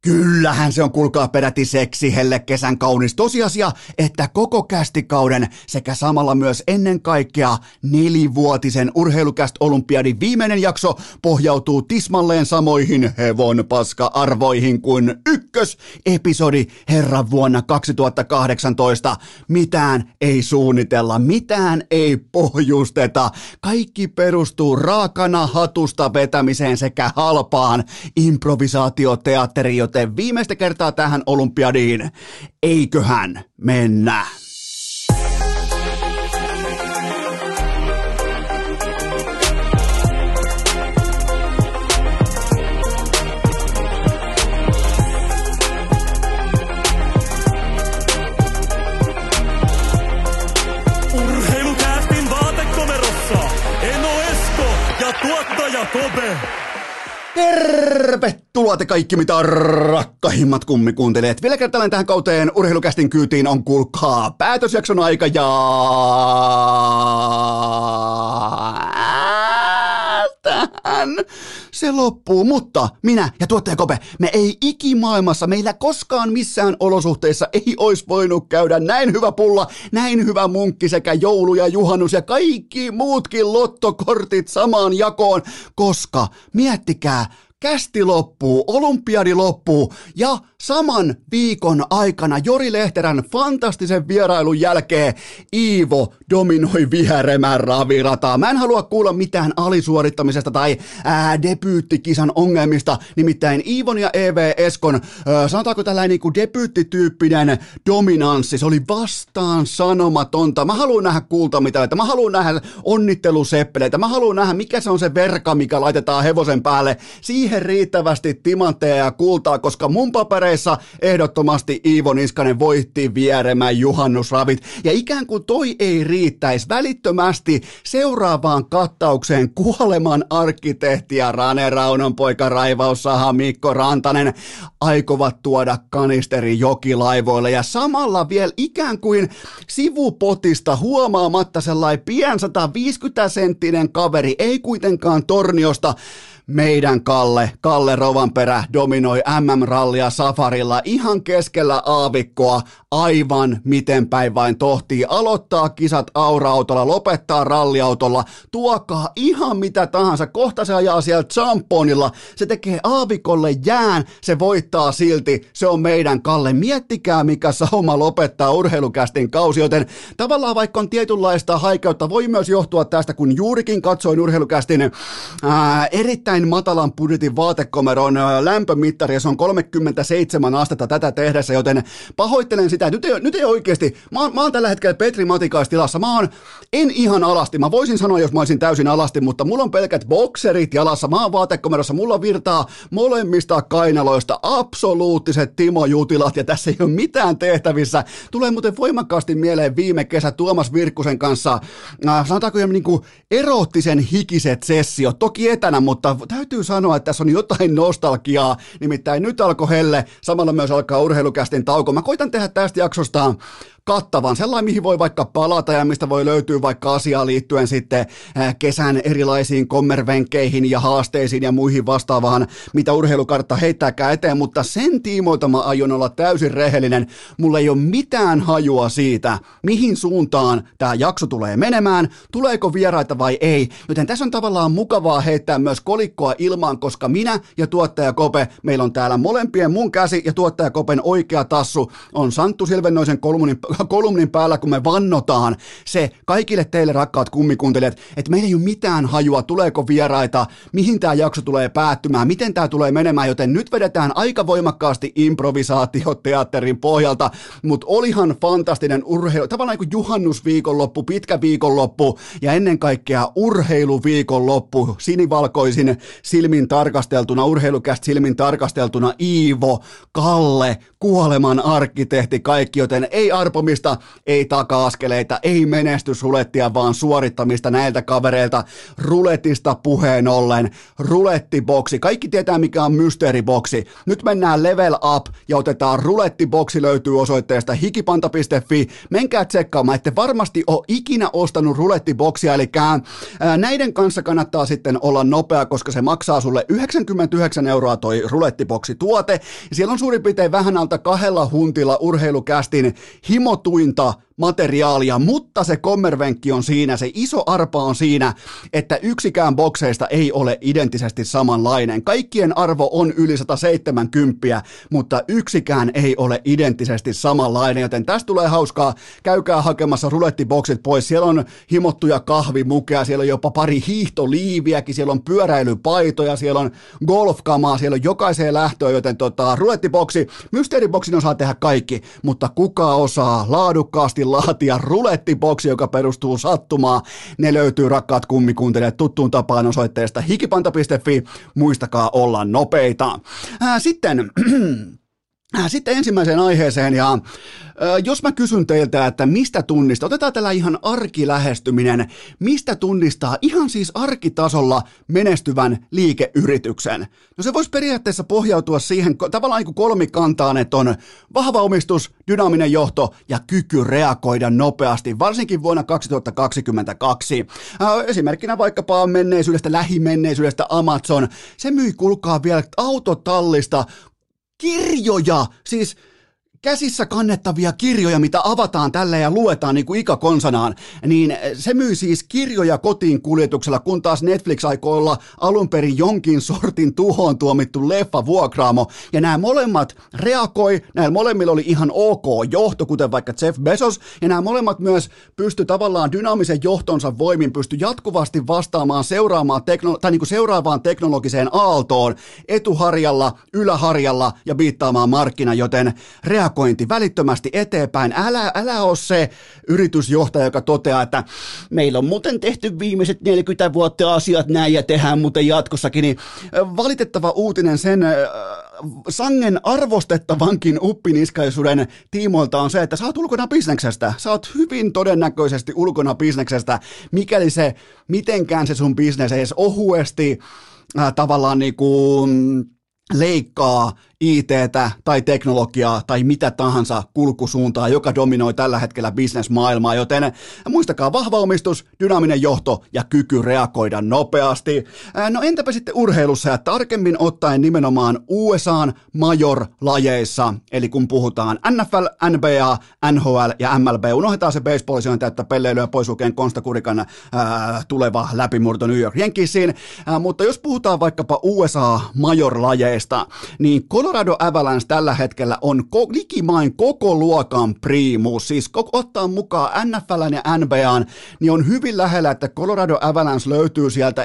Kyllähän se on, kuulkaa, peräti seksihelle kesän kaunis tosiasia, että koko kästikauden sekä samalla myös ennen kaikkea 4-vuotisen Urheilucast-olympiadin viimeinen jakso pohjautuu tismalleen samoihin hevonpaska-arvoihin kuin ykkösepisodi herran vuonna 2018. Mitään ei suunnitella, mitään ei pohjusteta. Kaikki perustuu raakana hatusta vetämiseen sekä halpaan improvisaatioteatteriin, joten viimeistä kertaa tähän olympiadiin. Eiköhän mennä? Urheilucastin vaatekomerossa Eno Esko ja tuottaja Kope. Tervetuloa te kaikki mitä rakkahimmat kummikuuntelijat. Vielä kertaalleen tähän kauteen Urheilucastin kyytiin on, kuulkaa, päätösjakson aika ja tähän se loppuu, mutta minä ja tuottaja Kope, me ei ikimaailmassa, meillä koskaan missään olosuhteissa ei olisi voinut käydä näin hyvä pulla, näin hyvä munkki sekä joulu ja juhannus ja kaikki muutkin lottokortit samaan jakoon, koska miettikää, kästi loppuu, olympiadi loppuu ja saman viikon aikana Jori Lehterän fantastisen vierailun jälkeen Iivo dominoi Viheremän ravirataa. Mä en halua kuulla mitään alisuorittamisesta tai debyyttikisan ongelmista, nimittäin Iivon ja E.V. Eskon, sanotaanko tällainen niin kuin debyyttityyppinen dominanssi, se oli vastaan sanomatonta. Mä haluan nähdä kultamitaleita, mä haluan nähdä onnitteluseppeleitä, mä haluan nähdä mikä se on se verka, mikä laitetaan hevosen päälle. Siihen riittävästi timantteja ja kultaa, koska mun papereissa ehdottomasti Iivo Niskanen voitti Vieremän juhannusravit. Ja ikään kuin toi ei riittäisi, välittömästi seuraavaan kattaukseen kuoleman arkkitehti ja Rane Raunonpoika Raivaussaha Mikko Rantanen aikovat tuoda kanisteri jokilaivoille. Ja samalla vielä ikään kuin sivupotista huomaamatta sellainen pien 150-senttinen kaveri, ei kuitenkaan Torniosta, meidän Kalle Rovanperä dominoi MM-rallia safarilla ihan keskellä aavikkoa, aivan miten päin vain tohtii, aloittaa kisat aura-autolla, lopettaa ralliautolla, tuokaa ihan mitä tahansa, kohta se ajaa siellä champonilla, se tekee aavikolle jään, se voittaa silti, se on meidän Kalle, miettikää mikä sauma lopettaa Urheilucastin kausi, joten tavallaan vaikka on tietynlaista haikeutta, voi myös johtua tästä, kun juurikin katsoin Urheilucastin erittäin matalan budjetin vaatekomeron lämpömittari, ja se on 37 astetta tätä tehdessä, joten pahoittelen sitä, että nyt ei oikeasti, mä oon tällä hetkellä Petri Matikaistilassa, en ihan alasti, mä voisin sanoa, jos mä olisin täysin alasti, mutta mulla on pelkät bokserit jalassa, mä oon vaatekomerossa, mulla virtaa molemmista kainaloista absoluuttiset Timo Jutilat, ja tässä ei ole mitään tehtävissä. Tulee muuten voimakkaasti mieleen viime kesä Tuomas Virkkusen kanssa, sanotaanko niin kuin eroottisen hikiset sessiot, toki etänä, mutta täytyy sanoa, että tässä on jotain nostalgiaa, nimittäin nyt alkoi helle, samalla myös alkaa Urheilucastin tauko. Mä koitan tehdä tästä jaksosta kattavan, sellainen mihin voi vaikka palata ja mistä voi löytyä vaikka asiaan liittyen sitten kesän erilaisiin kommervenkkeihin ja haasteisiin ja muihin vastaavaan, mitä urheilukartta heittääkään eteen, mutta sen tiimoilta mä aion olla täysin rehellinen. Mulla ei ole mitään hajua siitä, mihin suuntaan tämä jakso tulee menemään, tuleeko vieraita vai ei, joten tässä on tavallaan mukavaa heittää myös kolikkoa ilmaan, koska minä ja tuottaja Kope, meillä on täällä molempien mun käsi ja tuottaja Kopen oikea tassu on Santtu Silvennoisen kolumnin päällä, kun me vannotaan se kaikille teille rakkaat kummikuuntelijat, että meillä ei ole mitään hajua, tuleeko vieraita, mihin tämä jakso tulee päättymään, miten tämä tulee menemään, joten nyt vedetään aika voimakkaasti improvisaatioteatterin pohjalta, mutta olihan fantastinen urheilu, tavallaan niin kuin juhannusviikonloppu, pitkä viikonloppu ja ennen kaikkea urheiluviikonloppu, sinivalkoisin silmin tarkasteltuna, Urheilucast silmin tarkasteltuna, Iivo, Kalle, kuoleman arkkitehti, kaikki, joten ei arpomista, ei taka-askeleita, ei menestysrulettia, vaan suorittamista näiltä kavereilta. Ruletista puheen ollen, rulettiboksi. Kaikki tietää, mikä on mysteeriboksi. Nyt mennään level up ja otetaan rulettiboksi, löytyy osoitteesta hikipanta.fi. Menkää tsekkaamaan, ette varmasti ole ikinä ostanut rulettiboksia, eli näiden kanssa kannattaa sitten olla nopea, koska koska se maksaa sulle 99 € toi rulettiboksi-tuote, ja siellä on suurin piirtein vähän alta 2 huntilla urheilukästin himotuinta materiaalia, mutta se kommervenkki on siinä, se iso arpa on siinä, että yksikään bokseista ei ole identtisesti samanlainen. Kaikkien arvo on yli 170, mutta yksikään ei ole identtisesti samanlainen, joten tästä tulee hauskaa. Käykää hakemassa rulettiboksit pois. Siellä on himottuja kahvimukeja, siellä on jopa pari hiihtoliiviäkin, siellä on pyöräilypaitoja, siellä on golfkamaa, siellä on jokaiseen lähtöön, joten rulettiboksi, mysteeriboksin osaa tehdä kaikki, mutta kuka osaa laadukkaasti laatia rulettiboksi, joka perustuu sattumaan. Ne löytyy, rakkaat kummikuuntelijat, tuttuun tapaan osoitteesta hikipanta.fi. Muistakaa olla nopeita. Sitten ensimmäiseen aiheeseen, ja jos mä kysyn teiltä, että mistä tunnistaa, otetaan tällä ihan arkilähestyminen, mistä tunnistaa ihan siis arkitasolla menestyvän liikeyrityksen? No se voisi periaatteessa pohjautua siihen tavallaan niin kuin kolmikantaan, että on vahva omistus, dynaaminen johto ja kyky reagoida nopeasti, varsinkin vuonna 2022. Esimerkkinä vaikkapa lähimenneisyydestä Amazon, se myi kuulkaa vielä autotallista kirjoja, siis käsissä kannettavia kirjoja, mitä avataan tällä ja luetaan niin kuin ikäkonsanaan, niin se myy siis kirjoja kotiin kuljetuksella, kun taas Netflix aikoo olla alun perin jonkin sortin tuhoon tuomittu leffavuokraamo, ja nämä molemmat reagoi, näillä molemmilla oli ihan ok johto, kuten vaikka Jeff Bezos, ja nämä molemmat myös pysty tavallaan dynaamisen johtonsa voimin, pysty jatkuvasti vastaamaan seuraavaan teknologiseen aaltoon, etuharjalla, yläharjalla ja biittaamaan markkina, joten reagointi välittömästi eteenpäin. Älä ole se yritysjohtaja, joka toteaa, että meillä on muuten tehty viimeiset 40 vuotta asiat näin ja tehdään muuten jatkossakin. Niin valitettava uutinen sen sangen arvostettavankin uppiniskaisuuden tiimoilta on se, että sä oot ulkona bisneksestä. Sä oot hyvin todennäköisesti ulkona bisneksestä, mikäli mitenkään se sun bisnes edes ohuesti tavallaan niin kuin leikkaa IT:tä tai teknologiaa tai mitä tahansa kulkusuuntaa, joka dominoi tällä hetkellä bisnesmaailmaa, joten muistakaa vahva omistus, dynaaminen johto ja kyky reagoida nopeasti. No entäpä sitten urheilussa ja tarkemmin ottaen nimenomaan USA:n major-lajeissa, eli kun puhutaan NFL, NBA, NHL ja MLB, unohdetaan se baseball, se on täyttä pelleilyä pois lukien Konsta Kurikan tuleva läpimurto New York Yankeesiin, mutta jos puhutaan vaikkapa USA major-lajeista, niin Colorado Avalanche tällä hetkellä on likimain koko luokan priimus, siis ottaa mukaan NFL:n ja NBA:n, niin on hyvin lähellä, että Colorado Avalanche löytyy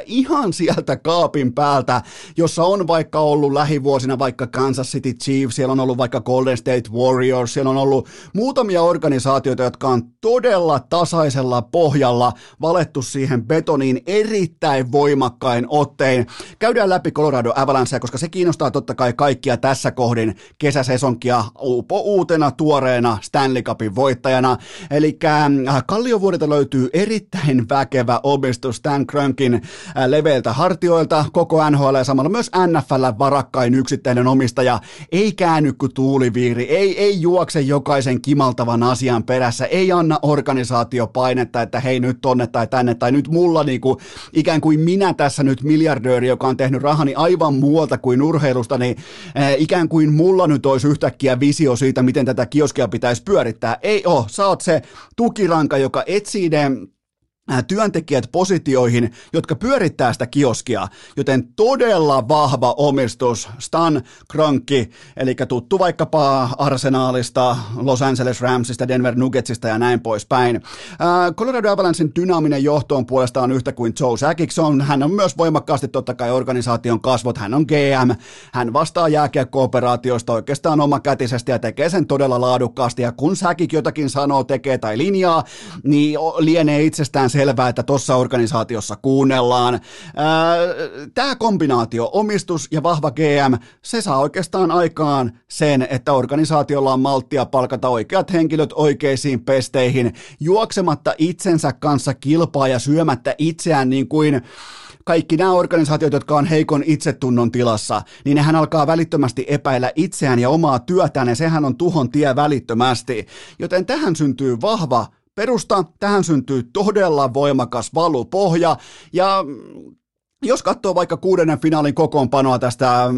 sieltä kaapin päältä, jossa on vaikka ollut lähivuosina vaikka Kansas City Chiefs, siellä on ollut vaikka Golden State Warriors, siellä on ollut muutamia organisaatioita, jotka on todella tasaisella pohjalla valettu siihen betoniin erittäin voimakkain ottein. Käydään läpi Colorado Avalancea, koska se kiinnostaa totta kai kaikkia tässä kohdin kesäsesonkia uutena tuoreena Stanley Cupin voittajana. Eli Kalliovuodelta löytyy erittäin väkevä omistus Stan Kroenken leveiltä hartioilta, koko NHL ja samalla myös NFL varakkain yksittäinen omistaja. Ei käänny kuin tuuliviiri, ei juokse jokaisen kimaltavan asian perässä, ei anna organisaatiopainetta, että hei nyt tonne tai tänne, tai nyt mulla niinku, ikään kuin minä tässä nyt miljardööri, joka on tehnyt rahani aivan muualta kuin urheilusta, niin ikään kuin mulla nyt olisi yhtäkkiä visio siitä, miten tätä kioskia pitäisi pyörittää. Ei oo, sä oot se tukiranka, joka etsii ne työntekijät positioihin, jotka pyörittää sitä kioskia, joten todella vahva omistus Stan Kroenke, eli tuttu vaikkapa Arsenalista, Los Angeles Ramsista, Denver Nuggetsista ja näin poispäin. Colorado Avalanchen dynaaminen johto on puolestaan yhtä kuin Joe Sakic on. Hän on myös voimakkaasti totta kai organisaation kasvot, hän on GM, hän vastaa jääkiekko-operaatioista oikeastaan omakätisesti ja tekee sen todella laadukkaasti, ja kun Sakic jotakin sanoo, tekee tai linjaa, niin lienee itsestään selvää, että tuossa organisaatiossa kuunnellaan. Tämä kombinaatio, omistus ja vahva GM, se saa oikeastaan aikaan sen, että organisaatiolla on malttia palkata oikeat henkilöt oikeisiin pesteihin, juoksematta itsensä kanssa kilpaa ja syömättä itseään niin kuin kaikki nämä organisaatiot, jotka on heikon itsetunnon tilassa, niin nehän alkaa välittömästi epäillä itseään ja omaa työtään, ja sehän on tuhon tie välittömästi. Joten tähän syntyy vahva perusta, tähän syntyy todella voimakas valupohja, ja jos katsoo vaikka 6. finaalin kokoonpanoa tästä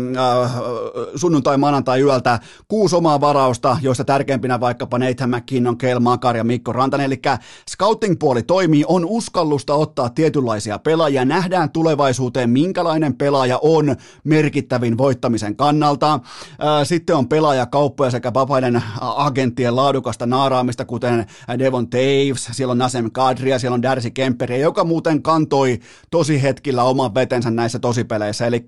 sunnuntai-maanantai-yöltä, 6 omaa varausta, joista tärkeimpinä vaikkapa Nathan McKinnon, Cale Makar ja Mikko Rantanen, eli scouting-puoli toimii, on uskallusta ottaa tietynlaisia pelaajia, nähdään tulevaisuuteen, minkälainen pelaaja on merkittävin voittamisen kannalta. Sitten on pelaajakauppoja sekä vapaiden agenttien laadukasta naaraamista, kuten Devon Taves, siellä on Nasem Kadria, siellä on Darcy Kemperiä, joka muuten kantoi tosi hetkillä oman vetensä näissä tosipeleissä, eli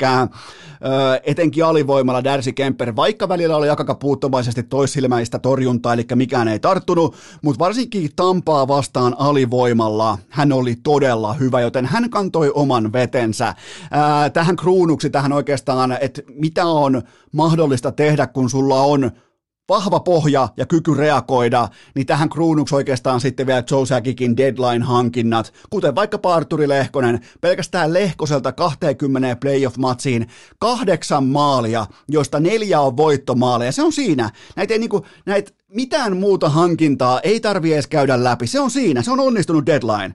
etenkin alivoimalla Darcy Kemper, vaikka välillä oli aika puuttuvaisesti toissilmäistä torjuntaa, eli mikään ei tarttunut, mutta varsinkin Tampaa vastaan alivoimalla hän oli todella hyvä, joten hän kantoi oman vetensä. Tähän kruunuksi, tähän oikeastaan, että mitä on mahdollista tehdä, kun sulla on vahva pohja ja kyky reagoida, niin tähän kruunuksi oikeastaan sitten vielä Joe Sakikin deadline-hankinnat, kuten vaikka Artturi Lehkonen, pelkästään Lehkoselta 20 playoff-matsiin 8 maalia, joista 4 on voittomaaleja, se on siinä. Näitä mitään muuta hankintaa ei tarvitse edes käydä läpi, se on siinä, se on onnistunut deadline.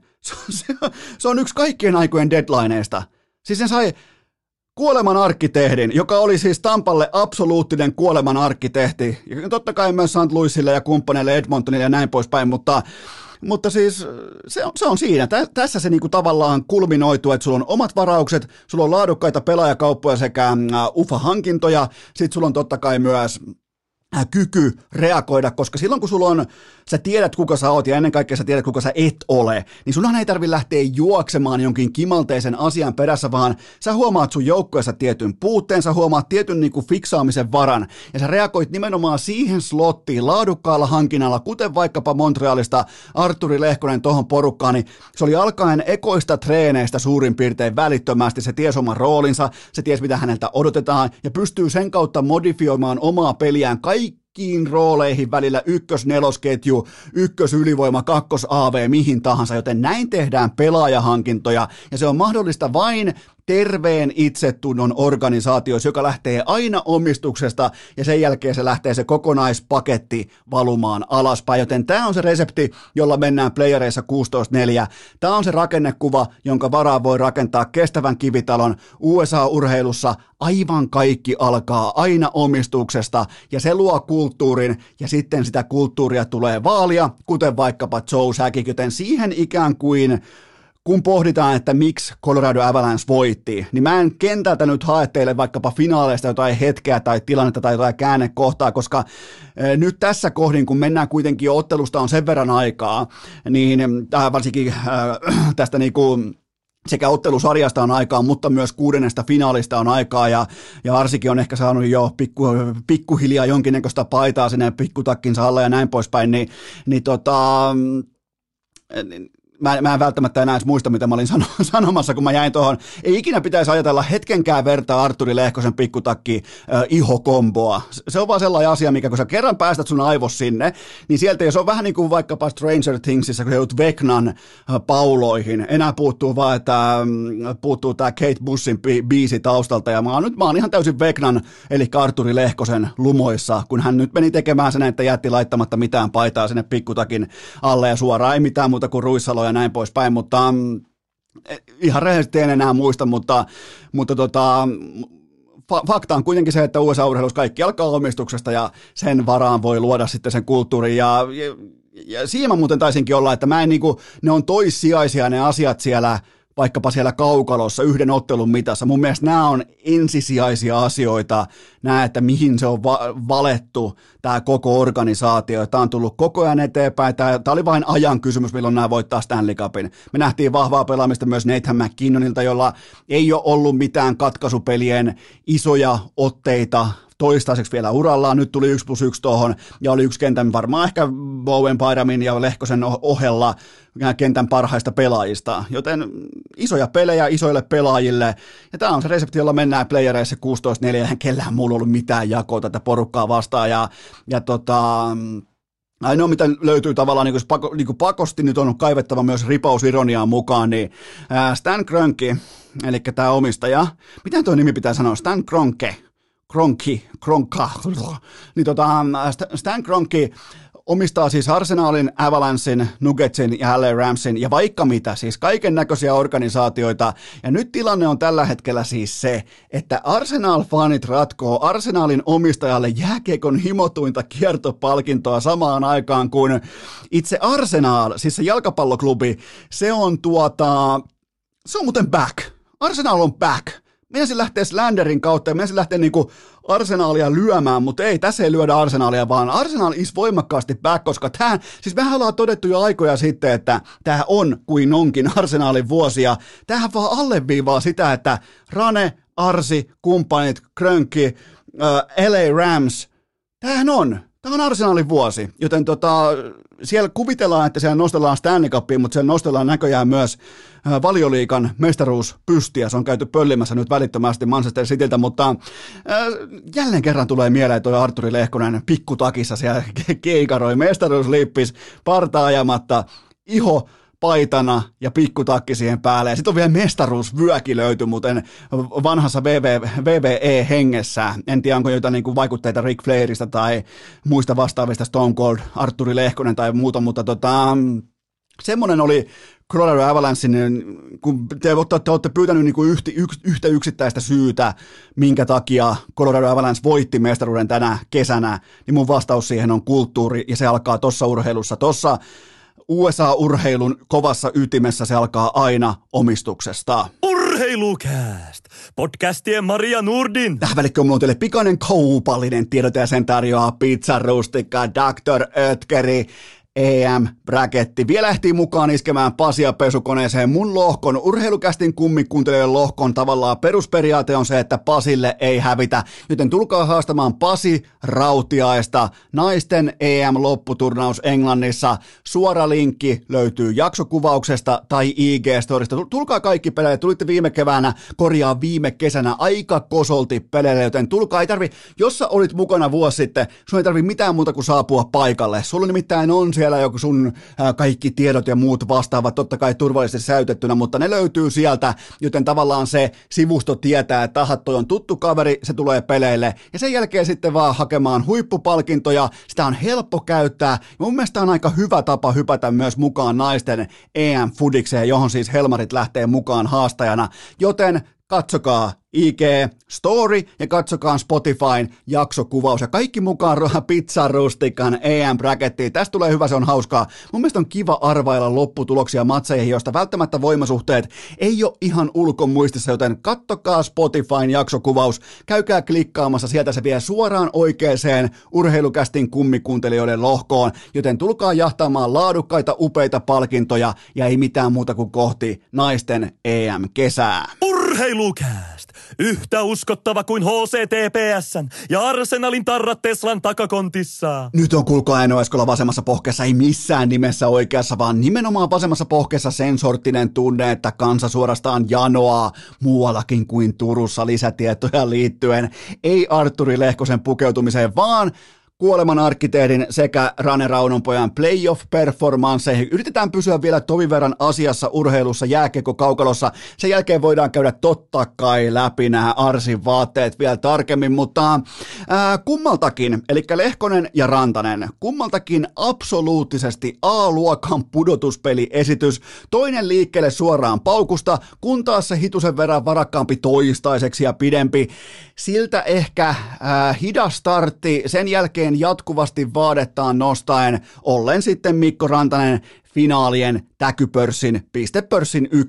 Se on yksi kaikkien aikojen deadlineista. Siis sen sai kuoleman arkkitehdin, joka oli siis Tampalle absoluuttinen kuoleman arkkitehti, ja totta kai myös St. Louisille ja kumppaneille Edmontonille ja näin poispäin, mutta siis se on siinä. Tässä se niinku tavallaan kulminoituu, että sulla on omat varaukset, sulla on laadukkaita pelaajakauppoja sekä UFA-hankintoja, sitten sulla on totta kai myös kyky reagoida, koska silloin kun sulla on, sä tiedät kuka sä oot ja ennen kaikkea sä tiedät kuka sä et ole, niin sunhan ei tarvitse lähteä juoksemaan jonkin kimalteisen asian perässä, vaan sä huomaat sun joukkueessa tietyn puutteen, sä huomaat tietyn niin kuin fiksaamisen varan ja sä reagoit nimenomaan siihen slottiin laadukkaalla hankinnalla, kuten vaikkapa Montrealista Artturi Lehkonen tohon porukkaan, niin se oli alkaen ekoista treeneistä suurin piirtein välittömästi, se tiesi oman roolinsa, se tiesi mitä häneltä odotetaan ja pystyy sen kautta modifioimaan omaa peliään kaikkiin rooleihin välillä, 1-4-ketju, 1-ylivoima, 2-AV, mihin tahansa, joten näin tehdään pelaajahankintoja, ja se on mahdollista vain terveen itsetunnon organisaatioissa, joka lähtee aina omistuksesta, ja sen jälkeen se lähtee se kokonaispaketti valumaan alaspäin, joten tämä on se resepti, jolla mennään playereissa 16-4. Tämä on se rakennekuva, jonka varaan voi rakentaa kestävän kivitalon USA-urheilussa. Aivan kaikki alkaa aina omistuksesta, ja se luo kulttuurin, ja sitten sitä kulttuuria tulee vaalia, kuten vaikkapa Joe Sakic, joten siihen ikään kuin kun pohditaan, että miksi Colorado Avalanche voitti, niin mä en kentältä nyt hae teille vaikkapa finaaleista jotain hetkeä tai tilannetta tai jotain käännekohtaa, koska nyt tässä kohdin, kun mennään kuitenkin jo ottelusta on sen verran aikaa, niin varsinkin tästä niinku sekä ottelusarjasta on aikaa, mutta myös 6. finaalista on aikaa, ja Arsikin on ehkä saanut jo pikkuhiljaa jonkinnäköistä paitaa sinne pikkutakkinsa alla ja näin poispäin, Mä en välttämättä enää edes muista, mitä mä olin sanomassa, kun mä jäin tuohon. Ei ikinä pitäisi ajatella hetkenkään vertaa Artturi Lehkosen pikkutakki ihokomboa. Se on vaan sellainen asia, mikä kun sä kerran päästät sun aivos sinne, niin sieltä, ja se on vähän niin kuin vaikkapa Stranger Thingsissa, kun joudut Vecnan pauloihin. Enää puuttuu vaan, että puuttuu tää Kate Bussin biisi taustalta, ja mä oon ihan täysin Vecnan, eli Artturi Lehkosen lumoissa, kun hän nyt meni tekemään sen, että jätti laittamatta mitään paitaa sinne pikkutakin alle ja suoraan, ei mitään muuta kuin Ruissalo ja näin poispäin, mutta ihan rehellisesti en enää muista, mutta fakta on kuitenkin se, että USA-urheilussa kaikki alkaa omistuksesta ja sen varaan voi luoda sitten sen kulttuurin ja siinä mä muuten taisinkin olla, että mä en niinku, ne on toissijaisia ne asiat siellä, vaikkapa siellä kaukalossa yhden ottelun mitassa. Mun mielestä nämä on ensisijaisia asioita, nämä, että mihin se on valettu, tämä koko organisaatio. Tämä on tullut koko ajan eteenpäin. Tämä oli vain ajan kysymys, milloin nämä voittaa Stanley Cupin. Me nähtiin vahvaa pelaamista myös Nathan McKinnonilta, jolla ei ole ollut mitään katkaisupelien isoja otteita toistaiseksi vielä urallaan. Nyt tuli 1+1 tuohon ja oli yksi kentän varmaan ehkä Bowen, Byramin ja Lehkosen ohella kentän parhaista pelaajista. Joten isoja pelejä isoille pelaajille. Ja tämä on se resepti, jolla mennään playereissa 16-4. Eihän kellään muulla ollut mitään jakoa tätä porukkaa vastaan. Ainoa, mitä löytyy tavallaan niin kuin pakosti nyt on kaivettava myös ripausironiaa mukaan, niin Stan Kroenke, eli tämä omistaja, miten tuo nimi pitää sanoa, Stan Kroenke, niin Stan Kroenke omistaa siis Arsenalin, Avalanchein, Nuggetsin ja LA Ramsin ja vaikka mitä, siis kaiken näköisiä organisaatioita. Ja nyt tilanne on tällä hetkellä siis se, että Arsenal-fanit ratkoo Arsenalin omistajalle jääkiekon himotuinta kiertopalkintoa samaan aikaan, kun itse Arsenal, siis se jalkapalloklubi, se on muuten back. Arsenal on back. Meinasin lähteä Slanderin kautta ja meinasin lähteä niinku Arsenalia lyömään, mutta ei, tässä ei lyödä Arsenalia, vaan Arsenal is voimakkaasti back, koska siis mehän ollaan todettu jo aikoja sitten, että tämä on kuin onkin Arsenalin vuosia. Tämähän vaan alleviivaa sitä, että Rane, Arsi, kumppanit, Krönki, LA Rams, Tämä on Arsenalin vuosi, joten siellä kuvitellaan, että siellä nostellaan Stanley Cupia, mutta siellä nostellaan näköjään myös Valioliigan mestaruuspystiä. Se on käyty pöllimässä nyt välittömästi Manchester Cityltä, mutta jälleen kerran tulee mieleen tuo Artturi Lehkonen pikkutakissa siellä keikaroi mestaruuslippis, parta ajamatta, iho paitana ja pikkutakki siihen päälle. Ja sitten on vielä mestaruusvyökin löyty, muuten vanhassa VVE-hengessä. En tiedä, onko jotain niin vaikutteita Ric Flairista tai muista vastaavista Stone Cold, Artturi Lehkonen tai muuta, mutta semmoinen oli Colorado Avalanchein, kun te olette pyytänyt niin yhtä yksittäistä syytä, minkä takia Colorado Avalanche voitti mestaruuden tänä kesänä, niin mun vastaus siihen on kulttuuri, ja se alkaa tuossa urheilussa. Tuossa USA-urheilun kovassa ytimessä se alkaa aina omistuksesta. Urheilukääst! Podcastien Maria Nurdin. Tähän välikköön mulla on teille pikainen kaupallinen tiedote ja sen tarjoaa Pizza Rustica, Dr. Oetkeri, EM-bräketti. Vielä ehtii mukaan iskemään Pasia pesukoneeseen mun lohkon. Urheilukästin kummikuuntelijoiden lohkon tavallaan perusperiaate on se, että Pasille ei hävitä, joten tulkaa haastamaan Pasi Rautiaista. Naisten EM-lopputurnaus Englannissa. Suora linkki löytyy jaksokuvauksesta tai IG-storista. Tulkaa kaikki peleille. Tulitte viime kesänä aika kosolti peleille, joten tulkaa. Ei tarvi, jos sä olit mukana vuosi sitten, sun ei tarvi mitään muuta kuin saapua paikalle. Sulla nimittäin on siellä joku sun kaikki tiedot ja muut vastaavat, totta kai turvallisesti säytettynä, mutta ne löytyy sieltä, joten tavallaan se sivusto tietää, että aha, toi on tuttu kaveri, se tulee peleille, ja sen jälkeen sitten vaan hakemaan huippupalkintoja, sitä on helppo käyttää, ja mun mielestä on aika hyvä tapa hypätä myös mukaan naisten EM-fudikseen, johon siis Helmarit lähtee mukaan haastajana, joten katsokaa IG Story ja katsokaa Spotifyn jaksokuvaus ja kaikki mukaan Pizza Rustican EM-bräkettiin. Tästä tulee hyvä, se on hauskaa. Mun mielestä on kiva arvailla lopputuloksia matseihin, joista välttämättä voimasuhteet ei ole ihan ulkomuistissa, joten kattokaa Spotifyn jaksokuvaus, käykää klikkaamassa, sieltä se vie suoraan oikeaan urheilukästin kummikuuntelijoiden lohkoon, joten tulkaa jahtaamaan laadukkaita, upeita palkintoja ja ei mitään muuta kuin kohti naisten EM-kesää. Urheilukääst! Yhtä uskottava kuin HCTPS:n ja Arsenalin tarrat Teslan takakontissa. Nyt on kuulkaa Eino Eskola vasemmassa pohkeessa, ei missään nimessä oikeassa, vaan nimenomaan vasemmassa pohkeessa sen sorttinen tunne, että kansa suorastaan janoaa muuallakin kuin Turussa lisätietoja liittyen. Ei Artturi Lehkosen pukeutumiseen, vaan Kuoleman arkkitehdin sekä Rane Raunonpojan playoff-performansseihin. Yritetään pysyä vielä tovin verran asiassa urheilussa, jääkiekko-kaukalossa. Sen jälkeen voidaan käydä totta kai läpi nämä Arsin vaatteet vielä tarkemmin, mutta kummaltakin, eli Lehkonen ja Rantanen, kummaltakin absoluuttisesti A-luokan pudotuspeliesitys. Toinen liikkeelle suoraan paukusta, kun taas se hitusen verran varakkaampi toistaiseksi ja pidempi. Siltä ehkä hidas startti, sen jälkeen jatkuvasti vaadettaan nostaen, ollen sitten Mikko Rantanen finaalien täkypörssin, pistepörssin 1,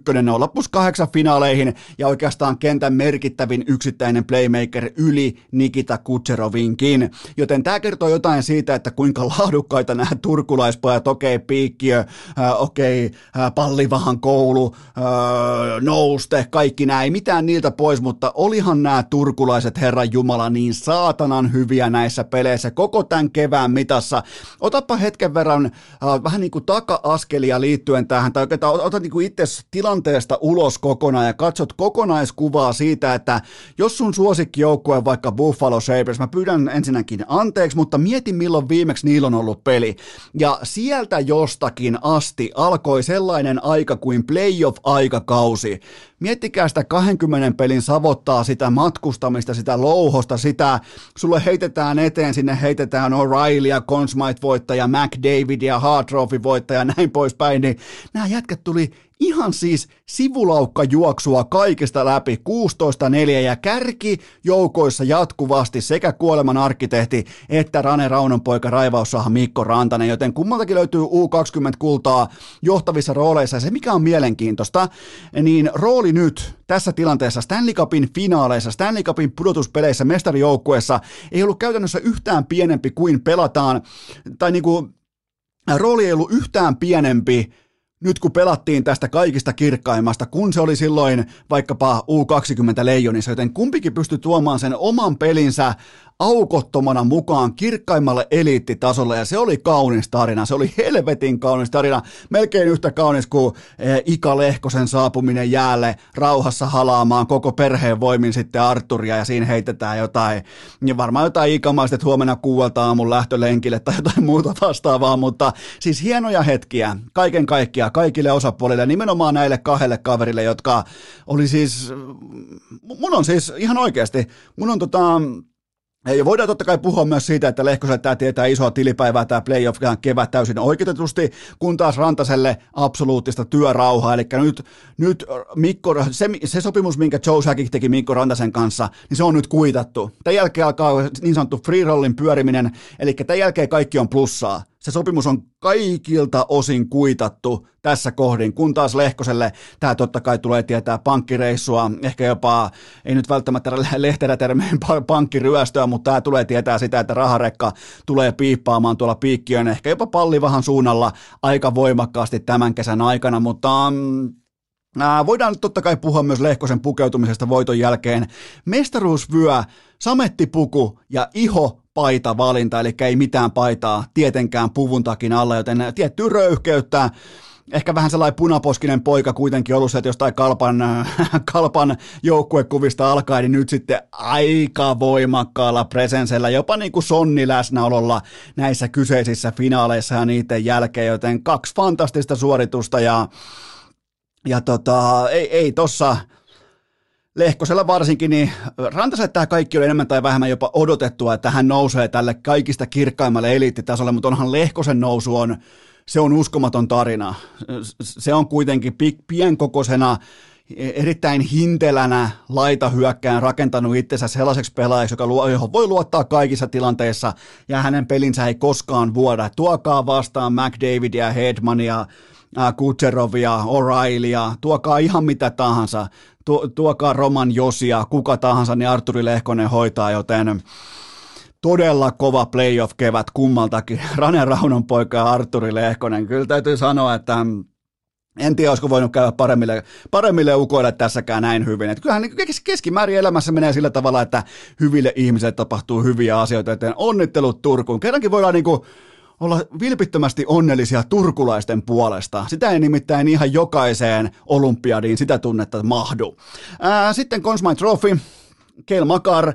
0+8 finaaleihin ja oikeastaan kentän merkittävin yksittäinen playmaker yli Nikita Kutserovinkin. Joten tämä kertoo jotain siitä, että kuinka laadukkaita nämä turkulaispojat, okei Piikkiö, Pallivahan koulu, Nouste, kaikki nämä, ei mitään niiltä pois, mutta olihan nämä turkulaiset Herran Jumala niin saatanan hyviä näissä peleissä koko tämän kevään mitassa. Otapa hetken verran vähän niin kuin taka-askelia liittyen tähän, tai oikeastaan otat niin itse tilanteesta ulos kokonaan ja katsot kokonaiskuvaa siitä, että jos sun suosikkijoukkue vaikka Buffalo Sabres, mä pyydän ensinnäkin anteeksi, mutta mieti milloin viimeksi niillä on ollut peli. Ja sieltä jostakin asti alkoi sellainen aika kuin playoff-aikakausi. miettikää sitä 20 pelin savottaa, sitä matkustamista, sitä louhosta, sitä, sulle heitetään eteen, sinne heitetään O'Reillya, Conn Smythe-voittaja, McDavidia, Hart Trophy-voittaja ja näin poispäin, niin nämä jätkät tuli ihan siis sivulaukkajuoksua kaikesta läpi, 16-4 ja kärki joukoissa jatkuvasti sekä kuoleman arkkitehti että Rane Raunonpoika raivaussaha Mikko Rantanen, joten kummaltakin löytyy U20-kultaa johtavissa rooleissa ja se mikä on mielenkiintoista, niin rooli nyt tässä tilanteessa Stanley Cupin finaaleissa, Stanley Cupin pudotuspeleissä, mestarijoukkueessa ei ollut käytännössä yhtään pienempi kuin pelataan, tai niinku rooli ei ollut yhtään pienempi nyt kun pelattiin tästä kaikista kirkkaimmasta, kun se oli silloin vaikkapa U20 Leijonissa, joten kumpikin pystyi tuomaan sen oman pelinsä aukottomana mukaan kirkkaimmalle eliittitasolle, ja se oli kaunis tarina, se oli helvetin kaunis tarina, melkein yhtä kaunis kuin Ika Lehkosen saapuminen jäälle rauhassa halaamaan koko perheen voimin sitten Arturia, ja siinä heitetään jotain, ja varmaan jotain ikamaiset huomenna 6 aamun lähtölenkille tai jotain muuta vastaavaa, mutta siis hienoja hetkiä kaiken kaikkiaan kaikille osapuolille, nimenomaan näille 2 kaverille, jotka oli siis, mun on siis ihan oikeasti, mun on ja voidaan totta kai puhua myös siitä, että Lehkoselle tämä tietää isoa tilipäivää, tämä playoff kevät täysin oikeutetusti, kun taas Rantaselle absoluuttista työrauhaa. Eli nyt Mikko, se sopimus, minkä Joe Sakic teki Mikko Rantasen kanssa, niin se on nyt kuitattu. Tämän jälkeen alkaa niin sanottu free rollin pyöriminen, eli tämän jälkeen kaikki on plussaa. Se sopimus on kaikilta osin kuitattu tässä kohdin, kun taas Lehkoselle tämä totta kai tulee tietää pankkireissua, ehkä jopa, ei nyt välttämättä lehterätermeen pankkiryöstöä, mutta tämä tulee tietää sitä, että raharekka tulee piippaamaan tuolla piikkiön, ehkä jopa pallivahan suunnalla aika voimakkaasti tämän kesän aikana, mutta voidaan nyt totta kai puhua myös Lehkosen pukeutumisesta voiton jälkeen. Mestaruusvyö, samettipuku ja paita valinta, eli ei mitään paitaa tietenkään puvun takin alla, joten tiettyä röyhkeyttä, ehkä vähän sellainen punaposkinen poika kuitenkin ollut se, että jostain kalpan joukkuekuvista alkaen, niin nyt sitten aika voimakkaalla presensellä, jopa niin kuin sonni läsnäololla näissä kyseisissä finaaleissa ja niiden jälkeen, joten 2 fantastista suoritusta ja ei tossa Lehkosella varsinkin, niin Rantaselle tämä kaikki oli enemmän tai vähemmän jopa odotettua, että hän nousee tälle kaikista kirkkaimmalle eliittitasolle, mutta onhan Lehkosen nousu se on uskomaton tarina. Se on kuitenkin pienkokoisena, erittäin hintelänä laitahyökkään rakentanut itsensä sellaiseksi pelaajaksi, johon voi luottaa kaikissa tilanteissa, ja hänen pelinsä ei koskaan vuoda. Tuokaa vastaan McDavidia, Hedmania, Kutserovia, O'Reillya, tuokaa ihan mitä tahansa, tuokaa Roman Josia, kuka tahansa, niin Arturi Lehkonen hoitaa, joten todella kova playoff-kevät kummaltakin, Rane Raunonpoika ja Arturi Lehkonen, kyllä täytyy sanoa, että en tiedä, olisiko voinut käydä paremmille ukoille tässäkään näin hyvin. Että kyllähän keskimäärin elämässä menee sillä tavalla, että hyville ihmisille tapahtuu hyviä asioita, joten onnittelut Turkuun. Kerrankin voidaan olla vilpittömästi onnellisia turkulaisten puolesta. Sitä ei nimittäin ihan jokaiseen olympiadiin sitä tunnetta mahdu. Sitten Conn Smythe Trophy, Cale Makar.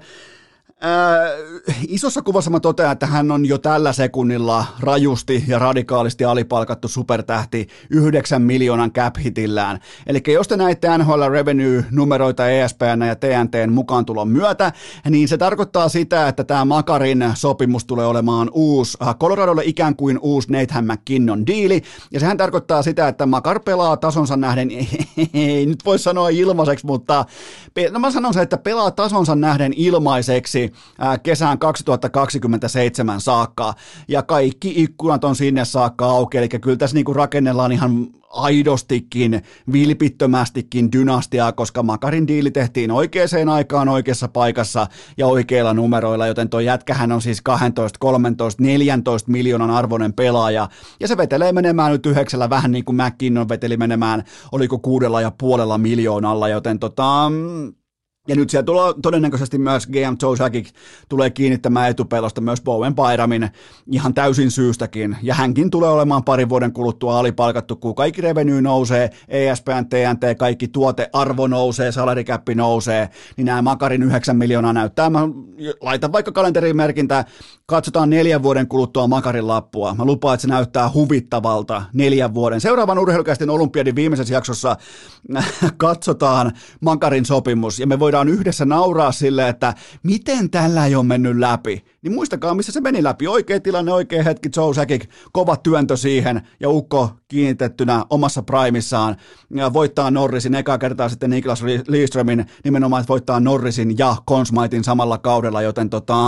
Isossa kuvassa mä totean, että hän on jo tällä sekunnilla rajusti ja radikaalisti alipalkattu supertähti 9 miljoonan cap-hitillään. Eli jos te näitte NHL Revenue-numeroita ESPN ja TNTn mukaantulon myötä, niin se tarkoittaa sitä, että tämä Makarin sopimus tulee olemaan uusi, Coloradolle ikään kuin uusi Nathan McKinnon diili, ja sehän tarkoittaa sitä, että Makar pelaa tasonsa nähden, ei nyt voi sanoa ilmaiseksi, mutta no mä sanon sen, että pelaa tasonsa nähden ilmaiseksi kesään 2027 saakka, ja kaikki ikkunat on sinne saakka auki, eli kyllä tässä niinku rakennellaan ihan aidostikin, vilpittömästikin dynastiaa, koska Makarin diili tehtiin oikeaan aikaan, oikeassa paikassa ja oikeilla numeroilla, joten tuo jätkähän on siis 12, 13, 14 miljoonan arvoinen pelaaja, ja se vetelee menemään nyt 9, vähän niin kuin McKinnon veteli menemään, oliko 6,5 miljoonalla, joten Ja nyt siellä tulee todennäköisesti myös GM Joe Sakic tulee kiinnittämään etupelosta myös Bowen Byramin ihan täysin syystäkin. Ja hänkin tulee olemaan parin vuoden kuluttua alipalkattu, kun kaikki revenue nousee, ESPN, TNT, kaikki tuotearvo nousee, salary cap nousee, niin nämä Makarin 9 miljoonaa näyttää. Mä laitan vaikka kalenteriin merkintää, katsotaan 4 vuoden kuluttua Makarin lappua. Mä lupaan, että se näyttää huvittavalta 4 vuoden. Seuraavan Urheilukästin olympiadin viimeisessä jaksossa katsotaan Makarin sopimus ja me voidaan yhdessä nauraa sille, että miten tällä ei ole mennyt läpi. Niin muistakaa, missä se meni läpi. Oikea tilanne, oikea hetki, Joe Sakic, kova työntö siihen ja ukko kiinnitettynä omassa primissaan ja voittaa Norrisin ekaa kertaa sitten Niklas Lidströmin nimenomaan, että voittaa Norrisin ja Conn Smithin samalla kaudella, joten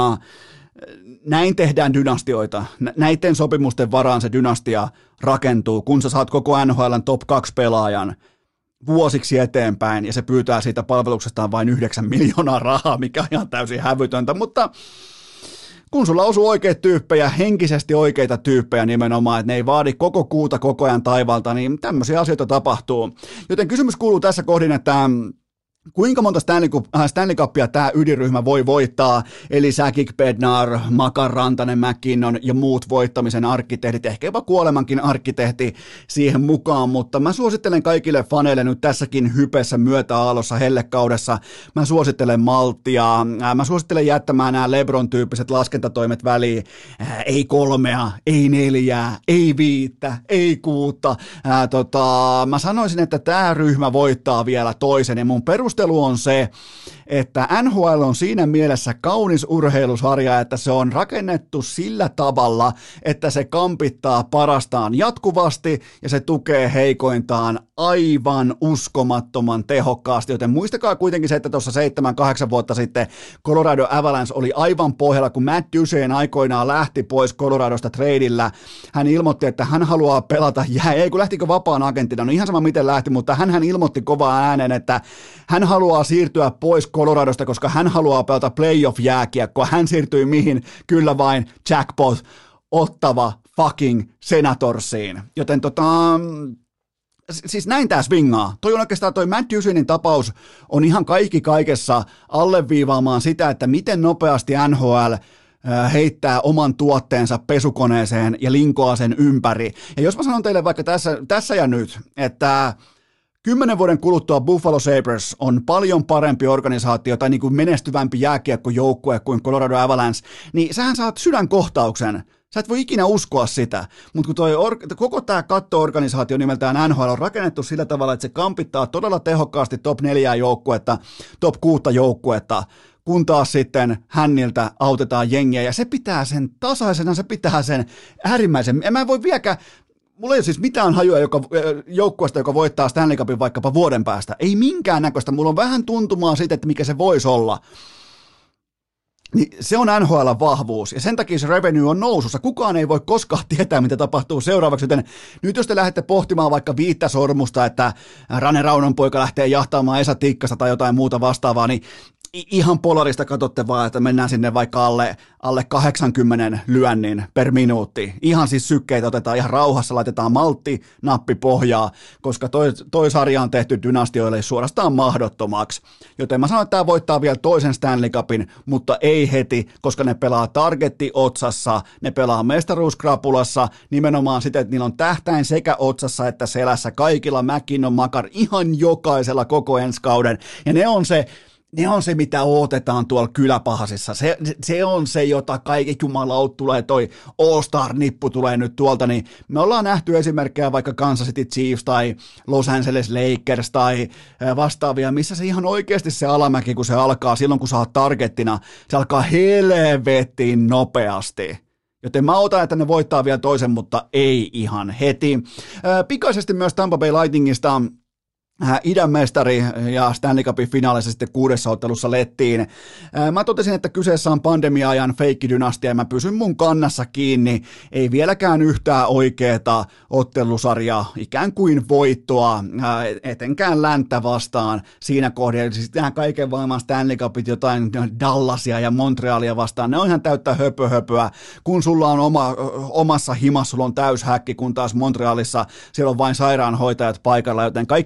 näin tehdään dynastioita. Näiden sopimusten varaan se dynastia rakentuu, kun sä saat koko NHL:n top 2 pelaajan vuosiksi eteenpäin, ja se pyytää siitä palveluksestaan vain 9 miljoonaa rahaa, mikä on ihan täysin hävytöntä, mutta kun sulla osuu oikeita tyyppejä, henkisesti oikeita tyyppejä nimenomaan, että ne ei vaadi koko kuuta koko ajan taivaalta, niin tämmöisiä asioita tapahtuu. Joten kysymys kuuluu tässä kohdin, että kuinka monta Stanley Cupia tämä ydinryhmä voi voittaa, eli Sakic, Bednar, Makar, Rantanen, McKinnon ja muut voittamisen arkkitehdit, ehkä jopa kuolemankin arkkitehti siihen mukaan, mutta mä suosittelen kaikille faneille nyt tässäkin hypessä myötäaallossa hellekaudessa, mä suosittelen malttia, mä suosittelen jättämään nämä LeBron-tyyppiset laskentatoimet väliin, ei 3, ei 4, ei 5, ei 6, mä sanoisin, että tämä ryhmä voittaa vielä toisen, ja mun perustelu on se, että NHL on siinä mielessä kaunis urheilusarja, että se on rakennettu sillä tavalla, että se kampittaa parastaan jatkuvasti ja se tukee heikointaan aivan uskomattoman tehokkaasti, joten muistakaa kuitenkin se, että tuossa 7-8 vuotta sitten Colorado Avalanche oli aivan pohjalla, kun Matt Duchene aikoinaan lähti pois Coloradosta treidillä. Hän ilmoitti, että hän haluaa pelata, kun lähtikö vapaan agentina, no ihan sama miten lähti, mutta hän ilmoitti kovaa ääneen, että hän haluaa siirtyä pois Coloradosta, koska hän haluaa pelata playoff-jääkiekkoa. Hän siirtyi mihin? Kyllä vain jackpot, Ottava fucking Senatorsiin. Joten siis näin tää swingaa. Toi on oikeastaan toi Matt Duchenin tapaus on ihan kaikki kaikessa alleviivaamaan sitä, että miten nopeasti NHL heittää oman tuotteensa pesukoneeseen ja linkoaa sen ympäri. Ja jos mä sanon teille vaikka tässä ja nyt, että 10 vuoden kuluttua Buffalo Sabres on paljon parempi organisaatio tai niin kuin menestyvämpi jääkiekkojoukkue kuin Colorado Avalanche, niin sähän saat sydänkohtauksen. Sä et voi ikinä uskoa sitä, mutta kun koko tämä katto-organisaatio nimeltään NHL on rakennettu sillä tavalla, että se kampittaa todella tehokkaasti top 4 joukkuetta, top 6 joukkuetta, kun taas sitten hänniltä autetaan jengiä, ja se pitää sen tasaisena, se pitää sen äärimmäisen. Mä en voi vieläkään, mulla ei ole siis mitään hajua joukkueesta, joka voittaa Stanley Cupin vaikkapa vuoden päästä. Ei minkäännäköistä, mulla on vähän tuntumaa siitä, että mikä se voisi olla. Niin se on NHL:n vahvuus, ja sen takia se revenue on nousussa. Kukaan ei voi koskaan tietää, mitä tapahtuu seuraavaksi, joten nyt jos te lähdette pohtimaan vaikka 5 sormusta, että Rane Raunonpoika lähtee jahtaamaan Esa Tikkasta tai jotain muuta vastaavaa, niin ihan polarista katsotte vaan, että mennään sinne vaikka alle 80 lyönnin per minuutti. Ihan siis sykkeitä otetaan ihan rauhassa, laitetaan maltti, nappi pohjaa, koska toi sarja on tehty dynastioille suorastaan mahdottomaksi. Joten mä sanon, että tämä voittaa vielä toisen Stanley Cupin, mutta ei heti, koska ne pelaa targetti otsassa, ne pelaa mestaruuskrapulassa, nimenomaan sitä, että niillä on tähtäin sekä otsassa että selässä kaikilla, McKinnon, Makar, ihan jokaisella koko ensi kauden, ja ne on se, mitä odotetaan tuolla kyläpahasissa. Se on se, jota kaikki jumalaut tulee, toi All-Star-nippu tulee nyt tuolta, niin me ollaan nähty esimerkkejä vaikka Kansas City Chiefs tai Los Angeles Lakers tai vastaavia, missä se ihan oikeasti se alamäki, kun se alkaa silloin, kun sä oot targettina, se alkaa helvetin nopeasti. Joten mä otan, että ne voittaa vielä toisen, mutta ei ihan heti. Pikaisesti myös Tampa Bay Lightningista idän mestari ja Stanley Cupin finaalissa sitten 6. ottelussa lettiin. Mä totesin, että kyseessä on pandemia-ajan feikkidynastia ja mä pysyn mun kannassa kiinni. Ei vieläkään yhtään oikeeta ottelusarjaa, ikään kuin voittoa, etenkään länttä vastaan siinä kohdassa. Siis tähän kaiken maailman Stanley Cupit, jotain Dallasia ja Montrealia vastaan, ne on ihan täyttä höpöhöpöä. Kun sulla on omassa himassa, sulla on täyshäkki, kun taas Montrealissa siellä on vain sairaanhoitajat paikalla, joten kaikki varmaan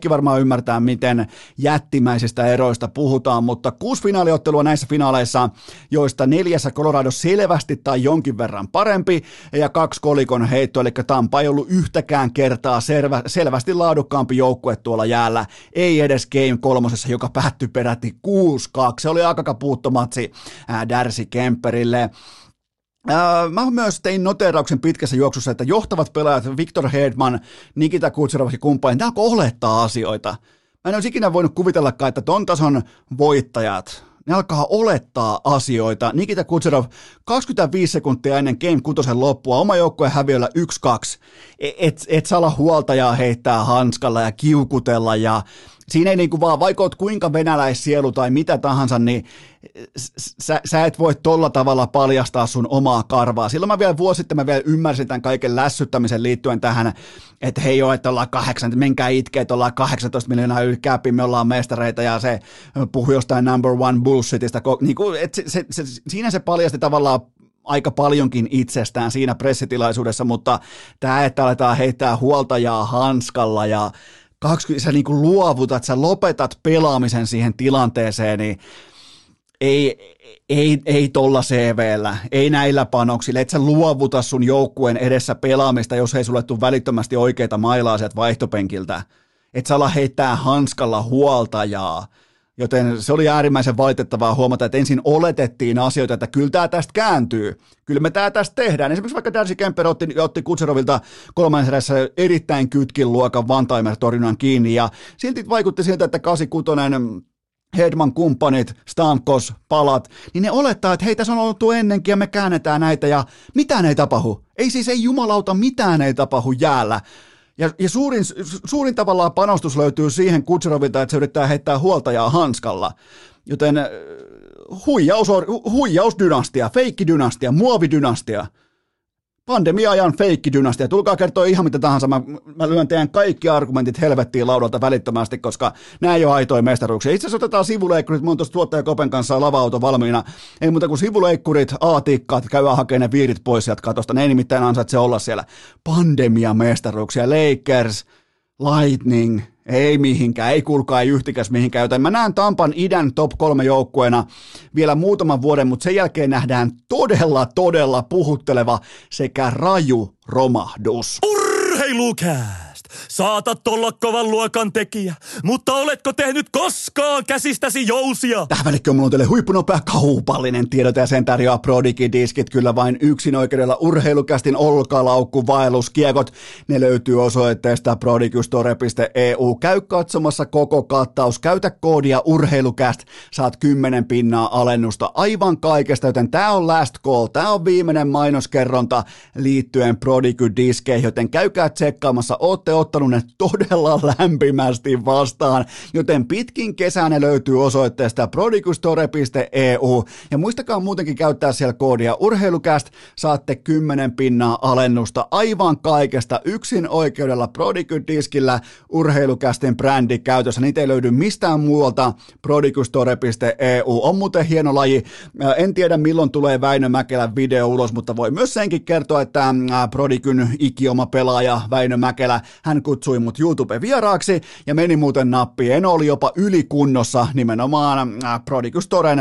ymmärtää, miten jättimäisistä eroista puhutaan, mutta 6 finaaliottelua näissä finaaleissa, joista 4 Colorado selvästi tai jonkin verran parempi, ja 2 kolikon heitto, eli Tampa ei ollut yhtäkään kertaa selvästi laadukkaampi joukkue tuolla jäällä, ei edes Game 3, joka päättyi peräti 6-2, se oli aika kapuuttomatsi Darcy Kemperille. Mä myös tein noteerauksen pitkässä juoksussa, että johtavat pelaajat Victor Hedman, Nikita Kucherov ja kumppanit, ne alkoi olettaa asioita. Mä en olisi ikinä voinut kuvitellakaan, että ton tason voittajat, ne alkaa olettaa asioita. Nikita Kucherov 25 sekuntia ennen Game 6 loppua, oma joukkueen häviöllä 1-2. Et saa olla huoltajaa heittää hanskalla ja kiukutella ja siinä ei niinku vaan, vaikka oot kuinka venäläissielu tai mitä tahansa, niin sä et voi tolla tavalla paljastaa sun omaa karvaa. Silloin vuosi sitten mä vielä ymmärsin tämän kaiken lässyttämisen liittyen tähän, että hei joo, että ollaan 8, menkää itkeä, että ollaan 18 miljoonaa ylkääppiä, me ollaan mestareita ja se puhui jostain number one bullshitista. Niinku, siinä se paljasti tavallaan aika paljonkin itsestään siinä pressitilaisuudessa, mutta tämä, että aletaan heittää huoltajaa hanskalla ja sä niin kuin luovutat, sä lopetat pelaamisen siihen tilanteeseen, niin ei tolla CV:llä, ei näillä panoksilla, et sä luovuta sun joukkueen edessä pelaamista, jos ei sulle tule välittömästi oikeita mailaa sieltä vaihtopenkiltä. Et sä ala heittää hanskalla huoltajaa. Joten se oli äärimmäisen valitettavaa huomata, että ensin oletettiin asioita, että kyllä tämä tästä kääntyy, kyllä me tämä tästä tehdään. Esimerkiksi vaikka Darcy Kemper otti Kutserovilta 3. erässä erittäin kytkin luokan one-timer-torjunnan kiinni, ja silti vaikutti siltä, että 86 Hedman kumppanit, Stamkos, Palat, niin ne olettaa, että hei, tässä on ollut ennenkin ja me käännetään näitä ja mitään ei tapahdu. Ei jumalauta, mitään ei tapahdu jäällä. Ja suurin tavallaan panostus löytyy siihen Kutserovilta, että se yrittää heittää huoltajaa hanskalla. Joten huijausdynastia, feikkidynastia, muovidynastia, pandemia-ajan feikkidynastia. Tulkaa kertoa ihan mitä tahansa, mä lyön teidän kaikki argumentit helvettiin laudalta välittömästi, koska nämä ei ole aitoja mestaruuksia. Itse asiassa otetaan sivuleikkurit, mun tuossa tuottaja Kopen kanssa lava-auto valmiina. Ei muuta kuin sivuleikkurit, A-tikkaat, käydään hakemaan ne viirit pois sieltä katosta. Ne ei nimittäin ansaitse olla siellä. Pandemia-mestaruuksia, Lakers, Lightning, ei mihinkään, ei kuulkaa, ei yhtikäs mihinkään, joten mä näen Tampan idän top 3 joukkueena vielä muutaman vuoden, mutta sen jälkeen nähdään todella puhutteleva sekä raju romahdus. Urheilukääst! Saatat olla kovan luokan tekijä, mutta oletko tehnyt koskaan käsistäsi jousia? Tähän välikköön mulla on teille huippunopea kaupallinen tiedote ja sen tarjoaa Prodigy-diskit kyllä vain yksin oikeudella Urheilukästin olkalaukku-vaelluskiekot. Ne löytyy osoitteesta prodigystore.eu. Käy katsomassa koko kattaus, käytä koodia Urheilukäst, saat 10% alennusta aivan kaikesta, joten tää on last call, tää on viimeinen mainoskerronta liittyen Prodigy-diskeihin, joten käykää tsekkaamassa, ootte ottanut ne todella lämpimästi vastaan, joten pitkin kesää ne löytyy osoitteesta prodigystore.eu ja muistakaa muutenkin käyttää siellä koodia Urheilukäst, saatte 10% alennusta aivan kaikesta yksin oikeudella Prodigy-diskillä Urheilukästin brändi käytössä, niitä ei löydy mistään muualta prodigystore.eu, on muuten hieno laji, en tiedä milloin tulee Väinö Mäkelän video ulos, mutta voi myös senkin kertoa, että Prodigyn ikioma pelaaja Väinö Mäkelä, hän kutsui mut YouTube-vieraaksi ja meni muuten nappiin. En oli jopa ylikunnossa nimenomaan Prodigy Storen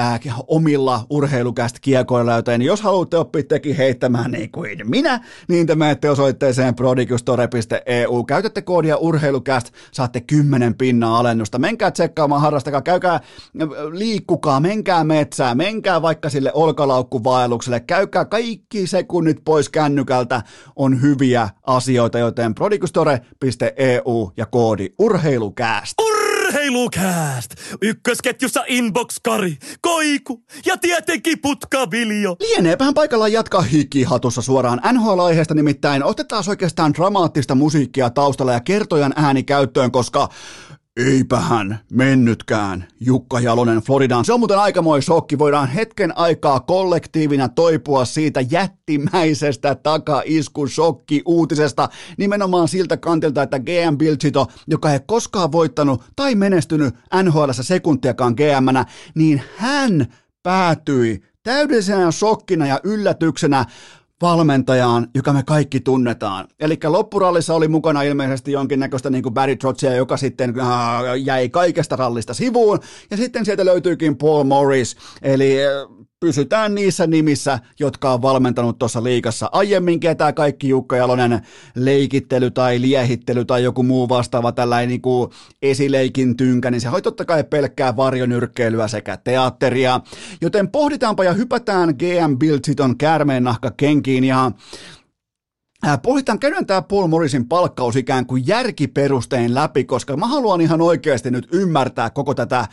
omilla Urheilukäst kiekoilla, joten jos haluatte oppia tekin heittämään niin kuin minä, niin te menette osoitteeseen prodigystore.eu. Käytätte koodia Urheilukäst, saatte 10% alennusta. Menkää tsekkaamaan, harrastakaa, käykää, liikkukaa, menkää metsään, menkää vaikka sille olkalaukkuvaellukselle, käykää kaikki sekunnit pois kännykältä, on hyviä asioita, joten prodigystore.eu ja koodi Urheilukääst. Urheilukääst! Ykkösketjussa Inbox-Kari, Koiku ja tietenkin Putkaviljo. Lieneepähän paikallaan jatkaa hikihatussa suoraan NHL-aiheesta, nimittäin otetaan oikeastaan dramaattista musiikkia taustalla ja kertojan ääni käyttöön, koska eipähän mennytkään Jukka Jalonen Floridaan. Se on muuten aikamoinen shokki. Voidaan hetken aikaa kollektiivina toipua siitä jättimäisestä takaiskun shokki-uutisesta nimenomaan siltä kantilta, että GM Bill Zito, joka ei koskaan voittanut tai menestynyt NHL:ssä sekuntiakaan GM:nä, niin hän päätyi täydellisenä shokkina ja yllätyksenä valmentajaan, joka me kaikki tunnetaan. Eli loppurallissa oli mukana ilmeisesti jonkinnäköistä niin kuin Barry Trotzia, joka sitten jäi kaikesta rallista sivuun, ja sitten sieltä löytyykin Paul Morris, eli pysytään niissä nimissä, jotka on valmentanut tuossa liigassa aiemminkin, tämä kaikki Jukka Jalonen leikittely tai liehittely tai joku muu vastaava tällainen niin kuin esileikin tynkä, niin se oli totta kai pelkkää varjonyrkkeilyä sekä teatteria, joten pohditaanpa ja hypätään GM Bill Zitton käärmeennahkakenkiin ja käydään tämä Paul Morrisin palkkaus ikään kuin järkiperustein läpi, koska mä haluan ihan oikeasti nyt ymmärtää koko tätä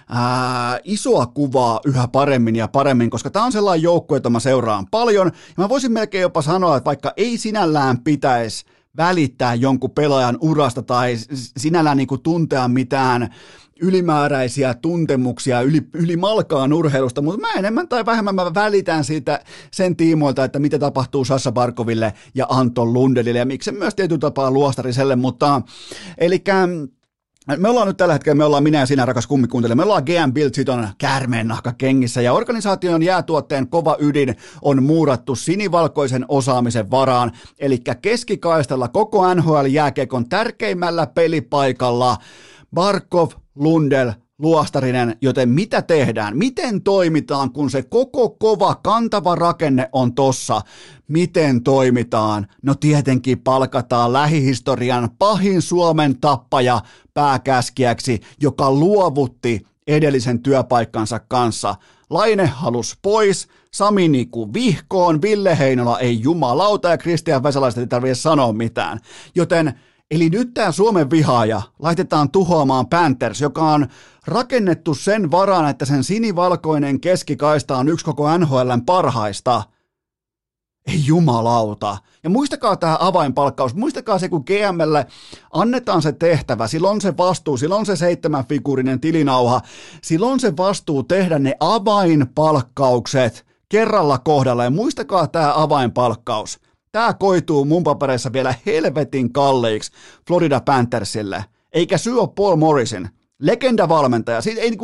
isoa kuvaa yhä paremmin ja paremmin, koska tämä on sellainen joukkue, jota mä seuraan paljon, ja mä voisin melkein jopa sanoa, että vaikka ei sinällään pitäisi välittää jonkun pelaajan urasta tai sinällään niin kuin tuntea mitään ylimääräisiä tuntemuksia ylimalkaan urheilusta, mutta mä enemmän tai vähemmän mä välitän siitä sen tiimoilta, että mitä tapahtuu Sasha Barkoville ja Anton Lundelille ja miksi myös tietyllä tapaa Luostariselle, mutta elikkä me ollaan nyt tällä hetkellä, minä ja sinä, rakas kummikuuntelija, me ollaan GM Bill Zitton käärmeennahkakengissä ja organisaation jäätuotteen kova ydin on muurattu sinivalkoisen osaamisen varaan, eli keskikaistalla koko NHL-jääkiekon tärkeimmällä pelipaikalla Barkov, Lundell, Luostarinen, joten mitä tehdään? Miten toimitaan, kun se koko kova kantava rakenne on tossa? Miten toimitaan? No tietenkin palkataan lähihistorian pahin Suomen tappaja pääkäskijäksi, joka luovutti edellisen työpaikkansa kanssa. Laine halusi pois, Sami Niku vihkoon, Ville Heinola ei jumalauta ja Kristian Vesalaista ei tarvitse sanoa mitään. Joten eli nyt tämä Suomen vihaaja laitetaan tuhoamaan Panthers, joka on rakennettu sen varaan, että sen sinivalkoinen keskikaista on yksi koko NHL:n parhaista. Ei jumalauta. Ja muistakaa tämä avainpalkkaus, muistakaa se, kun GM:lle annetaan se tehtävä, silloin on se vastuu, silloin on se 7-figuurinen tilinauha, silloin on se vastuu tehdä ne avainpalkkaukset kerralla kohdalla. Ja muistakaa tämä avainpalkkaus. Tämä koituu mun papereissa vielä helvetin kalliiksi Florida Panthersille, eikä syy ole Paul Morrisin, legendavalmentaja,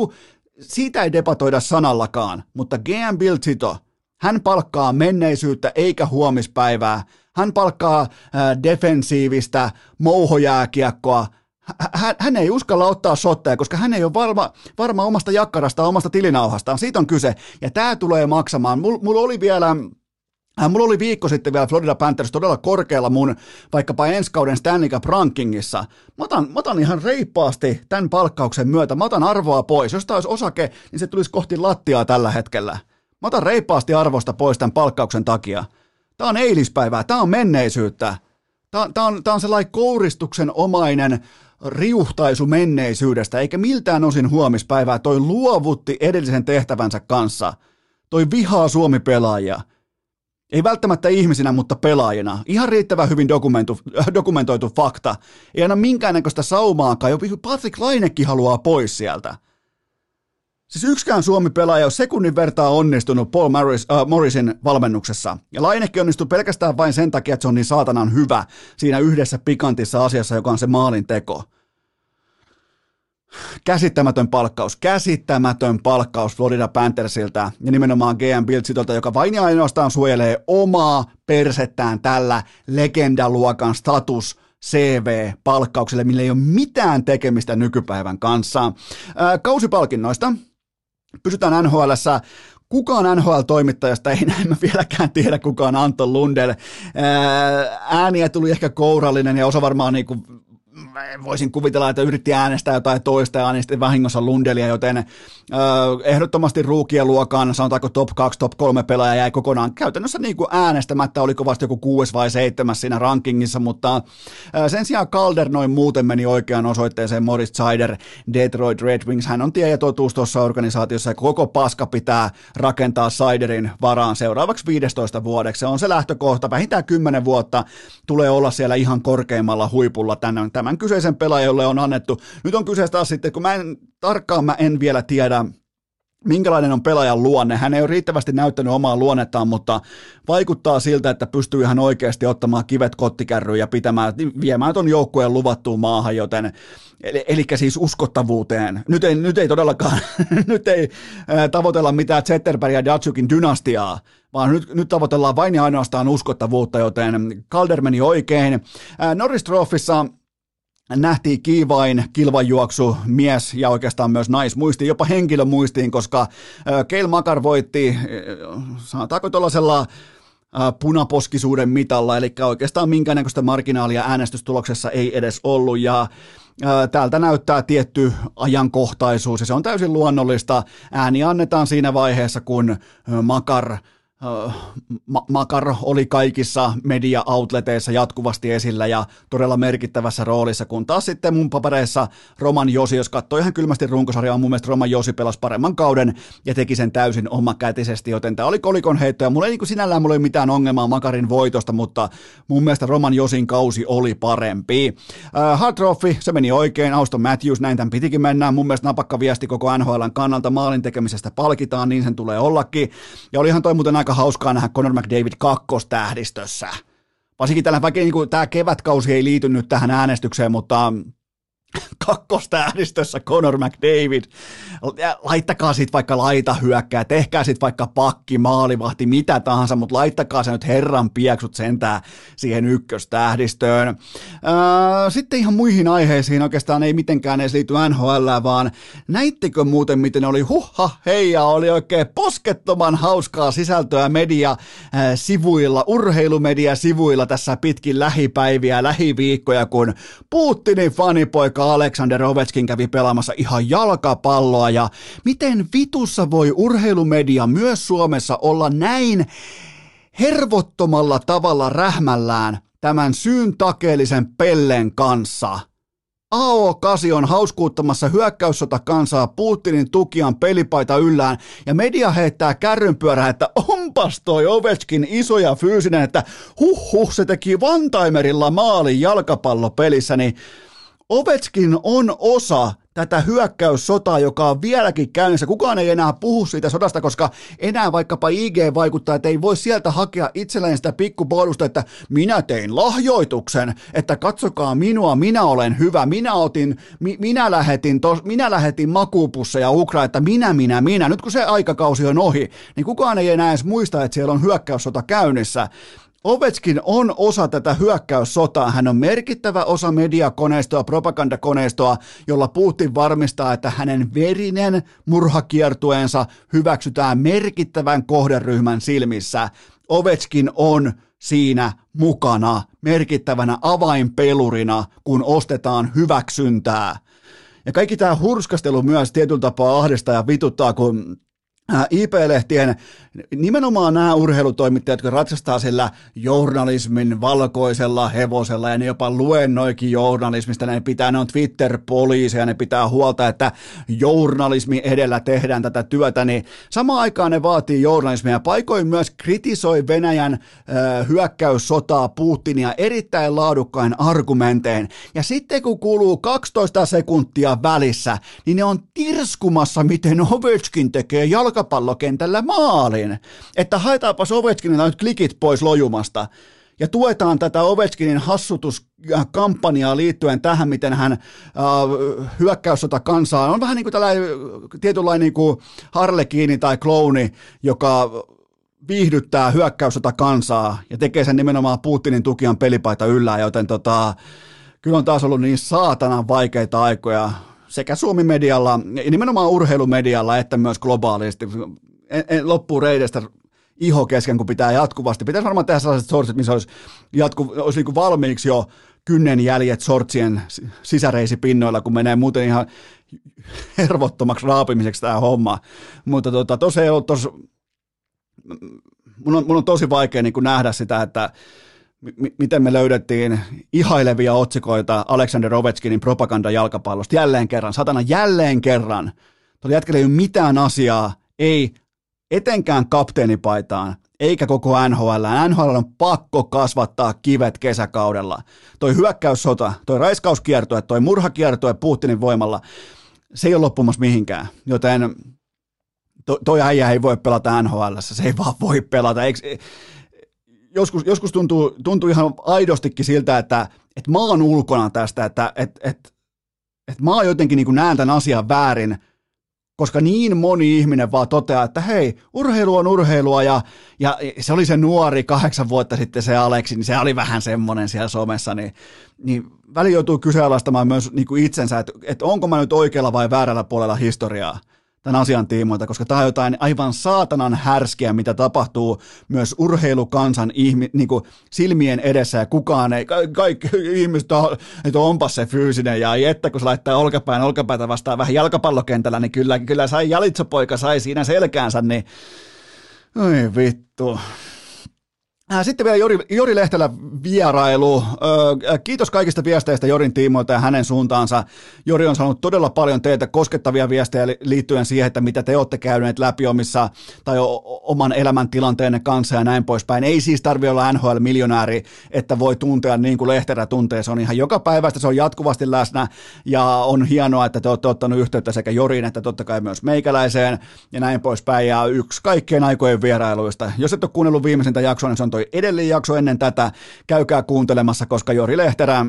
siitä ei debatoida sanallakaan, mutta GM Bill Zitto, hän palkkaa menneisyyttä eikä huomispäivää, hän palkkaa defensiivistä mouhojääkiekkoa, hän ei uskalla ottaa shotteja, koska hän ei ole varma omasta jakkarasta, omasta tilinauhastaan, siitä on kyse, ja tämä tulee maksamaan, Mulla oli viikko sitten vielä Florida Panthers todella korkealla mun vaikkapa ensi kauden Stanley Cup rankingissa. Mä otan ihan reippaasti tämän palkkauksen myötä, mä otan arvoa pois. Jos tämä olisi osake, niin se tulisi kohti lattiaa tällä hetkellä. Mä otan reippaasti arvosta pois tämän palkkauksen takia. Tää on eilispäivää, tää on menneisyyttä. Tää on sellainen kouristuksen omainen riuhtaisu menneisyydestä, eikä miltään osin huomispäivää. Toi luovutti edellisen tehtävänsä kanssa. Toi vihaa Suomi-pelaajia. Ei välttämättä ihmisinä, mutta pelaajina. Ihan riittävän hyvin dokumentoitu fakta. Ei aina minkäännäköistä saumaakaan. Jopa Patrick Lainekin haluaa pois sieltä. Siis yksikään Suomi-pelaaja on sekunnin vertaa onnistunut Paul Morrisin valmennuksessa. Ja Lainekin onnistui pelkästään vain sen takia, että se on niin saatanan hyvä siinä yhdessä pikantissa asiassa, joka on se maalin teko. Käsittämätön palkkaus Florida Panthersilta ja nimenomaan GM Bill Zittolta, joka vain ja ainoastaan suojelee omaa persettään tällä legendaluokan status CV-palkkaukselle, millä ei ole mitään tekemistä nykypäivän kanssa. Kausipalkinnoista pysytään NHL:ssä. Kukaan NHL-toimittajasta ei näin vieläkään tiedä, kuka on Anton Lundell. Ääniä tuli ehkä kourallinen ja osa varmaan niinku voisin kuvitella, että yritti äänestää jotain toista ja äänesti vahingossa Lundelia, joten ehdottomasti ruukien luokan, sanotaanko top 2, top 3 pelaaja jäi kokonaan käytännössä niin kuin äänestämättä, oliko vasta joku 6 vai 7 siinä rankingissa, mutta sen sijaan Calder noin muuten meni oikeaan osoitteeseen. Moritz Seider, Detroit Red Wings, hän on tie ja totuus tuossa organisaatiossa ja koko paska pitää rakentaa Seiderin varaan seuraavaksi 15 vuodeksi. Se on se lähtökohta, vähintään 10 vuotta tulee olla siellä ihan korkeimmalla huipulla tämän kyseisen pelaajan, jolle on annettu. Nyt on kyseessä taas sitten, kun mä en vielä tiedä, minkälainen on pelaajan luonne. Hän ei ole riittävästi näyttänyt omaa luonnettaan, mutta vaikuttaa siltä, että pystyy ihan oikeasti ottamaan kivet kottikärryyn ja viemään ton joukkueen luvattuun maahan, joten eli siis uskottavuuteen. Nyt ei todellakaan, nyt ei tavoitella mitään Zetterberg ja Datsykin dynastiaa, vaan nyt tavoitellaan vain ja ainoastaan uskottavuutta, joten Calder meni oikein. Norris Trophyssa nähtiin kiivain kilvanjuoksu mies ja oikeastaan myös naismuistiin, jopa henkilömuistiin, koska Cale Makar voitti, sanotaanko tuollaisella punaposkisuuden mitalla, eli oikeastaan minkäännäköistä marginaalia äänestystuloksessa ei edes ollut, ja täältä näyttää tietty ajankohtaisuus, ja se on täysin luonnollista. Ääni annetaan siinä vaiheessa, kun Makar oli kaikissa media-outleteissa jatkuvasti esillä ja todella merkittävässä roolissa, kun taas sitten mun papereissa Roman Josi, jos katsoo ihan kylmästi runkosarjaa, mun mielestä Roman Josi pelasi paremman kauden ja teki sen täysin omakätisesti, joten tämä oli kolikon heitto ja mulla ei sinällään mitään ongelmaa Makarin voitosta, mutta mun mielestä Roman Josin kausi oli parempi. Hart Trophy, se meni oikein, Auston Matthews, näin tämän pitikin mennä, mun mielestä napakka viesti koko NHL:n kannalta, maalin tekemisestä palkitaan, niin sen tulee ollakin, ja olihan toi muuten aika hauskaa nähdä Connor McDavid kakkostähdistössä. Varsinkin vaikka niin tämä kevätkausi ei liity nyt tähän äänestykseen, mutta kakkostähdistössä Connor McDavid. Laittakaa siitä vaikka laitahyökkää, tehkää siitä vaikka pakki, maalivahti, mitä tahansa, mutta laittakaa se nyt herran pieksut sentään siihen ykköstähdistöön. Sitten ihan muihin aiheisiin oikeastaan ei mitenkään edes liity NHL, vaan näittekö muuten, miten oli heija, oli oikein poskettoman hauskaa sisältöä media-sivuilla, urheilumedia-sivuilla tässä pitkin lähipäiviä, lähiviikkoja, kun Putinin fanipoika Alexander Ovechkin kävi pelaamassa ihan jalkapalloa, ja miten vitussa voi urheilumedia myös Suomessa olla näin hervottomalla tavalla rähmällään tämän syyntakeellisen pellen kanssa. AO8 on hauskuuttamassa hyökkäyssota kansaa Putinin tukijan pelipaita yllään, ja media heittää kärrynpyörää, että onpas toi Ovechkin iso ja fyysinen, että se teki one-timerilla maalin jalkapallopelissä, niin Ovechkin on osa tätä hyökkäyssotaa, joka on vieläkin käynnissä. Kukaan ei enää puhu siitä sodasta, koska enää vaikkapa IG vaikuttaa, että ei voi sieltä hakea itselleen sitä pikkubonusta, että minä tein lahjoituksen, että katsokaa minua, minä olen hyvä, minä lähetin makuupusseja Ukraina, että minä. Nyt kun se aikakausi on ohi, niin kukaan ei enää edes muista, että siellä on hyökkäyssota käynnissä. Ovechkin on osa tätä hyökkäyssotaa. Hän on merkittävä osa mediakoneistoa, propagandakoneistoa, jolla Putin varmistaa, että hänen verinen murhakiertueensa hyväksytään merkittävän kohderyhmän silmissä. Ovechkin on siinä mukana merkittävänä avainpelurina, kun ostetaan hyväksyntää. Ja kaikki tämä hurskastelu myös tietyllä tapaa ahdistaa ja vituttaa, kun IP-lehtien, nimenomaan nämä urheilutoimittajat, jotka ratsastaa sillä journalismin valkoisella hevosella, ja ne jopa luennoikin journalismista, ne on Twitter-poliiseja, ne pitää huolta, että journalismi edellä tehdään tätä työtä, niin samaan aikaan ne vaatii journalismia, ja paikoin myös kritisoi Venäjän hyökkäyssotaa Putinia erittäin laadukkain argumentein, ja sitten kun kuluu 12 sekuntia välissä, niin ne on tirskumassa, miten Ovechkin tekee jalkapallokentällä maalin, että haetaanpas Ovechkinilta nyt klikit pois lojumasta ja tuetaan tätä Ovechkinin hassutuskampanjaa liittyen tähän, miten hän hyökkäyssota kansaa. On vähän niin kuin tällainen tietynlainen niin kuin harlekiini tai klouni, joka viihdyttää hyökkäyssota kansaa ja tekee sen nimenomaan Putinin tukijan pelipaita yllään, joten kyllä on taas ollut niin saatanan vaikeita aikoja sekä Suomi-medialla, nimenomaan urheilumedialla, että myös globaalisti. Loppuu reidestä iho kesken, kun pitää jatkuvasti. Pitäisi varmaan tehdä sellaiset sortsit, missä olisi niin kuin valmiiksi jo kynnenjäljet sortsien sisäreisipinnoilla, kun menee muuten ihan hervottomaksi raapimiseksi tämä homma. Mutta tuossa ei ole mun on tosi vaikea niin kuin nähdä sitä, että miten me löydettiin ihailevia otsikoita Alexander Ovechkinin propaganda jalkapallosta jälleen kerran. Tuolla jätkellä ei ole mitään asiaa, ei etenkään kapteenipaitaan, eikä koko NHL. NHL on pakko kasvattaa kivet kesäkaudella. Toi hyökkäyssota, toi raiskauskiertue, toi murhakiertue Putinin voimalla, se ei ole loppumassa mihinkään, joten toi äijä ei voi pelata NHL:ssä, se ei vaan voi pelata. Joskus tuntuu ihan aidostikin siltä, että mä oon ulkona tästä, että mä jotenkin niin kuin näen tämän asian väärin, koska niin moni ihminen vaan toteaa, että hei, urheilu on urheilua, ja se oli se nuori 8 vuotta sitten se Aleksi, niin se oli vähän semmoinen siellä somessa, niin väli joutuu kyseenalaistamaan myös niin kuin itsensä, että onko mä nyt oikealla vai väärällä puolella historiaa tämän asian tiimoilta, koska tämä on jotain aivan saatanan härskiä, mitä tapahtuu myös urheilukansan niin kuin silmien edessä, ja kukaan ei, kaikki ihmiset, että onpas se fyysinen, ja että kun se laittaa olkapäätä vastaan vähän jalkapallokentällä, niin kyllä sai Jalitsopoika sai siinä selkäänsä, niin oi vittu. Sitten vielä Jori Lehtelä vierailu. Kiitos kaikista viesteistä Jorin tiimoilta ja hänen suuntaansa. Jori on saanut todella paljon teiltä koskettavia viestejä liittyen siihen, että mitä te olette käyneet läpi omissa tai oman elämäntilanteenne kanssa ja näin poispäin. Ei siis tarvitse olla NHL-miljonääri, että voi tuntea niin kuin Lehterä tuntee. Se on ihan joka päivästä, se on jatkuvasti läsnä ja on hienoa, että te olette ottanut yhteyttä sekä Joriin että totta kai myös meikäläiseen ja näin poispäin. Ja yksi kaikkien aikojen vierailuista. Jos et ole kuunnellut viimeisintä jaksoa, niin se on toi edellinen jakso ennen tätä, käykää kuuntelemassa, koska Jori Lehterä,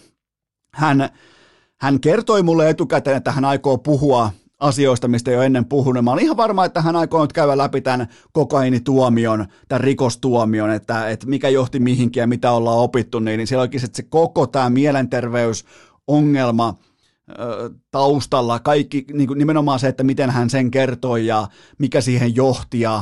hän kertoi mulle etukäteen, että hän aikoo puhua asioista, mistä ei ole ennen puhunut. Mä olin ihan varma, että hän aikoo nyt käydä läpi tämän kokainituomion, tämän rikostuomion, että mikä johti mihinkin ja mitä ollaan opittu, niin siellä oikeasti se koko tämä mielenterveysongelma taustalla, kaikki niin kuin nimenomaan se, että miten hän sen kertoi ja mikä siihen johti ja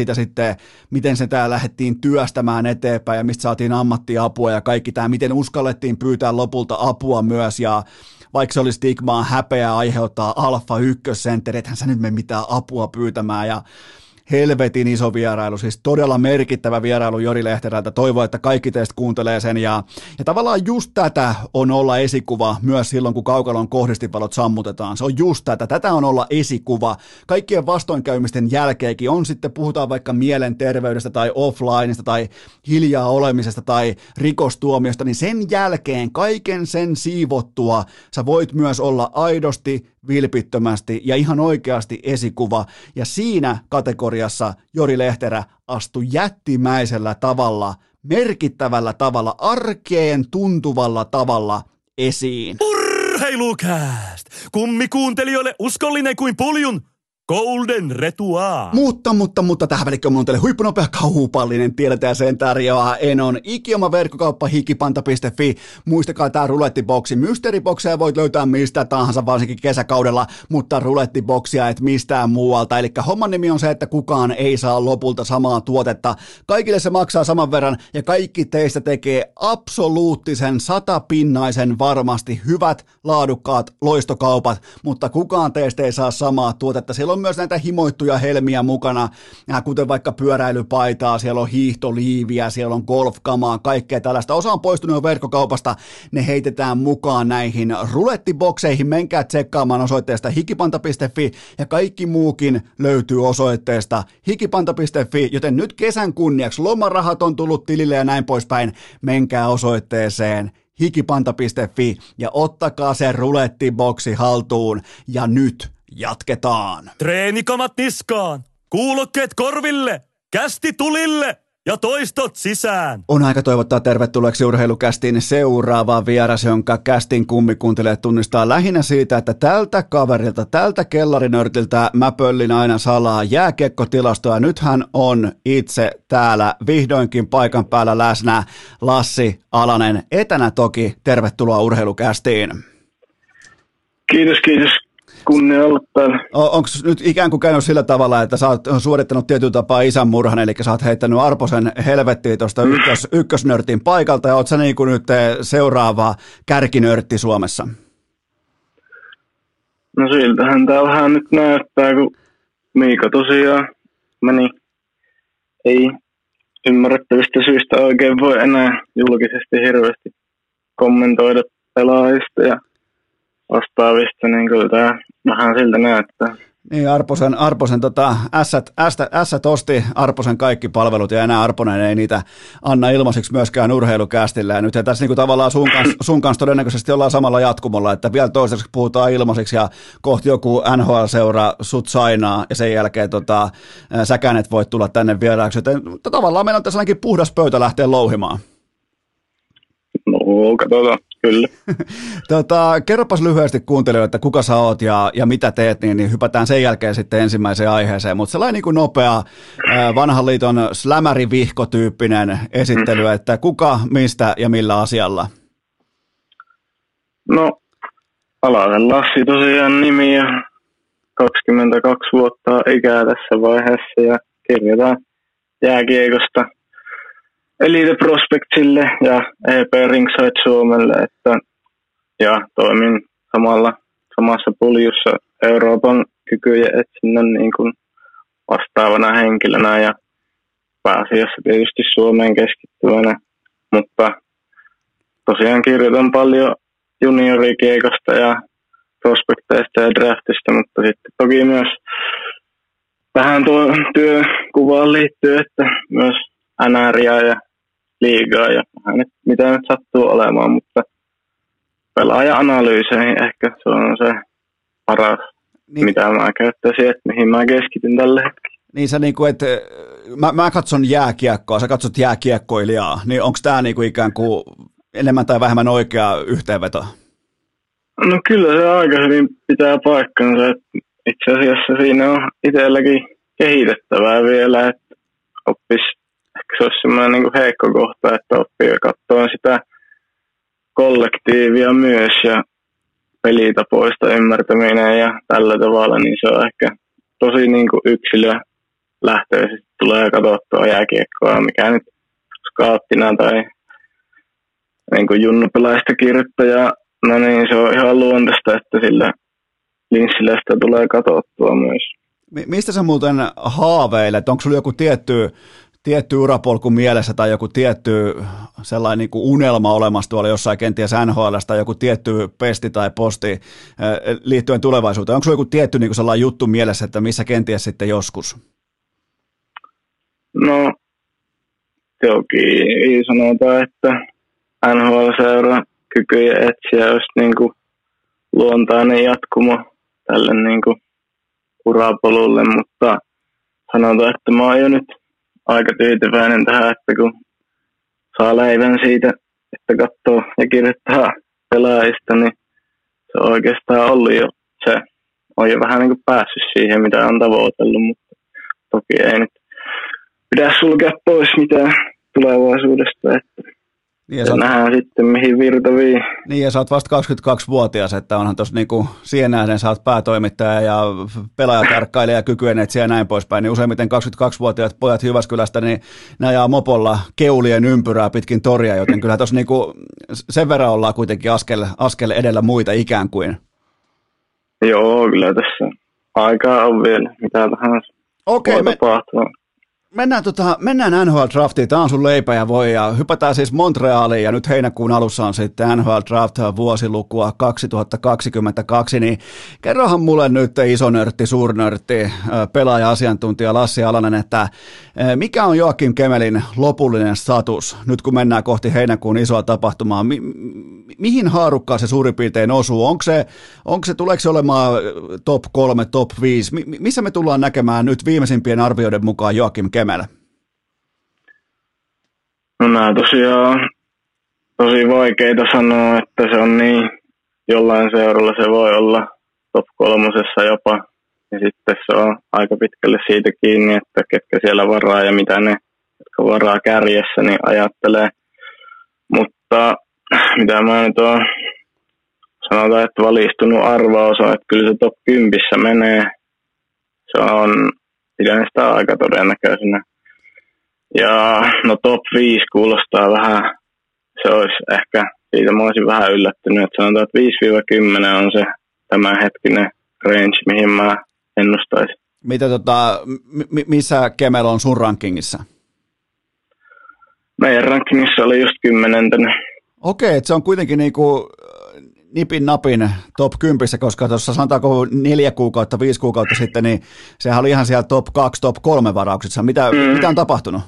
miten se tää lähdettiin työstämään eteenpäin ja mistä saatiin ammattiapua ja kaikki tämä, miten uskallettiin pyytää lopulta apua myös ja vaikka se oli stigmaa, häpeää aiheuttaa alfa ykkössentteri, ethän sä nyt mene mitään apua pyytämään ja helvetin iso vierailu, siis todella merkittävä vierailu Jori Lehterältä. Toivon, että kaikki teistä kuuntelee sen ja tavallaan just tätä on olla esikuva myös silloin, kun kaukalon kohdistivalot sammutetaan. Se on just tätä on olla esikuva. Kaikkien vastoinkäymisten jälkeenkin on sitten, puhutaan vaikka mielenterveydestä tai offlineista tai hiljaa olemisesta tai rikostuomiosta, niin sen jälkeen kaiken sen siivottua sä voit myös olla aidosti, vilpittömästi ja ihan oikeasti esikuva ja siinä kategoriassa Jori Lehterä astui jättimäisellä tavalla, merkittävällä tavalla, arkeen tuntuvalla tavalla esiin. Urheilukääst! Kummikuuntelijoille uskollinen kuin puljun Golden Retua. Mutta tähän välikköön on teille huippunopea kauhupallinen, tiedetään sen tarjoaa Enon ikioma verkkokauppa hikipanta.fi. Muistakaa tää rulettiboksi. Mysteeribokseja voit löytää mistä tahansa, varsinkin kesäkaudella, mutta rulettiboksia et mistään muualta. Eli homman nimi on se, että kukaan ei saa lopulta samaa tuotetta. Kaikille se maksaa saman verran ja kaikki teistä tekee absoluuttisen 100-pinnaisen varmasti hyvät, laadukkaat loistokaupat, mutta kukaan teistä ei saa samaa tuotetta. Siellä on myös näitä himoittuja helmiä mukana, kuten vaikka pyöräilypaitaa, siellä on hiihtoliiviä, siellä on golfkamaa, kaikkea tällaista. Osa on poistunut jo verkkokaupasta, ne heitetään mukaan näihin rulettibokseihin. Menkää tsekkaamaan osoitteesta hikipanta.fi ja kaikki muukin löytyy osoitteesta hikipanta.fi, joten nyt kesän kunniaksi lomarahat on tullut tilille ja näin poispäin. Menkää osoitteeseen hikipanta.fi ja ottakaa se rulettiboksi haltuun ja nyt jatketaan. Treenikamat niskaan, kuulokkeet korville, kästi tulille ja toistot sisään. On aika toivottaa tervetulleeksi Urheilukästin seuraava vieras, jonka kästin kummikuuntelijat tunnistaa lähinnä siitä, että tältä kaverilta, tältä kellarinörtiltä mä pöllin aina salaa jääkiekkotilastoa. Nyt hän on itse täällä vihdoinkin paikan päällä läsnä. Lassi Alanen, etänä toki. Tervetuloa Urheilukästiin. Kiitos. Kunnia olla täällä. Onko nyt ikään kuin käynyt sillä tavalla, että sä oot suorittanut tietyllä tapaa isänmurhan, eli sä oot heittänyt Arposen helvettiin tuosta ykkösnörtin paikalta, ja oot sä niin kuin nyt seuraava kärkinörtti Suomessa? No siltähän tää vähän nyt näyttää, kun Miika tosiaan meni. Ei ymmärrettävistä syistä oikein voi enää julkisesti hirveästi kommentoida pelaajista ja vastaavista, niin kyllä tämä vähän siltä näyttää. Niin, Arposen Ässät osti Arposen kaikki palvelut ja enää Arponen ei niitä anna ilmaiseksi myöskään urheilukästillä. Ja nyt ja tässä niin kuin tavallaan sun kanssa todennäköisesti ollaan samalla jatkumolla, että vielä toistaiseksi puhutaan ilmaiseksi ja kohti joku NHL-seura sut sainaa ja sen jälkeen säkään et voi tulla tänne vieraaksi. Joten tavallaan meillä on tässä ainakin puhdas pöytä lähteä louhimaan. No, katsotaan, kyllä. Kerropas lyhyesti kuuntelijoille, että kuka sä oot ja mitä teet, niin hypätään sen jälkeen sitten ensimmäiseen aiheeseen. Mutta sellainen niin kuin nopea vanhan liiton slämärivihko-tyyppinen esittely, että kuka, mistä ja millä asialla? No, Alasen Lassi tosiaan nimi ja 22 vuotta ikää tässä vaiheessa ja kirjoitan jääkiekosta Elite Prospectsille ja EP Ringside Suomelle, ja toimin samassa puljussa Euroopan kykyjen etsinnän niin kuin vastaavana henkilönä ja pääasiassa tietysti Suomeen keskittyvänä, mutta tosiaan kirjoitan paljon juniorikiekosta ja prospekteista ja draftista, mutta sitten toki myös vähän tuo työkuvaan liittyy, että myös NR:ää ja liigaa ja vähän nyt, mitä nyt sattuu olemaan, mutta pelaaja-analyyseihin ehkä se on se paras, niin, mitä mä käyttäisin, että mihin mä keskityn tällä hetkellä. Niin sä niinku, että mä katson jääkiekkoa, sä katsot jääkiekkoilijaa, niin onko tää niinku ikään kuin enemmän tai vähemmän oikea yhteenveto? No kyllä se aika hyvin pitää paikkansa, että itse asiassa siinä on itselläkin kehitettävää vielä, että ehkä se olisi semmoinen niin kuin heikko kohta, että oppii katsoa sitä kollektiivia myös ja pelitapoista ymmärtäminen ja tällä tavalla, niin se on ehkä tosi niin kuin yksilölähtöisesti tulee katsottua jääkiekkoa, mikä nyt skauttina tai niin kuin junnupelaista kirjoittajaa, no niin se on ihan luontaista, että sillä linssillä sitä tulee katsottua myös. Mistä sä muuten haaveilet? Onko sulla joku tietty urapolku mielessä tai joku tietty sellainen niin kuin unelma olemassa tuolla jossain kenties NHL:stä tai joku tietty pesti tai posti liittyen tulevaisuuteen? Onko sulla joku tietty niin kuin sellainen juttu mielessä, että missä kenties sitten joskus? No, toki sanotaan, että NHL-seura kykyjä etsiä olisi niin kuin luontainen jatkumo tälle niin kuin urapolulle, mutta sanotaan, että mä oon jo nyt aika tyytyväinen tähän, että kun saa leivän siitä, että katsoo ja kirjoittaa pelaajista, niin se on oikeastaan ollut jo se. On jo vähän niin kuin päässyt siihen, mitä on tavoitellut, mutta toki ei nyt pidä sulkea pois mitään tulevaisuudesta, että ja nähdään sitten, mihin virta vii. Niin, ja sä oot vasta 22-vuotias, että onhan tuossa niinku siihen nähden, sä oot päätoimittaja ja pelaajatarkkailija ja kykyjen etsiä ja näin poispäin, niin useimmiten 22-vuotiaat pojat Jyväskylästä, niin ne ajaa mopolla keulien ympyrää pitkin toria, joten kyllä tuossa niinku sen verran ollaan kuitenkin askel edellä muita ikään kuin. Joo, kyllä tässä aikaa on vielä, mitä tahansa voi tapahtua. Mennään NHL-draftiin, tämä on sun leipä ja voi, ja hypätään siis Montrealiin, ja nyt heinäkuun alussa on sitten NHL-draft vuosilukua 2022, niin kerrohan mulle nyt iso nörtti, suurnörtti, pelaaja-asiantuntija Lassi Alanen, että mikä on Joakim Kemelin lopullinen status, nyt kun mennään kohti heinäkuun isoa tapahtumaa, mihin haarukkaan se suurin piirtein osuu, tuleeko se olemaan top 3, top 5, missä me tullaan näkemään nyt viimeisimpien arvioiden mukaan Joakim Kemel? No nämä tosiaan tosi vaikeita sanoa, että se on niin, jollain seuralla se voi olla top 3 jopa. Ja sitten se on aika pitkälle siitä kiinni, että ketkä siellä varaa ja mitä ne, jotka varaa kärjessä, niin ajattelee. Mutta mitä mä nyt oon, sanotaan, että valistunut arvaus on, että kyllä se top 10 menee. Se on, pidän sitä aika todennäköisenä. Ja no top 5 kuulostaa vähän, se olisi ehkä, siitä mä olisin vähän yllättynyt, että sanotaan, että 5-10 on se tämänhetkinen range, mihin mä ennustaisin. Mitä missä Kemel on sun rankingissa? Meidän rankingissa oli just 10. Okei, että se on kuitenkin niinku nipin napin top 10, koska tuossa sanotaanko 4 kuukautta, 5 kuukautta sitten, niin sehän oli ihan siellä top 2, top 3 varauksissa. Mitä on tapahtunut?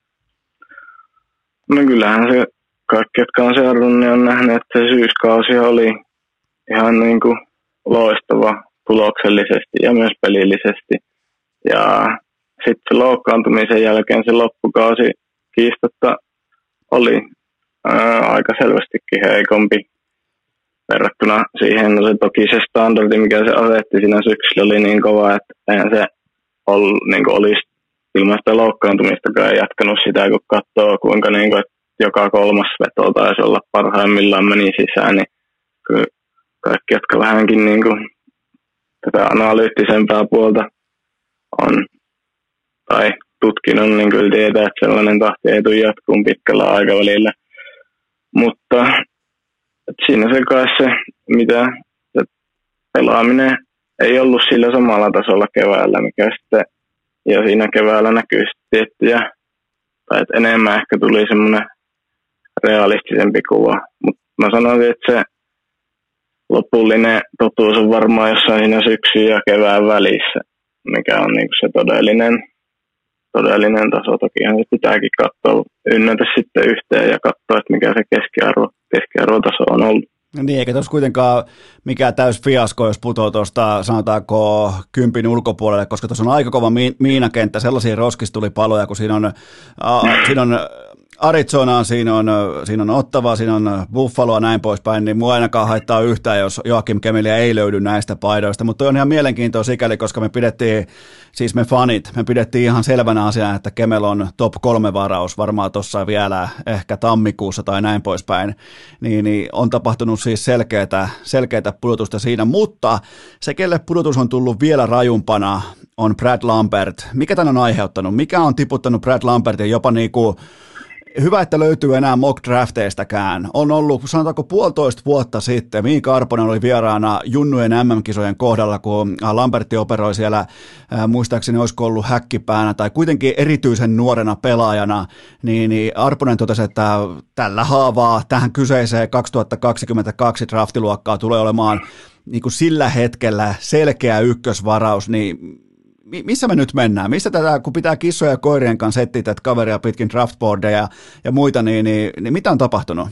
No kyllähän se, kaikki jotka on seurannut, niin on nähnyt, että se syyskausi oli ihan niin kuin loistava tuloksellisesti ja myös pelillisesti. Ja sitten loukkaantumisen jälkeen se loppukausi kiistatta oli aika selvästikin heikompi verrattuna siihen. No se toki se standardi, mikä se asetti siinä syksyllä, oli niin kova, että eihän se olisi ilman sitä loukkaantumistakaan jatkanut sitä, kun katsoo kuinka niin kuin, että joka 3. veto taisi olla parhaimmillaan meni sisään, niin kyllä kaikki, jotka vähänkin niin kuin tätä analyyttisempää puolta on tai tutkinut, niin kyllä tietää, että sellainen tahti ei tule jatkuun pitkällä aikavälillä. Mutta siinä se kai se, mitä se pelaaminen ei ollut sillä samalla tasolla keväällä, mikä sitten, ja siinä keväällä näkyy tiettyjä, tai että enemmän ehkä tuli semmoinen realistisempi kuva. Mutta mä sanoisin, että se lopullinen totuus on varmaan jossain siinä syksyn ja kevään välissä, mikä on niinku se todellinen taso. Tokihan se pitääkin katsoa, ynnätä sitten yhteen ja katsoa, että mikä se keskiarvotaso on ollut. Niin, eikä tuossa kuitenkaan mikään täys fiasko, jos putoaa tuosta, sanotaanko, 10 ulkopuolelle, koska tuossa on aika kova miinakenttä, sellaisia roskistulipaloja, kun siinä on Arizonaa, siinä on Ottavaa, siinä on Buffaloa näin poispäin, niin mua ainakaan haittaa yhtään, jos Joakim Kemeliä ei löydy näistä paidoista, mutta toi on ihan mielenkiintoista sikäli, koska me pidettiin ihan selvänä asiana, että Kemel on top 3 varaus, varmaan tuossa vielä ehkä tammikuussa tai näin poispäin, niin on tapahtunut siis selkeätä pudotusta siinä, mutta se, kelle pudotus on tullut vielä rajumpana, on Brad Lambert. Mikä tämän on aiheuttanut? Mikä on tiputtanut Brad Lambertin jopa niinku, hyvä, että löytyy enää mock drafteistäkään. On ollut, sanotaanko 1,5 vuotta sitten, Miika Arponen oli vieraana junnujen MM-kisojen kohdalla, kun Lambertti operoi siellä, muistaakseni olisiko ollut häkkipäänä tai kuitenkin erityisen nuorena pelaajana, niin Arponen totesi, että tällä haavaa tähän kyseiseen 2022 draftiluokkaa tulee olemaan niin kuin sillä hetkellä selkeä ykkösvaraus, niin missä me nyt mennään? Missä tätä, kun pitää kissoja ja koirien kanssa etsiä tätä kaveria pitkin draftboardeja ja muita, niin mitä on tapahtunut?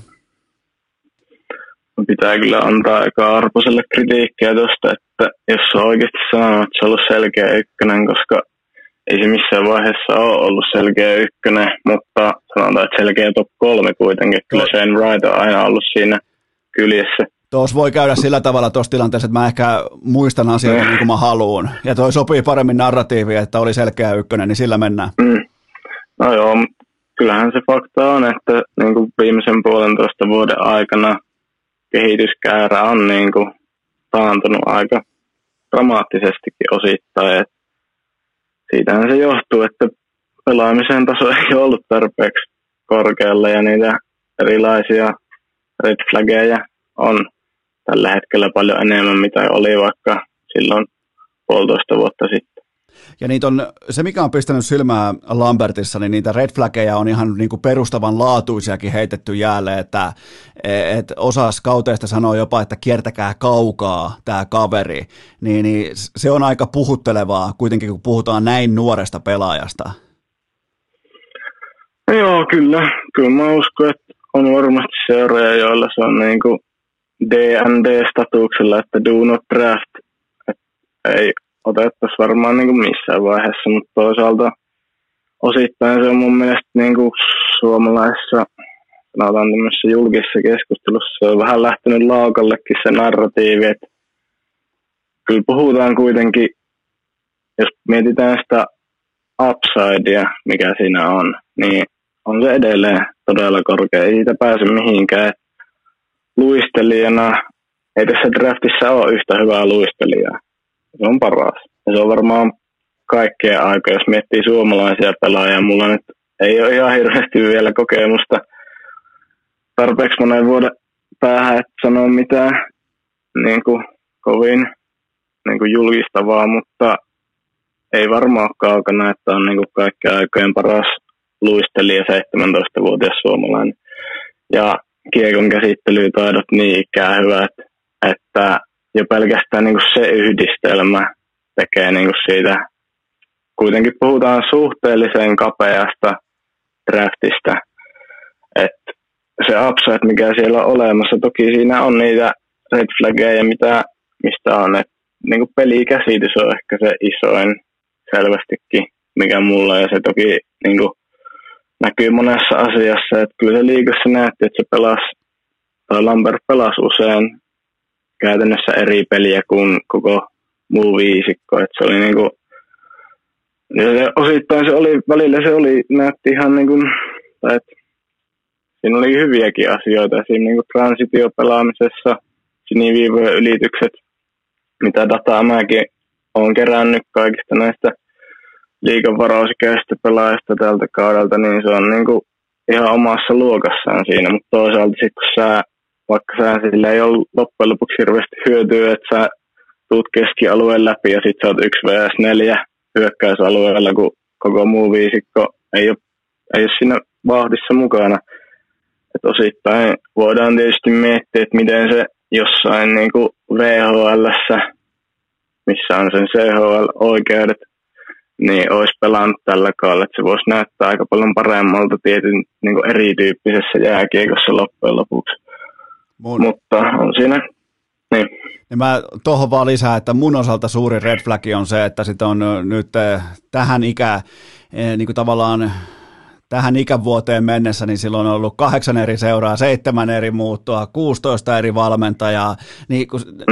Pitää kyllä antaa aika Arposelle kritiikkiä tuosta, että jos on oikeasti sanonut, että se on ollut selkeä ykkönen, koska ei se missään vaiheessa ole ollut selkeä ykkönen, mutta sanotaan, että selkeä top 3 kuitenkin. Kyllä Shane Wright on aina ollut siinä kyljessä. Tuossa voi käydä sillä tavalla tuossa tilanteessa, että mä ehkä muistan asioita niin kuin mä haluun. Ja toi sopii paremmin narratiiviin, että oli selkeä ykkönen, niin sillä mennään. No joo, kyllähän se fakta on, että niin kuin viimeisen 1,5 vuoden aikana kehityskäärä on niin kuin taantunut aika dramaattisestikin osittain. Et siitähän se johtuu, että pelaamisen taso ei ollut tarpeeksi korkealla ja niitä erilaisia red flaggeja on tällä hetkellä paljon enemmän, mitä oli vaikka silloin 1,5 vuotta sitten. Ja niitä on, se mikä on pistänyt silmää Lambertissa, niin niitä red flaggeja on ihan niin kuin perustavan laatuisiakin heitetty jäälle, että osa scouteista sanoo jopa, että kiertäkää kaukaa tämä kaveri, niin se on aika puhuttelevaa kuitenkin, kun puhutaan näin nuoresta pelaajasta. Joo, kyllä mä uskon, että on varmasti seuraaja, joilla se on niin kuin D&D-statuksella, että do not draft, että ei otettaisi varmaan niin kuin missään vaiheessa, mutta toisaalta osittain se on mun mielestä niin kuin suomalaisessa, sanotaan tämmöisessä julkisessa keskustelussa, se on vähän lähtenyt laukallekin se narratiivi, että kyllä puhutaan kuitenkin, jos mietitään sitä upsidea, mikä siinä on, niin on se edelleen todella korkea, ei siitä pääse mihinkään. Luistelijana ei tässä draftissa ole yhtä hyvää luistelijaa. Se on paras. Ja se on varmaan kaikkea aikaa, jos miettii suomalaisia pelaajia. Mulla nyt ei ole ihan hirveästi vielä kokemusta tarpeeksi monen vuoden päähän, että sanoa mitään niin kuin kovin niin kuin julkistavaa, mutta ei varmaan ole kaukana, että on niin kuin kaikkien aikojen paras luistelija 17-vuotias suomalainen. Ja kiekon käsittelytaidot niin ikään hyvät. että jo pelkästään niin kuin se yhdistelmä tekee niin kuin siitä, kuitenkin puhutaan suhteellisen kapeasta draftista, että se upside, mikä siellä on olemassa, toki siinä on niitä red flaggeja, mistä on, että niin kuin pelikäsitys on ehkä se isoin selvästikin, mikä mulla, ja se toki niin kuin näkyy monessa asiassa, että kyllä se liigassa näytti, että se Lambert pelasi usein käytännössä eri peliä kuin koko muu viisikko, että se oli niinku, osittain se oli, välillä se oli, näytti ihan niinku, että siinä oli hyviäkin asioita, siinä niinku transitiopelaamisessa, siniviivojen ylitykset, mitä dataa mäkin olen kerännyt kaikista näistä liigan varausikäisistä pelaajista tältä kaudelta, niin se on niinku ihan omassa luokassaan siinä, mutta toisaalta sitten kun vaikka sillä ei ole loppujen lopuksi hirveästi hyötyä, että sä tuut keskialueen läpi ja sit sä oot 1vs4 hyökkäysalueella, kun koko muu viisikko ei ole siinä vauhdissa mukana. Et osittain voidaan tietysti miettiä, että miten se jossain niin kuin VHL:ssä, missä on sen CHL-oikeudet, niin olisi pelannut tällä kaudella, että se voisi näyttää aika paljon paremmalta tietyn niin kuin erityyppisessä jääkiekossa loppujen lopuksi. Mutta on siinä, niin. Ja mä tuohon vaan lisään, että mun osalta suuri red flag on se, että sit on nyt tähän niin kuin tavallaan tähän ikävuoteen mennessä, niin silloin on ollut 8 eri seuraa, 7 eri muuttoa, 16 eri valmentajaa, niin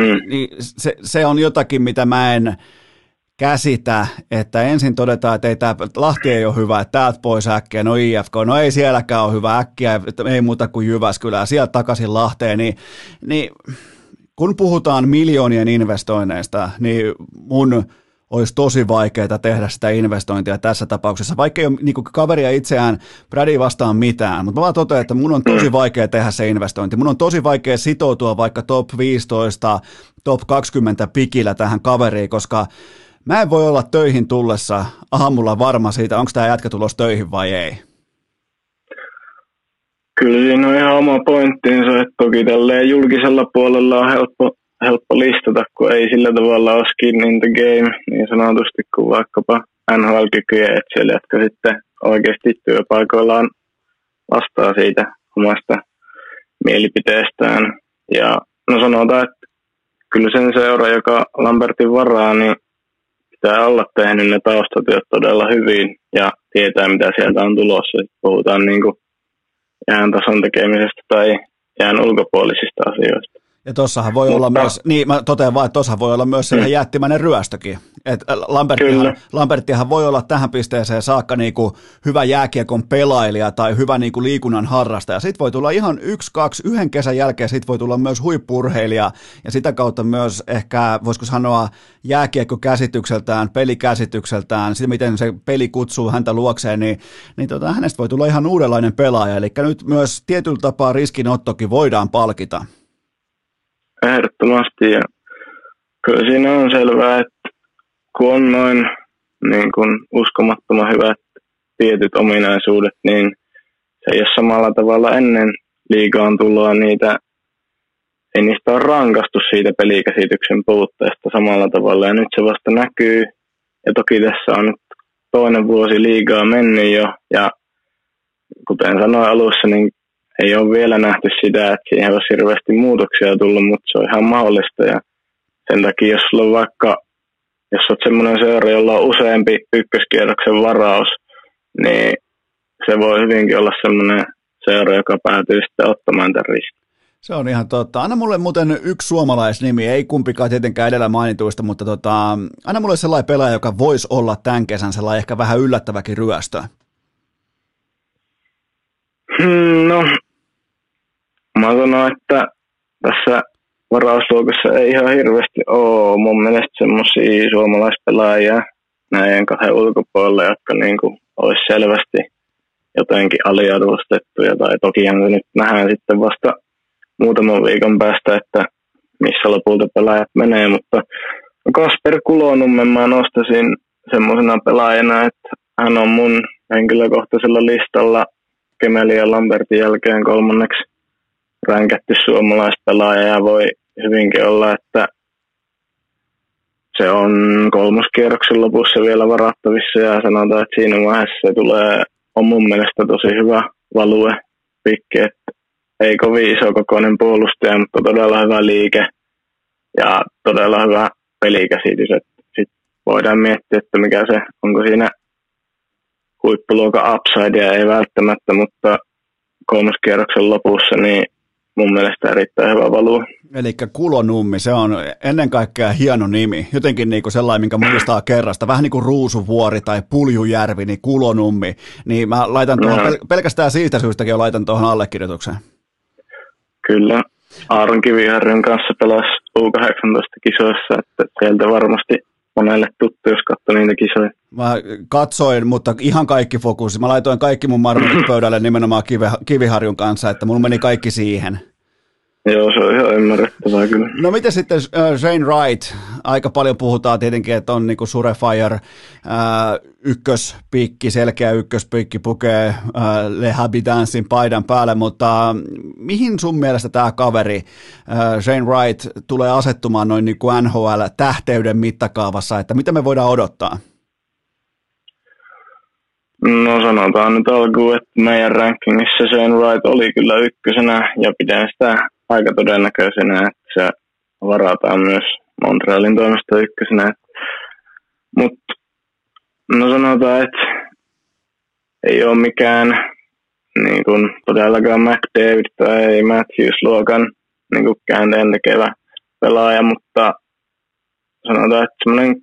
se on jotakin, mitä mä en käsitä, että ensin todetaan, että ei Lahti ei ole hyvä, että täältä pois äkkiä, no IFK, no ei sielläkään ole hyvä äkkiä, ei muuta kuin Jyväskylää, sieltä takaisin Lahteen, niin kun puhutaan miljoonien investoinneista, niin mun olisi tosi vaikeaa tehdä sitä investointia tässä tapauksessa, vaikka ei ole niin kaveria itseään Brady vastaan mitään, mutta mä vaan totean, että mun on tosi vaikea tehdä se investointi, mun on tosi vaikea sitoutua vaikka top 15, top 20 pikillä tähän kaveriin, koska mä en voi olla töihin tullessa aamulla varma siitä, onko tämä jätkä tulossa töihin vai ei. Kyllä siinä on ihan oma pointtinsa, että toki tälleen julkisella puolella on helppo listata, kun ei sillä tavalla ole skin in the game, niin sanotusti kuin vaikkapa NHL-kykyjä etsijälle, jotka sitten oikeasti työpaikoillaan vastaa siitä omasta mielipiteestään. Ja no sanotaan, että kyllä sen seura, joka Lambertin varaa, niin pitää olla tehnyt ne taustatyöt todella hyvin ja tietää, mitä sieltä on tulossa. Puhutaan niin kuin jään tason tekemisestä tai jään ulkopuolisista asioista. Ja tossahan voi olla myös, niin mä totean vaan, että tossahan voi olla myös sellainen jättimäinen ryöstökin. Että Lamberttihan voi olla tähän pisteeseen saakka niinku hyvä jääkiekon pelailija tai hyvä niinku liikunnan harrastaja. Sitten voi tulla ihan yhden kesän jälkeen sit voi tulla myös huippu-urheilija ja sitä kautta myös ehkä, voisiko sanoa, jääkiekkokäsitykseltään, pelikäsitykseltään, sitä miten se peli kutsuu häntä luokseen, niin hänestä voi tulla ihan uudenlainen pelaaja. Eli nyt myös tietyllä tapaa riskinottokin voidaan palkita. Ehdottomasti, ja kyllä siinä on selvää, että kun on noin niin kuin uskomattoman hyvät tietyt ominaisuudet, niin se ei ole samalla tavalla ennen liigaan tuloa niitä, ei niistä ole rankastu siitä pelikäsityksen puutteesta samalla tavalla, ja nyt se vasta näkyy, ja toki tässä on nyt toinen vuosi liigaa mennyt jo, ja kuten sanoin alussa, niin ei ole vielä nähty sitä, että siihen olisi hirveästi muutoksia tullut, mutta se on ihan mahdollista. Ja sen takia, jos sulla on vaikka, jos olet semmoinen seura, jolla on useampi ykköskierroksen varaus, niin se voi hyvinkin olla semmoinen seura, joka päätyy sitten ottamaan tämän riskin. Se on ihan totta. Anna mulle muuten yksi suomalaisnimi, ei kumpikaan tietenkään edellä mainituista, mutta anna mulle sellainen pelaaja, joka voisi olla tämän kesän sellainen ehkä vähän yllättäväkin ryöstö. No, mä sanon, että tässä varausluokassa ei ihan hirveästi ole mun mielestä semmoisia suomalaispelaajia näiden 2 ulkopuolella, jotka niinku olisi selvästi jotenkin aliarvostettuja. Tai tokihan se nyt nähdään sitten vasta muutaman viikon päästä, että missä lopulta pelaajat menee, mutta Kasper Kulonummen mä nostaisin semmoisena pelaajana, että hän on mun henkilökohtaisella listalla Kemeli ja Lambertin jälkeen 3. ränkätty suomalaispelaaja ja voi hyvinkin olla, että se on kolmoskierroksen lopussa vielä varattavissa ja sanotaan, että siinä vaiheessa se on mun mielestä tosi hyvä value pikki, että ei kovin iso kokoinen puolustaja, mutta todella hyvä liike ja todella hyvä pelikäsitys. Sitten voidaan miettiä, että mikä se, onko siinä huippuluokan upsidea, ei välttämättä, mutta kolmoskierroksen lopussa niin mun mielestä erittäin hyvä value. Eli Kulonummi, se on ennen kaikkea hieno nimi, jotenkin niin kuin sellainen, minkä muistaa kerrasta, vähän niin kuin Ruusuvuori tai Puljujärvi, niin Kulonummi, niin mä laitan tuohon, pelkästään siitä syystäkin jo laitan tuohon allekirjoitukseen. Kyllä, Aaron Kiviharjun kanssa pelasi U18-kisoissa, että sieltä varmasti monelle tuttu, jos katsoi niitä kisoja. Mä katsoin, mutta ihan kaikki fokus. Mä laitoin kaikki mun marmokit pöydälle nimenomaan Kiviharjun kanssa, että mun meni kaikki siihen. Joo, se on ihan ymmärrettävää kyllä. No miten sitten Shane Wright? Aika paljon puhutaan tietenkin, että on niinku Surefire ykköspikki, selkeä ykköspikki, pukee Le Habitansin paidan päälle, mutta mihin sun mielestä tämä kaveri Shane Wright tulee asettumaan noin niin kuin NHL-tähteyden mittakaavassa, että mitä me voidaan odottaa? No sanotaan nyt alkuun, että meidän rankingissa Shane Wright oli kyllä ykkösenä ja pidän sitä aika todennäköisenä, että se varataan myös Montrealin toimesta ykkösenä. Mutta no sanotaan, että ei ole mikään niin kuin todellakaan McDavid tai Matthews-luokan niin kuin käänteen tekevä pelaaja, mutta sanotaan, että semmoinen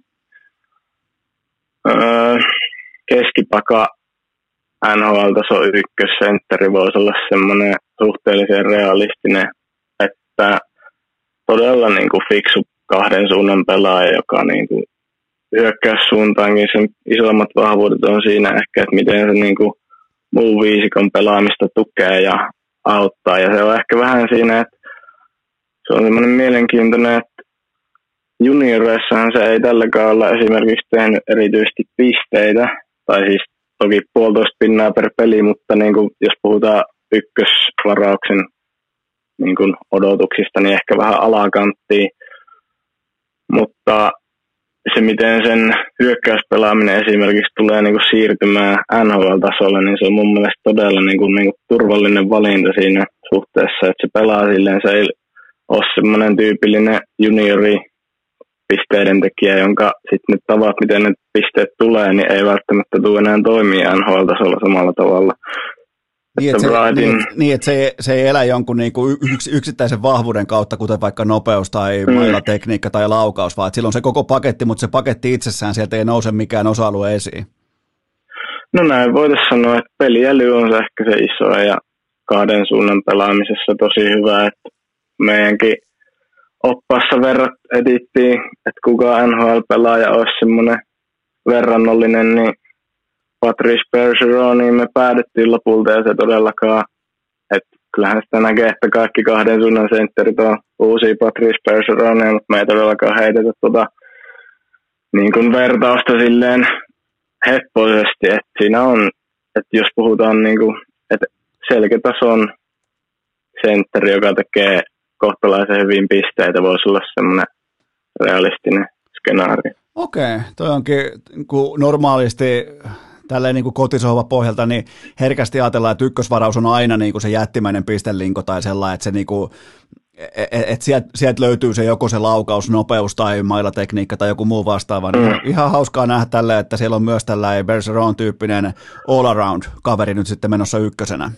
keskipaka NHL-taso ykkössentteri voisi olla semmoinen suhteellisen realistinen, että todella niin kuin fiksu kahden suunnan pelaaja, joka niin kuin hyökkäyssuuntaankin sen isommat vahvuudet on siinä ehkä, että miten se niin kuin muun viisikon pelaamista tukee ja auttaa. Ja se on ehkä vähän siinä, että se on semmoinen mielenkiintoinen, että junioreissahan se ei tällä kaudella esimerkiksi tehnyt erityisesti pisteitä, tai siis toki 1,5 pinnaa per peli, mutta niin kuin, jos puhutaan ykkösvarauksen niin kuin odotuksista, niin ehkä vähän alakanttiin. Mutta se, miten sen hyökkäyspelaaminen esimerkiksi tulee niin kuin siirtymään NHL-tasolle, niin se on mun mielestä todella niin kuin turvallinen valinta siinä suhteessa, että se pelaa silleen, se ei ole semmoinen tyypillinen juniori pisteiden tekijä, jonka sitten nyt tavat, miten ne pisteet tulee, niin ei välttämättä tule enää toimia NHL-tasolla samalla tavalla. Niin, että se ei elä jonkun niinku yksittäisen vahvuuden kautta, kuten vaikka nopeus tai mailatekniikka tai laukaus, vaan sillä on se koko paketti, mutta se paketti itsessään, sieltä ei nouse mikään osa-alue esiin. No näin voitaisiin sanoa, että peliäly on se ehkä se iso ja kahden suunnan pelaamisessa tosi hyvä, että meidänkin oppaassa etittiin, että kuka NHL-pelaaja olisi semmoinen verrannollinen, niin Patrice Bergeroniin me päädyttiin lopulta ja se todellakaan, että kyllähän sitä näkee, että kaikki kahden suunnan sentterit on uusia Patrice Bergeronia, mutta me ei todellakaan heitetä niin kuin vertausta silleen heppoisesti, että siinä on, että jos puhutaan niin kuin, että selkätason sentteri, joka tekee kohtalaisen hyvin pisteitä, voisi olla semmoinen realistinen skenaario. Okei, toi onkin kun normaalisti tälleen niin kuin kotisohva pohjalta, niin herkästi ajatellaan, että ykkösvaraus on aina niin kuin se jättimäinen pistelinko tai sellainen, että se niin kuin, että sieltä löytyy se joko se laukaus, nopeus tai mailatekniikka tai joku muu vastaava. Niin ihan hauskaa nähdä tälle, että siellä on myös tällainen Bergeron-tyyppinen all-around-kaveri nyt sitten menossa ykkösenä.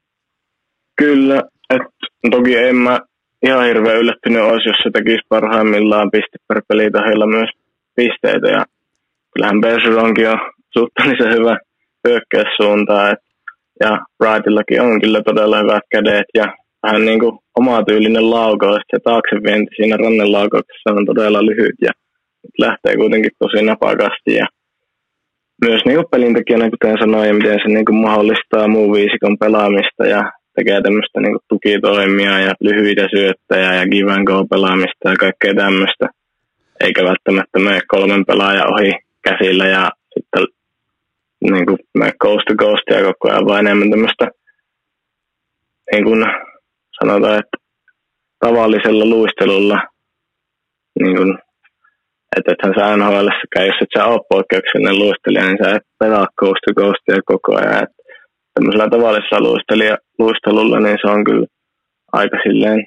Kyllä, että toki en mä ihan hirveän yllättynyt olisi, jos se tekisi parhaimmillaan piste per pelitahilla myös pisteitä. Ja kyllähän Bergeronkin on suhteellisen hyvä hyökkäyssuuntaan. Ja Wrightillakin on kyllä todella hyvät kädet ja vähän niin kuin omatyylinen laukaus. Ja taaksevienti siinä rannenlaukauksessa on todella lyhyt ja lähtee kuitenkin tosi napakasti. Ja myös niin kuin pelintekijänä, kuten sanoin, ja miten se niin kuin mahdollistaa muun viisikon pelaamista ja tekee tämmöistä niin kuin tukitoimia ja lyhyitä syöttäjä ja give and go pelaamista ja kaikkea tämmöistä. Eikä välttämättä mene 3 pelaajan ohi käsillä ja sitten niin kuin mene coast to coastia koko ajan, vaan enemmän tämmöistä niin kuin sanotaan, että tavallisella luistelulla, niin kun, että ethän sä NHL:ssäkään, jos et sä ole poikkeuksellinen luistelija, niin sä et pelaa coast to coastia koko ajan. Että tämmöisellä tavallisella luistelulla, niin se on kyllä aika silleen,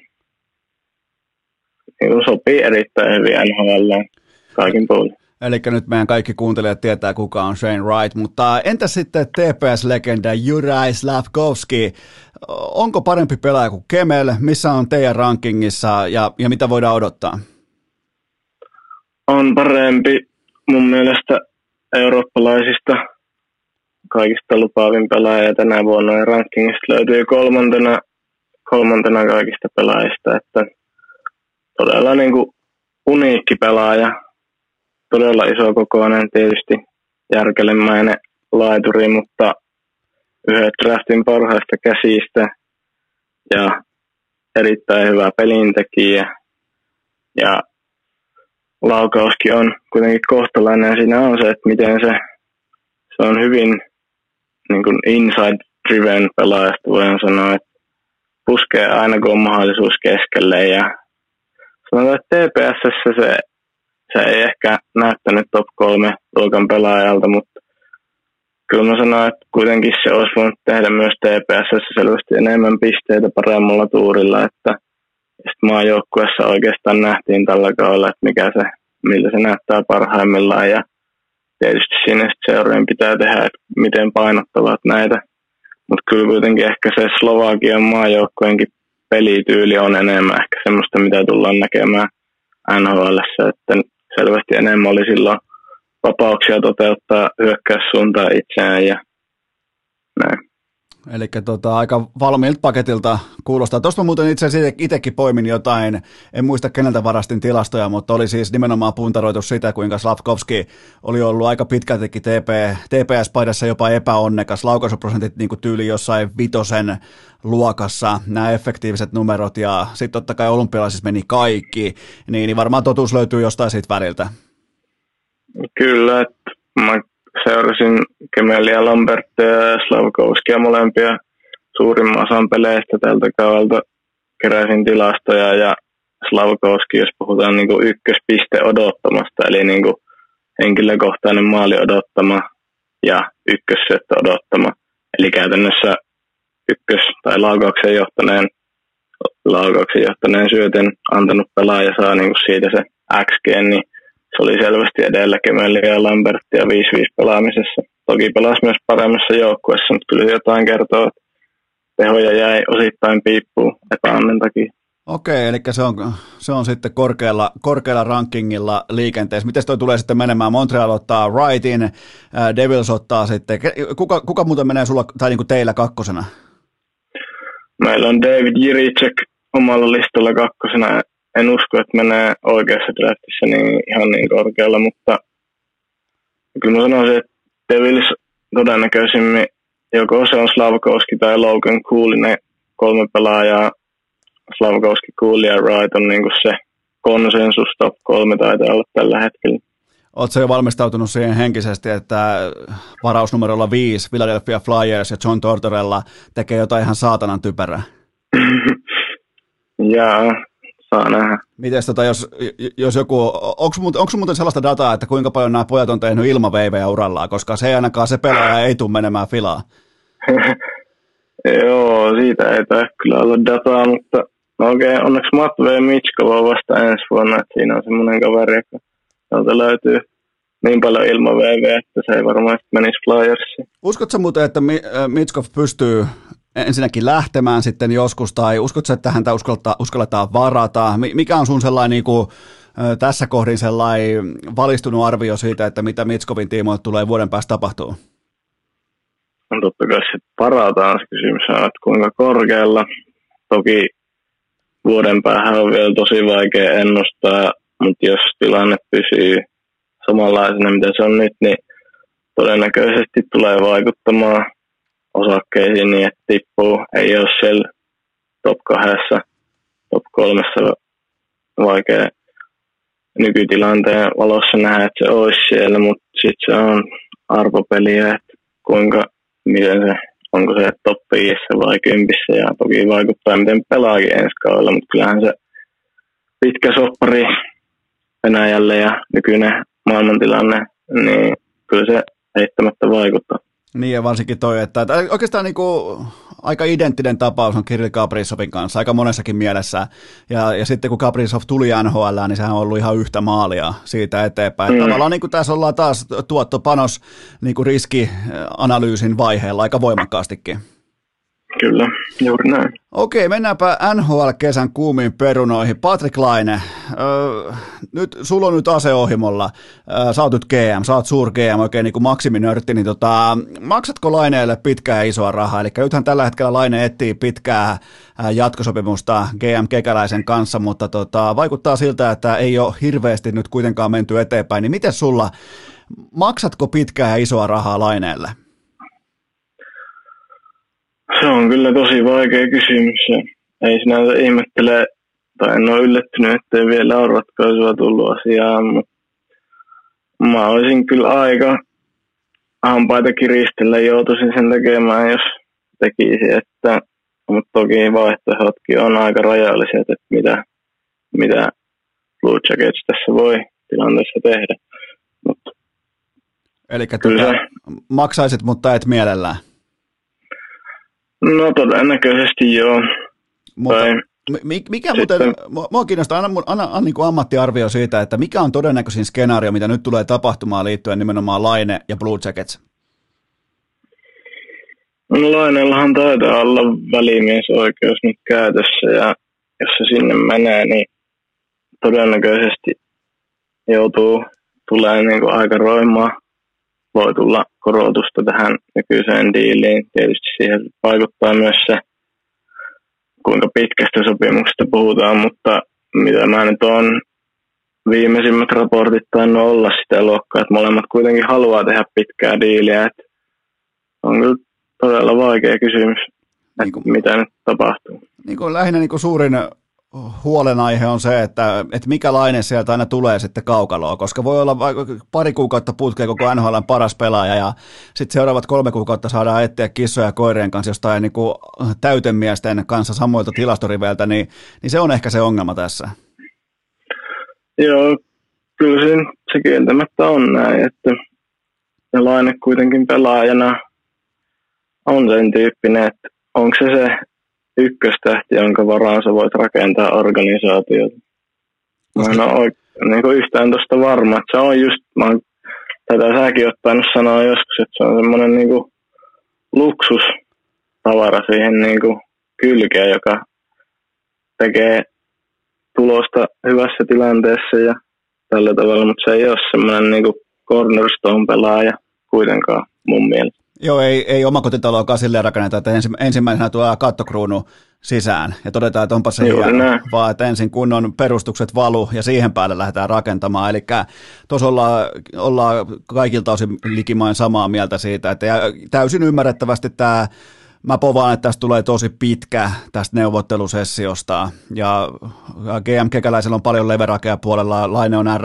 niin sopii erittäin hyvin NHL kaikin puolin. Eli nyt meidän kaikki kuuntelijat tietää, kuka on Shane Wright, mutta entä sitten TPS-legenda Juraj Slafkovský? Onko parempi pelaaja kuin Kemel? Missä on teidän rankingissa ja mitä voidaan odottaa? On parempi mun mielestä eurooppalaisista kaikista lupaavin pelaaja tänä vuonna, ja rankingista löytyy kolmantena kaikista pelaajista, että todella niin kuin uniikki pelaaja, todella iso kokoinen, tietysti järkelemäinen laituri, mutta yhden draftin parhaista käsistä ja erittäin hyvä pelintekijä, ja laukauskin on kuitenkin kohtalainen, ja siinä on se, että miten se on hyvin niin kuin inside-driven pelaajasta, voidaan sanoa, että puskee aina kun on mahdollisuus keskelle, ja sanotaan, että TPS:ssä se ei ehkä näyttänyt top 3 luokan pelaajalta, mutta kyllä mä sanoin, että kuitenkin se olisi voinut tehdä myös TPS:ssä selvästi enemmän pisteitä paremmalla tuurilla, että maajoukkueessa oikeastaan nähtiin tällä kaudella, että miltä se näyttää parhaimmillaan, ja tietysti siinä seurojen pitää tehdä, että miten painottavat näitä, mutta kyllä kuitenkin ehkä se Slovakian maajoukkueenkin pelityyli on enemmän ehkä semmoista, mitä tullaan näkemään NHL:ssä, että selvästi enemmän oli silloin vapauksia toteuttaa hyökkäyssuuntaan itseään ja näin. Eli aika valmiilta paketilta kuulostaa. Tuosta muuten itse asiassa itsekin poimin jotain, en muista keneltä varastin tilastoja, mutta oli siis nimenomaan puntaroitu sitä, kuinka Slafkovský oli ollut aika pitkältikin TPS-paidassa jopa epäonnekas. Laukaisuprosentit niin kuin tyyli jossain 5 luokassa, nämä efektiiviset numerot, ja sitten totta kai olympialaisissa meni kaikki, niin varmaan totuus löytyy jostain siitä väliltä. Kyllä, että mä seurasin Kemelia, Lambertia ja Slafkovskýa molempia suurimman osan peleistä tältä kaudelta. Keräsin tilastoja, ja Slafkovský, jos puhutaan niin kuin ykköspiste odottamasta, eli niin kuin henkilökohtainen maali odottama ja ykkössyöttö odottama. Eli käytännössä tai laukauksen johtaneen syötön antanut pelaaja saa niin kuin siitä se XG, niin se oli selvästi edellä Kemelia ja Lambertia 5-5 pelaamisessa. Toki pelasi myös paremmassa joukkueessa, mutta kyllä jotain kertoo, että tehoja jäi osittain piippuun epäonnen takia. Okei, eli se on sitten korkealla rankingilla liikenteessä. Miten toi tulee sitten menemään? Montreal ottaa Wrightin, Devils ottaa sitten. Kuka muuten menee sulla tai niin kuin teillä kakkosena? Meillä on David Jiricek omalla listalla kakkosena. En usko, että menee oikeassa draftissa niin ihan niin korkealla, mutta kyllä mä sanoisin, että Devils todennäköisimmin joko se on Slafkovský tai Logan Cooley, ne 3 pelaajaa. Slafkovský, Cooley ja Wright on niin kuin se konsensus top 3 taitaa olla tällä hetkellä. Oletko jo valmistautunut siihen henkisesti, että varausnumerolla 5 Philadelphia Flyers ja John Tortorella tekee jotain ihan saatanan typerää? Jaa, saa nähdä. Mites jos joku, onko muuten sellaista dataa, että kuinka paljon nämä pojat on tehnyt ilmaveivejä urallaan, koska se ei ainakaan se pelaaja ei tule menemään filaa? Joo, siitä ei taida kyllä olla dataa, mutta okei, onneksi Matvei Mitchkova vasta ensi vuonna, että siinä on semmoinen kaveri, jolta löytyy niin paljon ilmaveivejä, että se ei varmaan menisi Flyersiin. Uskotko muuten, että Mitchkov pystyy ensinnäkin lähtemään sitten joskus, tai uskotko, että häntä uskalletaan varata? Mikä on sun sellainen niin kuin, tässä kohdin sellainen valistunut arvio siitä, että mitä Mitchkovin tiimoilta tulee vuoden päästä tapahtuu? No totta kai se parataan, se kysymys on, että kuinka korkealla. Toki vuoden päähän on vielä tosi vaikea ennustaa, mutta jos tilanne pysyy samanlaisena, mitä se on nyt, niin todennäköisesti tulee vaikuttamaan osakkeisiin niin, että tippuu. Ei ole siellä top 2, top 3 vaikea nykytilanteen valossa nähdä, että se olisi siellä, mutta sitten se on arvopeliä, että miten se, onko se top 5 vai 10, ja toki vaikuttaa miten pelaakin ensi kaudella, mutta kyllähän se pitkä soppari Venäjälle ja nykyinen maailmantilanne, niin kyllä se eittämättä vaikuttaa. Niin ja varsinkin toi, että oikeastaan niinku aika identtinen tapaus on Kirill Kaprizovin kanssa aika monessakin mielessä. Ja sitten kun Kaprizov tuli NHL, niin sehän on ollut ihan yhtä maalia siitä eteenpäin. Tavallaan niin kuin tässä ollaan taas tuottopanos niin kuin riskianalyysin vaiheella aika voimakkaastikin. Kyllä, juuri näin. Okei, mennäänpä NHL-kesän kuumiin perunoihin. Patrik Laine, nyt sulla on nyt aseohimolla, sä oot nyt GM, sä oot suur GM, oikein niin kuin maksiminörtti, niin maksatko Laineelle pitkää isoa rahaa? Eli nythän tällä hetkellä Laine etsii pitkää jatkosopimusta GM Kekäläisen kanssa, mutta vaikuttaa siltä, että ei ole hirveästi nyt kuitenkaan menty eteenpäin, niin miten sulla, maksatko pitkää ja isoa rahaa Laineelle? Se on kyllä tosi vaikea kysymys. Ei sinänsä ihmettele, tai en ole yllättynyt, ettei vielä ole ratkaisua tullut asiaan, mutta mä olisin kyllä aika hampaita kiristellä, joutuisin sen tekemään, jos tekisi, mutta toki vaihtoehdotkin on aika rajalliset, että mitä Blue Jackets tässä voi tilanteessa tehdä. Eli maksaisit, mutta et mielellään? No todennäköisesti joo. Mutta mikä muuten, mua kiinnostaa, anna niin kuin ammattiarvio siitä, että mikä on todennäköisin skenaario, mitä nyt tulee tapahtumaan liittyen nimenomaan Laine ja Blue Jackets? No Laineellahan taitaa olla välimiesoikeus nyt käytössä, ja jos se sinne menee, niin todennäköisesti tulee niin kuin aika roimaa. Voi tulla korotusta tähän nykyiseen diiliin. Tietysti siihen vaikuttaa myös se, kuinka pitkästä sopimuksesta puhutaan, mutta mitä mä nyt on viimeisimmät raportit tainnut olla sitä luokkaa, että molemmat kuitenkin haluaa tehdä pitkää diiliä. Että on kyllä todella vaikea kysymys, että mitä nyt tapahtuu. Lähinnä suurin huolenaihe on se, että mikä Laine sieltä aina tulee sitten kaukaloon, koska voi olla pari kuukautta putkeen koko NHL:n paras pelaaja ja sitten seuraavat 3 kuukautta saadaan etsiä kissoja ja koirien kanssa jostain niin kuin täytemiesten kanssa samoilta tilastoriveiltä, niin se on ehkä se ongelma tässä. Joo, kyllä se kieltämättä on näin, että Laine kuitenkin pelaajana on sen tyyppinen, että onko se ykköstähti, jonka varaan sä voit rakentaa organisaatiota. Mä en ole niin yhtään tuosta varma, että se on just, tätä säkin oot tainnut sanoa joskus, että se on semmoinen niin luksustavara siihen niin kylkeen, joka tekee tulosta hyvässä tilanteessa ja tällä tavalla, mutta se ei ole semmoinen niin cornerstone-pelaaja kuitenkaan mun mielestä. Joo, ei omakotitaloakaan silleen rakenneta, että ensimmäisenä tuo kattokruunu sisään ja todetaan, että onpa se hieno, vaan että ensin kunnon perustukset valu ja siihen päälle lähdetään rakentamaan. Eli tuossa ollaan kaikilta osin likimain samaa mieltä siitä, että täysin ymmärrettävästi mä povaan, että tästä tulee tosi pitkä tästä neuvottelusessiosta ja GM Kekäläisellä on paljon leverakea puolella, Laine on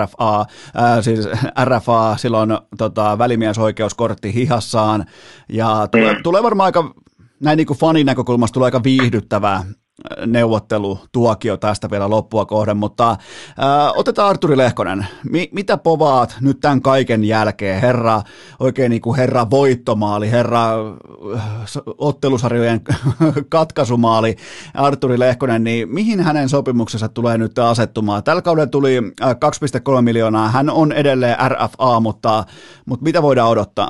RFA, silloin välimiesoikeuskortti hihassaan ja tulee varmaan aika, näin niin kuin fanin näkökulmasta tulee aika viihdyttävää neuvottelutuokio tästä vielä loppua kohden, mutta otetaan Artturi Lehkonen. Mitä povaat nyt tämän kaiken jälkeen? Herra, oikein niin kuin herra voittomaali, herra ottelusarjojen katkaisumaali Artturi Lehkonen, niin mihin hänen sopimuksensa tulee nyt asettumaan? Tällä kaudella tuli 2,3 miljoonaa, hän on edelleen RFA, mutta mitä voidaan odottaa?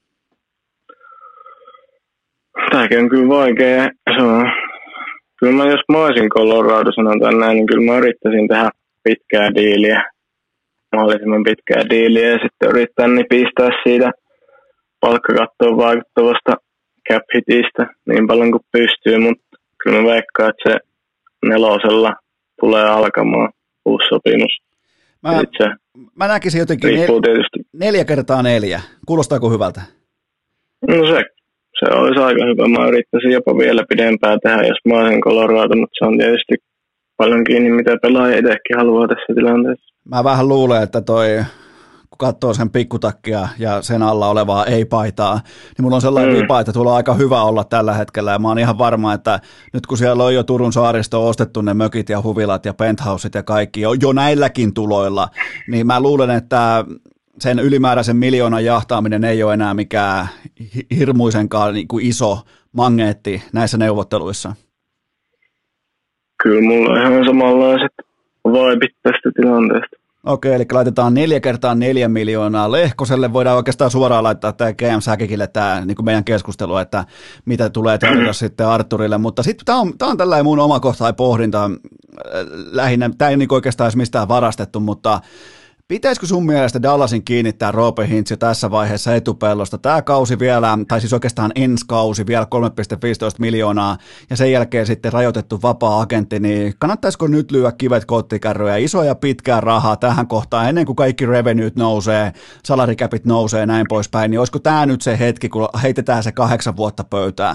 Tämäkin on kyllä vaikea. Kyllä jos mä olisin Colorado, sanotaan näin, niin kyllä mä yrittäisin tehdä pitkää diiliä, mahdollisimman pitkää diiliä ja sitten yrittää nipistää siitä palkkakattoon vaikuttavasta cap hitistä niin paljon kuin pystyy, mutta kyllä mä veikkaan, että se 4 tulee alkamaan uusi sopimus. Mä näkisin jotenkin 4x4. Kuulostaako hyvältä? No se olisi aika hyvä. Mä yrittäisin jopa vielä pidempään tehdä, jos mä olisin Colorado, mutta se on tietysti paljon kiinni, mitä pelaaja itsekin haluaa tässä tilanteessa. Mä vähän luulen, että katsoo sen pikkutakkia ja sen alla olevaa ei-paitaa, niin mulla on sellainen vipa, että tuolla on aika hyvä olla tällä hetkellä, ja mä oon ihan varma, että nyt kun siellä on jo Turun saaristo ostettu ne mökit ja huvilat ja penthouset ja kaikki, jo näilläkin tuloilla, niin mä luulen, että sen ylimääräisen miljoonan jahtaaminen ei ole enää mikään hirmuisenkaan niin kuin iso magneetti näissä neuvotteluissa. Kyllä mulla on ihan samanlaiset vibit tästä tilanteesta. Okei, eli laitetaan 4 kertaa 4 miljoonaa Lehkoselle. Voidaan oikeastaan suoraan laittaa tämä GM Säkikille tämä niin kuin meidän keskustelu, että mitä tulee tarjota sitten Arturille. Mutta sitten tämä on tällainen mun omakohtainen pohdinta. Lähinnä, tämä ei niin oikeastaan edes mistään varastettu, mutta pitäisikö sun mielestä Dallasin kiinnittää Roope Hintz jo tässä vaiheessa etupellosta? Tämä kausi vielä, tai siis oikeastaan ensi kausi vielä 3,15 miljoonaa ja sen jälkeen sitten rajoitettu vapaa-agentti, niin kannattaisiko nyt lyödä kivet kottikärryjä, isoja pitkää rahaa tähän kohtaan ennen kuin kaikki revenuet nousee, salarikäpit nousee ja näin poispäin, niin olisiko tämä nyt se hetki, kun heitetään se 8 vuotta pöytään?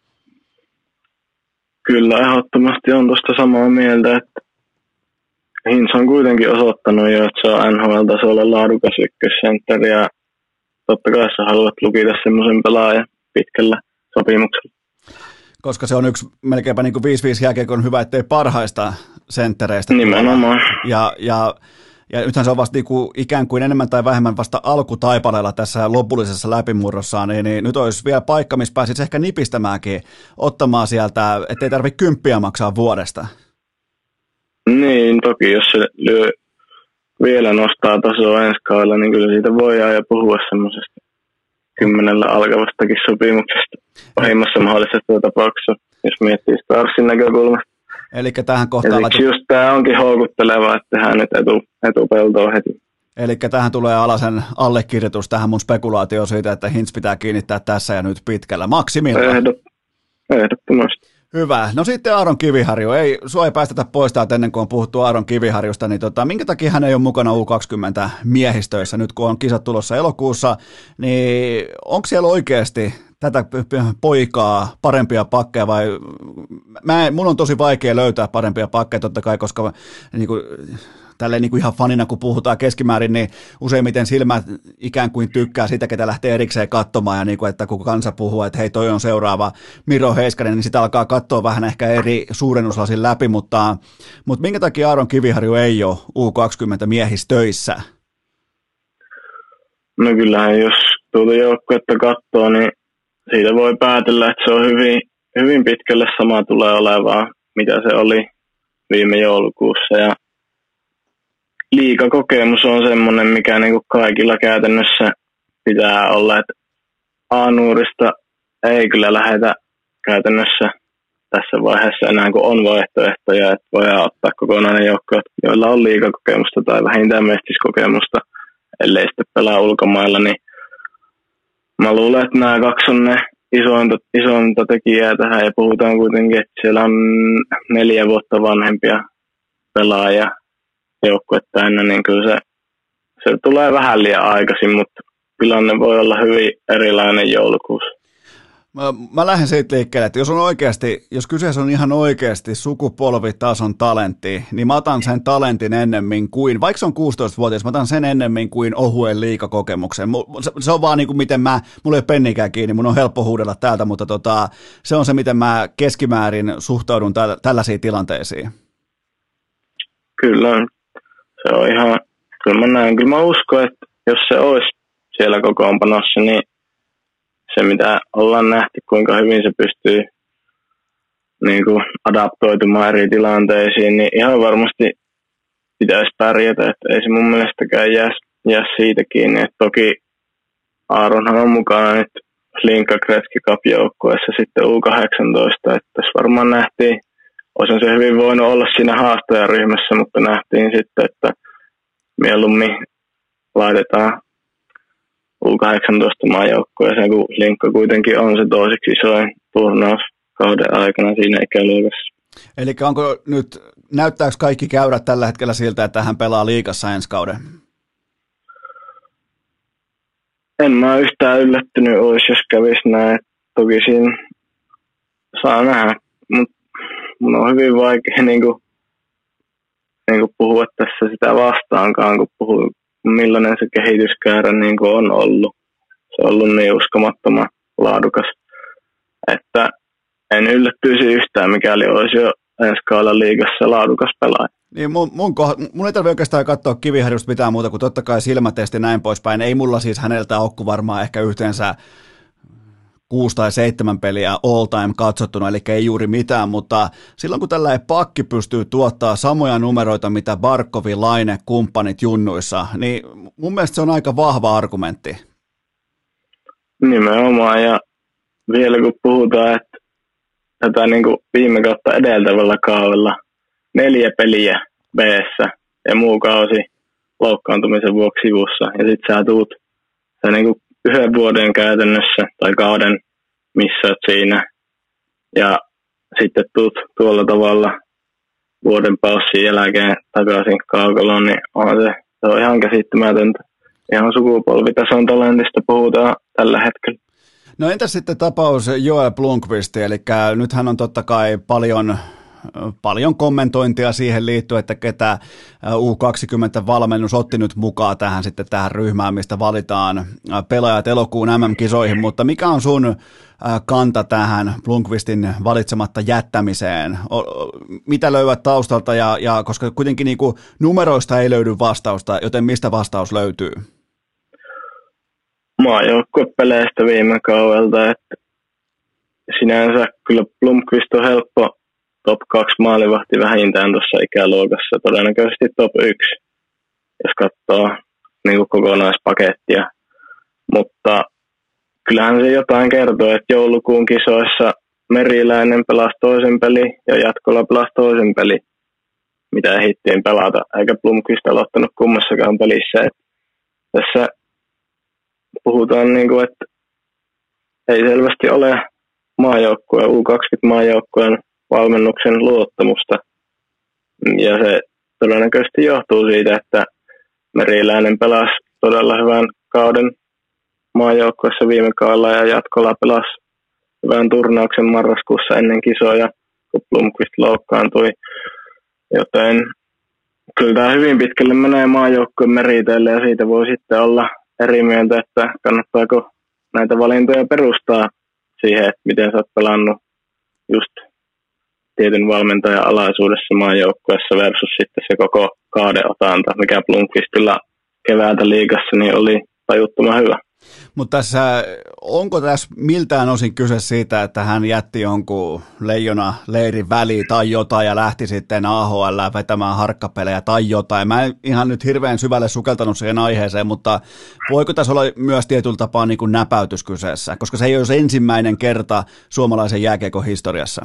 Kyllä, ehdottomasti on tuosta samaa mieltä, että Hintz on kuitenkin osoittanut jo, että se on NHL-tasolla laadukas ykkössentteri ja totta kai sä haluat lukita semmoisen pelaajan pitkällä sopimuksella. Koska se on yksi melkeinpä niin kuin 5-5 jälkeen hyvä, ettei parhaista senttereistä. Nimenomaan. Ja nythän se on vasta niin kuin ikään kuin enemmän tai vähemmän vasta alkutaipaleella tässä lopullisessa läpimurrossaan, niin nyt olisi vielä paikka, missä pääsisi ehkä nipistämäänkin ottamaan sieltä, ettei tarvitse 10 maksaa vuodesta. Niin, toki jos se lyö vielä nostaa tasoa ensi kaudella, niin kyllä siitä voidaan jo puhua semmoisesta 10 alkavastakin sopimuksesta pahimmassa mahdollisessa tapauksessa, jos miettii Starsin näkökulmasta. Eli tähän kohtaan... Ja just tämä onkin houkutteleva, että tehdään nyt etupeltoa heti. Eli tähän tulee Alasen allekirjoitus tähän mun spekulaatioon siitä, että Hintz pitää kiinnittää tässä ja nyt pitkällä maksimilla. Ehdottomasti. Hyvä. No sitten Aaron Kiviharju. Sua ei päästetä pois täältä ennen kuin on puhuttu Aaron Kiviharjusta, niin minkä takia hän ei ole mukana U20 miehistöissä nyt, kun on kisat tulossa elokuussa, niin onko siellä oikeasti tätä poikaa parempia pakkeja vai mun on tosi vaikea löytää parempia pakkeja totta kai, koska niin kuin, tälleen niin kuin ihan fanina, kun puhutaan keskimäärin, niin useimmiten silmät ikään kuin tykkää sitä, ketä lähtee erikseen katsomaan, ja niin kuin, että kun kansa puhuu, että hei, toi on seuraava Miro Heiskanen, niin sitä alkaa katsoa vähän ehkä eri suurennuslasin läpi, mutta minkä takia Aaron Kiviharju ei ole U20 miehistöissä? No kyllähän, jos tuota joukkuetta katsoo, niin siitä voi päätellä, että se on hyvin pitkälle sama tulee olevaa, mitä se oli viime joulukuussa, ja liigakokemus on semmoinen, mikä niinku kaikilla käytännössä pitää olla, että A-nuurista ei kyllä lähdetä käytännössä tässä vaiheessa enää, kun on vaihtoehtoja, että voidaan ottaa kokonainen joukko, joilla on liigakokemusta tai vähintään mestiskokemusta, ellei sitten pelaa ulkomailla, niin mä luulen, että nämä 2 on ne isointa tekijää tähän, ja puhutaan kuitenkin, että siellä on 4 vuotta vanhempia pelaajia joukkuetta täynnä, niin kyllä se tulee vähän liian aikaisin, mutta tilanne voi olla hyvin erilainen joulukuussa. Mä lähden siitä liikkeelle, että jos kyseessä on ihan oikeasti sukupolvitason talentti, niin mä otan sen talentin ennemmin kuin, vaikka se on 16-vuotias, mä otan sen ennemmin kuin ohuen liigakokemuksen. Se on vaan niin kuin miten mulla ei ole pennikään kiinni, mun on helppo huudella täältä, mutta se on se, miten mä keskimäärin suhtaudun tällaisiin tilanteisiin. Kyllä, se on ihan, kyllä mä uskon, että jos se olisi siellä kokoonpanossa, niin se mitä ollaan nähty, kuinka hyvin se pystyy niin kuin adaptoitumaan eri tilanteisiin, niin ihan varmasti pitäisi pärjätä, että ei se mun mielestäkään jää siitä kiinni. Et toki Aaronhan on mukana nyt Slinka Gretzky Cup-joukkueessa sitten U18, että tässä varmaan nähtiin, olisin se hyvin voinut olla siinä haastajaryhmässä, mutta nähtiin sitten, että mieluummin laitetaan U18-maajoukkueeseen, kun Linkka kuitenkin on se toiseksi isoin turnaus kauden aikana siinä ikäluokassa. Eli näyttääkö kaikki käyrät tällä hetkellä siltä, että hän pelaa liigassa ensi kauden? En mä yhtään yllättynyt olisi, jos kävisi näin. Toki siinä saa nähdä, mutta mun on hyvin vaikea niin kuin puhua tässä sitä vastaankaan, kun millainen se kehityskäyrä niin kuin on ollut. Se on ollut niin uskomattoman laadukas, että en yllättyisi yhtään, mikäli olisi jo ensi kaudella liigassa laadukas pelaaja. Niin mun ei tarvitse oikeastaan katsoa Kiviharjusta mitään muuta kuin totta kai silmätesti näin poispäin. Ei mulla siis häneltä ole varmaan ehkä yhteensä 6 tai 7 peliä all time katsottuna, eli ei juuri mitään, mutta silloin kun tällainen pakki pystyy tuottaa samoja numeroita, mitä Barkovi, Laine, kumppanit junnuissa, niin mun mielestä se on aika vahva argumentti. Nimenomaan, ja vielä kun puhutaan, että tätä niin kuin viime kautta edeltävällä kaudella 4 peliä B-ssä ja muu kausi loukkaantumisen vuoksi sivussa, ja sitten sä tuut sä niin kuin 1 vuoden käytännössä tai kauden missä oot siinä, ja sitten tuut tuolla tavalla vuoden paussin jälkeen takaisin kaukaloon, niin se on ihan käsittämätöntä. Ihan sukupolvitason talentista puhutaan tällä hetkellä. No entäs sitten tapaus Joel Blomqvist, eli nythän on totta kai paljon kommentointia siihen liittyen, että ketä U20-valmennus otti nyt mukaan tähän ryhmään, mistä valitaan pelaajat elokuun MM-kisoihin, mutta mikä on sun kanta tähän Blomqvistin valitsematta jättämiseen? Mitä löydät taustalta, ja koska kuitenkin niinku numeroista ei löydy vastausta, joten mistä vastaus löytyy? Maajoukkuepeleistä viime kaudelta, että sinänsä kyllä Blomqvist on helppo top 2 maalivahti vähintään tuossa ikäluokassa, todennäköisesti top 1, jos katsoo niin kuin kokonaispakettia. Mutta kyllähän se jotain kertoo, että joulukuun kisoissa Meriläinen pelasi toisen peli ja Jatkola pelasi toisen peli, mitä ehdittiin pelata, eikä Blomqvist aloittanut kummassakaan pelissä. Et tässä puhutaan, niin kuin, että ei selvästi ole maajoukkueen, U20-maajoukkueen valmennuksen luottamusta. Ja se todennäköisesti johtuu siitä, että Meriläinen pelasi todella hyvän kauden maajoukkueessa viime kaudella ja Jatkola pelasi hyvän turnauksen marraskuussa ennen kisoja, kun Blomqvist loukkaantui. Joten kyllä tämä hyvin pitkälle menee maajoukkueen meriteille, ja siitä voi sitten olla eri mieltä, että kannattaako näitä valintoja perustaa siihen, että miten sä oot pelannut just tietyn valmentajan alaisuudessa maajoukkueessa versus sitten se koko kaadeotanta, mikä Blomqvistilla keväältä liigassa niin oli tajuttoman hyvä. Mutta onko tässä miltään osin kyse siitä, että hän jätti jonkun leijona-leirin väliin tai jotain ja lähti sitten AHL vetämään harkkapelejä tai jotain? Mä en ihan nyt hirveän syvälle sukeltanut siihen aiheeseen, mutta voiko tässä olla myös tietyllä tapaa niin kuin näpäytys kyseessä? Koska se ei ole ensimmäinen kerta suomalaisen jääkiekon historiassa.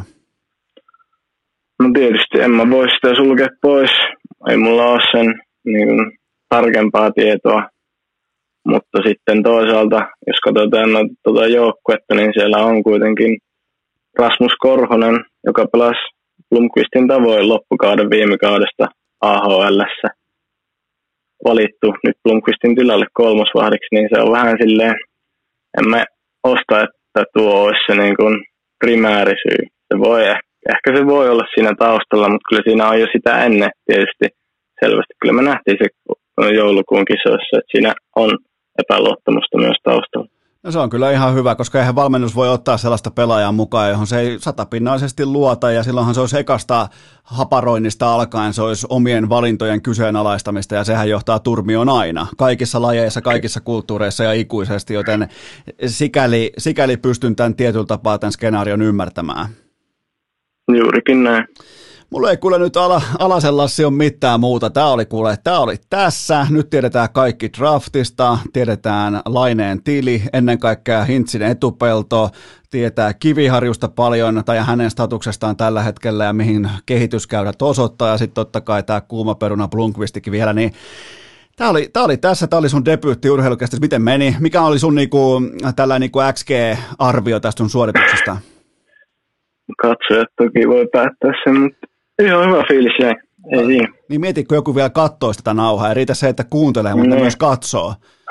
No tietysti en mä voi sitä sulkea pois. Ei mulla ole sen niin tarkempaa tietoa. Mutta sitten toisaalta, jos katsotaan tuota joukkuetta, niin siellä on kuitenkin Rasmus Korhonen, joka pelasi Blomqvistin tavoin loppukauden viime kaudesta AHL:ssä. Valittu nyt Blomqvistin tilalle kolmosvahdiksi, niin se on vähän silleen, en mä osta, että tuo olisi se niin kuin primäärisyy. Ehkä se voi olla siinä taustalla, mutta kyllä siinä on jo sitä ennen tietysti selvästi. Kyllä me nähtiin se joulukuun kisoissa, että siinä on epäluottamusta myös taustalla. No se on kyllä ihan hyvä, koska eihän valmennus voi ottaa sellaista pelaajaa mukaan, johon se ei satapinnaisesti luota, ja silloinhan se olisi ekasta haparoinnista alkaen, se olisi omien valintojen kyseenalaistamista, ja sehän johtaa turmioon aina, kaikissa lajeissa, kaikissa kulttuureissa ja ikuisesti, joten sikäli pystyn tämän tietyllä tapaa tämän skenaarion ymmärtämään. Juurikin näin. Mulla ei kuule nyt Alasen Lassi on mitään muuta. Tää oli tässä. Nyt tiedetään kaikki draftista, tiedetään Laineen tili, ennen kaikkea Hintzin etupelto, tietää Kiviharjusta paljon tai hänen statuksestaan tällä hetkellä ja mihin kehityskäyrät osoittaa, ja sitten totta kai tämä kuuma peruna Blomqvistikin vielä, niin Tämä oli sun debyytti urheilukästissä. Miten meni? Mikä oli sun tällainen XG-arvio tästä sun suorituksesta? Katsojat toki voi päättää sen, mutta ihan hyvä fiilis jäi. Ei siinä. Niin mietitkö joku vielä kattoo sitä nauhaa, ei riitä se, että kuuntelee, mutta myös katsoo.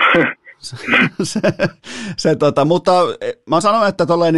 Mutta mä sanon, että tolleen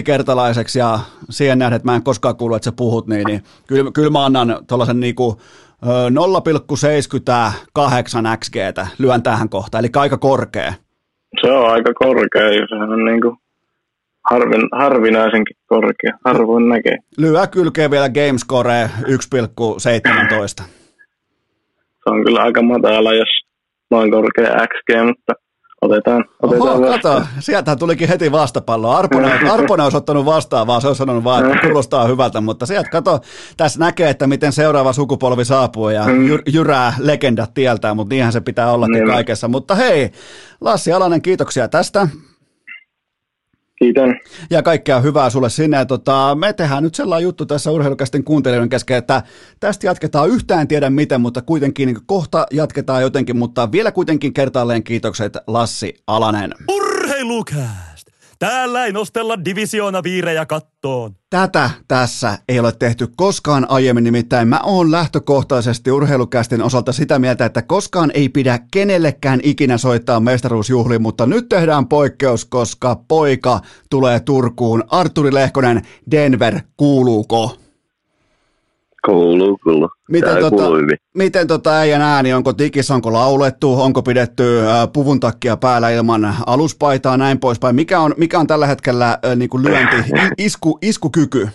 ensikertalaiseksi ja siihen nähden, että mä en koskaan kuullut, että sä puhut, niin kyllä mä annan tollaisen 0,78 XGtä lyön tähän kohtaan, eli aika korkea. Se on aika korkea, jos sehän on niin kuin harvinaisenkin korkea. Harvoin näkee. Lyö kylkeen vielä Gamescore 1,17. Se on kyllä aika matala, jos noin korkea XG, mutta otetaan kato, sieltähän tulikin heti vastapallo. Arponen olisi ottanut vastaan, vaan se on sanonut vaan, että kuulostaa hyvältä, mutta sieltä kato, tässä näkee, että miten seuraava sukupolvi saapuu ja jyrää legendat tieltään, mutta niinhän se pitää ollakin kaikessa. Mutta hei, Lassi Alanen, kiitoksia tästä. Kiitän. Ja kaikkea hyvää sulle sinne. Me tehdään nyt sellainen juttu tässä Urheilukästin kuuntelijoiden kesken, että tästä jatketaan yhtään tiedä miten, mutta kuitenkin niin kohta jatketaan jotenkin, mutta vielä kuitenkin kertaalleen kiitokset Lassi Alanen. Urheilukääst! Täällä ei nostella divisioona viirejä kattoon. Tätä tässä ei ole tehty koskaan aiemmin, nimittäin mä oon lähtökohtaisesti Urheilukästin osalta sitä mieltä, että koskaan ei pidä kenellekään ikinä soittaa mestaruusjuhliin, mutta nyt tehdään poikkeus, koska poika tulee Turkuun. Artturi Lehkonen, Denver, kuuluuko? Kuuluu. Miten äijän ääni, onko tikis, onko laulettu, onko pidetty puvun takkia päällä ilman aluspaitaa, näin poispäin? Mikä on tällä hetkellä niin kuin iskukyky?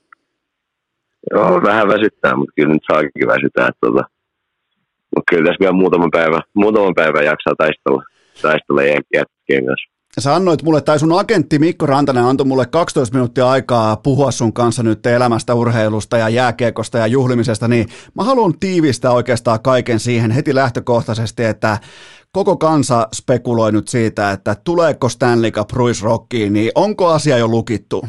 Joo, vähän väsyttää, mutta kyllä nyt saakin väsytää. Mutta kyllä tässä vielä muutaman päivän jaksaa taistella jätkien kanssa. Sä annoit mulle, tai sun agentti Mikko Rantanen antoi mulle 12 minuuttia aikaa puhua sun kanssa nyt elämästä, urheilusta ja jääkiekosta ja juhlimisesta, niin mä haluan tiivistää oikeastaan kaiken siihen heti lähtökohtaisesti, että koko kansa spekuloi nyt siitä, että tuleeko Stanley Cup Ruis Rockiin, niin onko asia jo lukittu?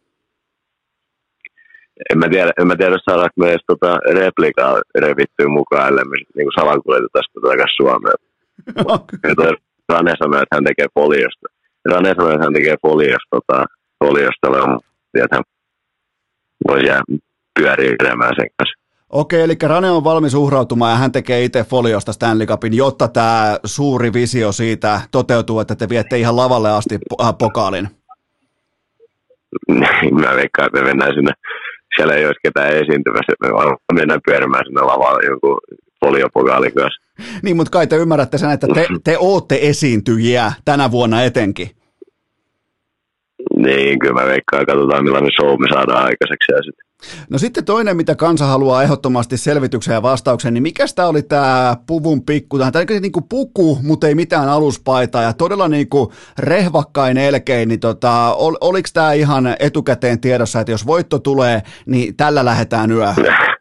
En mä tiedä saadaanko me edes replikaa revittyä mukaan, ellei me niin salakuljetetaan sitä takaisin Suomeen. Rane sanoi, että hän tekee foliosta. Foliosta, että hän voisi jää pyörimään sen kanssa. Okei, eli Rane on valmis uhrautumaan ja hän tekee itse foliosta Stanley Cupin, jotta tämä suuri visio siitä toteutuu, että te viette ihan lavalle asti pokaalin. Mä veikkaan, että me mennään sinne. Siellä ei olisi ketään esiintymässä. Me mennään pyörimään sinne lavalle jonkun foliopokaalin kanssa. Niin, mutta kai te ymmärrätte sen, että te ootte esiintyjiä tänä vuonna etenkin. Niin, kyllä mä veikkaan, katsotaan millainen show me saadaan aikaiseksi. No sitten toinen, mitä kansa haluaa ehdottomasti selvityksen ja vastauksen, niin mikäs tämä oli tämä puvun pikku, tämä on niin kuin puku, mutta ei mitään aluspaitaa ja todella niin kuin rehvakkain elkein, niin oliko tämä ihan etukäteen tiedossa, että jos voitto tulee, niin tällä lähdetään yöhön?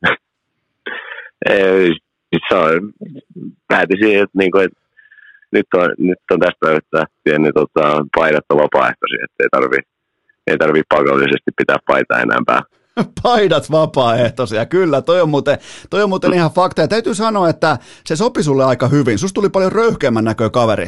Se on, päätin siihen, että, niin kuin, että nyt on tästä päivästä lähtien, niin paidat on vapaaehtoisia, että ei tarvii pakollisesti pitää paitaa enää päällä. Paidat vapaaehtoisia, kyllä, toi on muuten ihan fakta. Ja täytyy sanoa, että se sopi sulle aika hyvin. Susta tuli paljon röyhkeämmän näköä kaveri.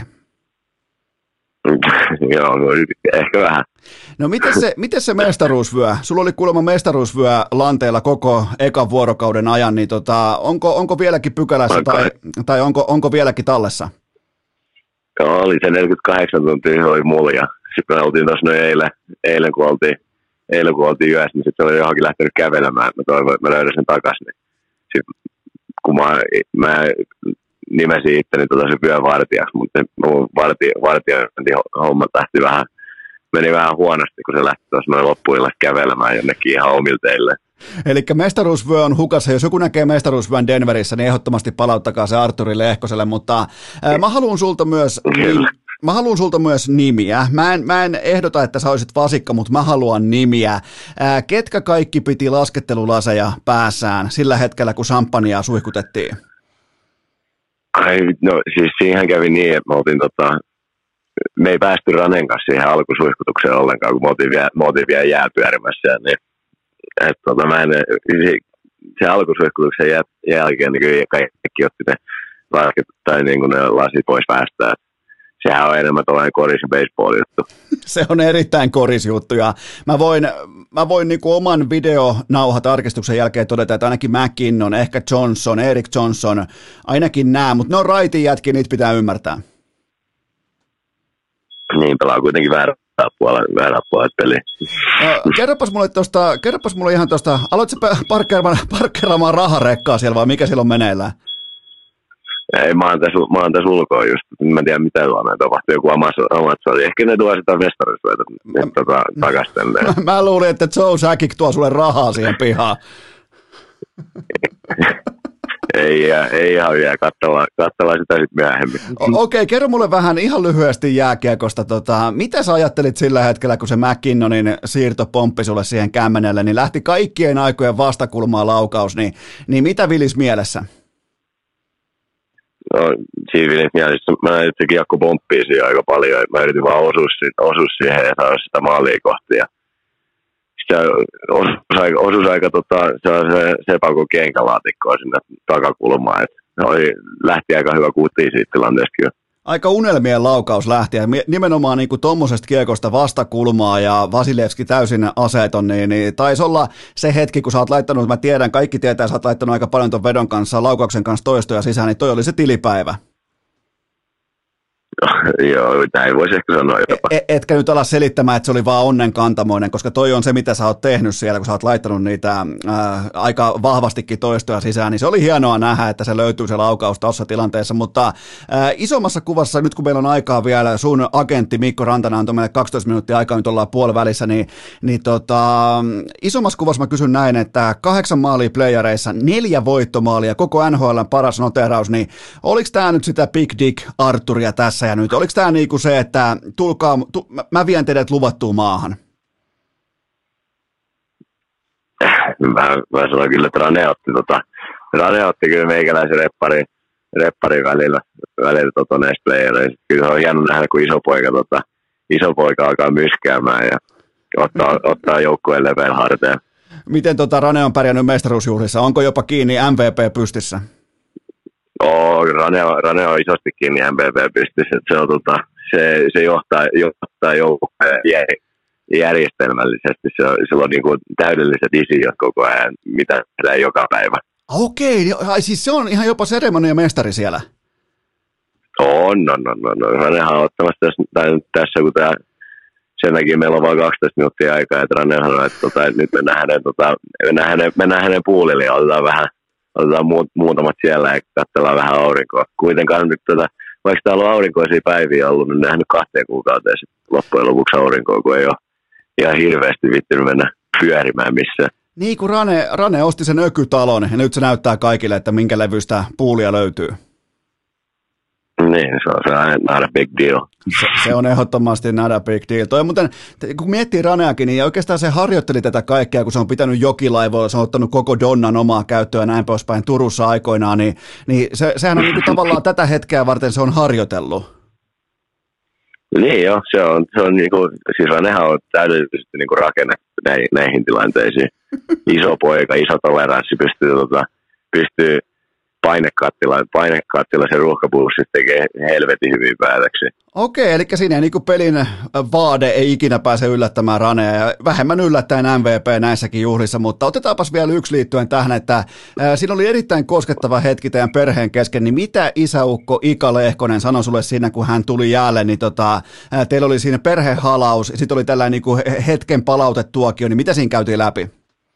Joo, ehkä vähän. No miten se mestaruusvyö? Sulla oli kuulemma mestaruusvyö lanteella koko ekan vuorokauden ajan, niin onko vieläkin pykälässä tai onko vieläkin tallessa? Joo, oli se 48 tuntia, oli mulla ja sitten me oltiin tuossa eilen kun oltiin yössä, niin sitten se oli johonkin lähtenyt kävelemään. Mä toivon, että mä löydän sen takaisin. Niin sitten kun mä nimesin itteni se vyövartijaksi, mutta mun vartiointihommat meni vähän huonosti, kun se lähti tuossa noin loppuilla kävelemään jonnekin ihan omille teille. Eli mestaruusvyö on hukassa. Jos joku näkee mestaruusvyön Denverissä, niin ehdottomasti palauttakaa se Artturi Lehkoselle, mutta mä haluan sulta myös nimiä. Mä en ehdota, että sä olisit vasikka, mutta mä haluan nimiä. Ketkä kaikki piti laskettelulaseja päässään sillä hetkellä, kun champagnea suihkutettiin? No siis siihen kävi niin, että me ei päästy Ranen kanssa siihen alkusuihkutukseen ollenkaan, kun me oltiin vielä jääpyörimässä. Niin, se alkusuihkutuksen jälkeen niin kaikki otti ne lasit pois päästä. Sehän on enemmän tuollainen koris- ja baseball-juttu. Se on erittäin korisjuttu ja mä voin niin kuin oman videonauhatarkistuksen jälkeen todeta, että ainakin McKinnon, ehkä Johnson, Erik Johnson, ainakin nämä, mutta ne on raitin jätkiä, niitä pitää ymmärtää. Niin, pelaa kuitenkin väärää puolella peliä. No, kerropas mulle ihan tuosta, aloitko sä parkkeeraamaan raharekkaa siellä vai mikä siellä on meneillään? Ei, mä oon tässä ulkoa just. Mä en tiedä mitä tuolla tapahtuu. Joku Amazon. Ehkä ne tuo sitä mestarisuojata takaisin. Mä luulin, että Joe Sakic tuo sulle rahaa siihen pihaan. Ei ihan vielä, kattavaa sitä sitten myöhemmin. Okei, kerro mulle vähän ihan lyhyesti jääkiekosta. Mitä sä ajattelit sillä hetkellä, kun se McKinnonin siirto pomppi sulle siihen kämmenelle, niin lähti kaikkien aikojen vastakulmaa laukaus, niin mitä vilis mielessä? No, siinä vilis mielessä, mä näin, että se kiekko pomppii siihen aika paljon, mä yritin vaan osua siihen ja saada sitä maalia kohti. Se osuus aika se sepako kenkälaatikkoa sinne takakulmaan. Lähti aika hyvä kuutiin siitä tilanteesta kyllä. Aika unelmien laukaus lähti, ja nimenomaan niin kuin tuommoisesta kiekosta vastakulmaa ja Vasilevski täysin aseeton, niin taisi olla se hetki, kun sä oot laittanut, mä tiedän, kaikki tietää, sä oot laittanut aika paljon ton vedon kanssa, laukauksen kanssa toistoja sisään, niin toi oli se tilipäivä. Joo, näin voisi ehkä sanoa jopa. Etkä nyt ala selittämään, että se oli vaan onnenkantamoinen, koska toi on se, mitä sä oot tehnyt siellä, kun sä oot laittanut niitä aika vahvastikin toistoja sisään, niin se oli hienoa nähdä, että se löytyy se laukaus tuossa tilanteessa, mutta isommassa kuvassa, nyt kun meillä on aikaa vielä, sun agentti Mikko Rantanen antoi meille 12 minuuttia aikaa, nyt ollaan puolivälissä, niin isommassa kuvassa mä kysyn näin, että 8 maalia playereissa, 4 voittomaalia, koko NHL:n paras noteraus, niin oliko tää nyt sitä Big Dick Arturia tässä ja nyt? Oliko tämä niinku se, että mä vien teidät luvattuun maahan? Mä sanoin kyllä, että Rane otti kyllä meikäläisen repparin välillä näistä playereista. Kyllä se on hieno nähdä, kun iso poika alkaa myskäämään ja ottaa joukkueen leveän harteen. Miten Rane on pärjännyt mestaruusjuhlissa? Onko jopa kiinni MVP pystissä? Rane on isosti kiinni MVP pystyssä. Se johtaa joukkueen järjestelmällisesti. Se on niin kuin täydelliset isiot koko ajan, mitä tehdään joka päivä. Okei, siis se on ihan jopa seremoniamestari siellä. On. Ranehan on ottamassa tässä kun sen takia meillä on vain 12 minuuttia aikaa, että Rane sanoi, että nyt mennään hänen puolelle ja otetaan muutamat siellä ja katsellaan vähän aurinkoa. Kuitenkaan nyt vaikka täällä on aurinkoisia päiviä ollut, niin nähnyt 2 kuukauteen loppujen lopuksi aurinkoa, kun ei ole ihan hirveästi vittynyt mennä pyörimään missään. Niin kuin Rane osti sen ökytalon ja nyt se näyttää kaikille, että minkä levystä puulia löytyy. Niin, se on not a big deal. Se on ehdottomasti not a big deal. Toi muuten, kun miettii Raneakin, niin oikeastaan se harjoitteli tätä kaikkea, kun se on pitänyt jokilaivoilla, se on ottanut koko Donnan omaa käyttöä näin poispäin Turussa aikoinaan, niin sehän on niin kuin tavallaan tätä hetkeä varten se on harjoitellut. Niin joo, se on niin kuin, siis Ranehan on täydellisesti niin kuin rakennettu näihin tilanteisiin. Iso poika, iso toleranssi, pystyy painekattila sen ruuhkapussista tekee helvetin hyviä päätöksiä. Okei, eli siinä niin pelin vaade ei ikinä pääse yllättämään Ranea ja vähemmän yllättäen MVP näissäkin juhlissa, mutta otetaanpas vielä yksi liittyen tähän, että siinä oli erittäin koskettava hetki teidän perheen kesken, niin mitä isäukko Ika Lehkonen sanoi sulle siinä, kun hän tuli jäälle, niin teillä oli siinä perhehalaus, sitten oli tällainen niin kuin hetken palautetuokio, niin mitä siinä käytiin läpi?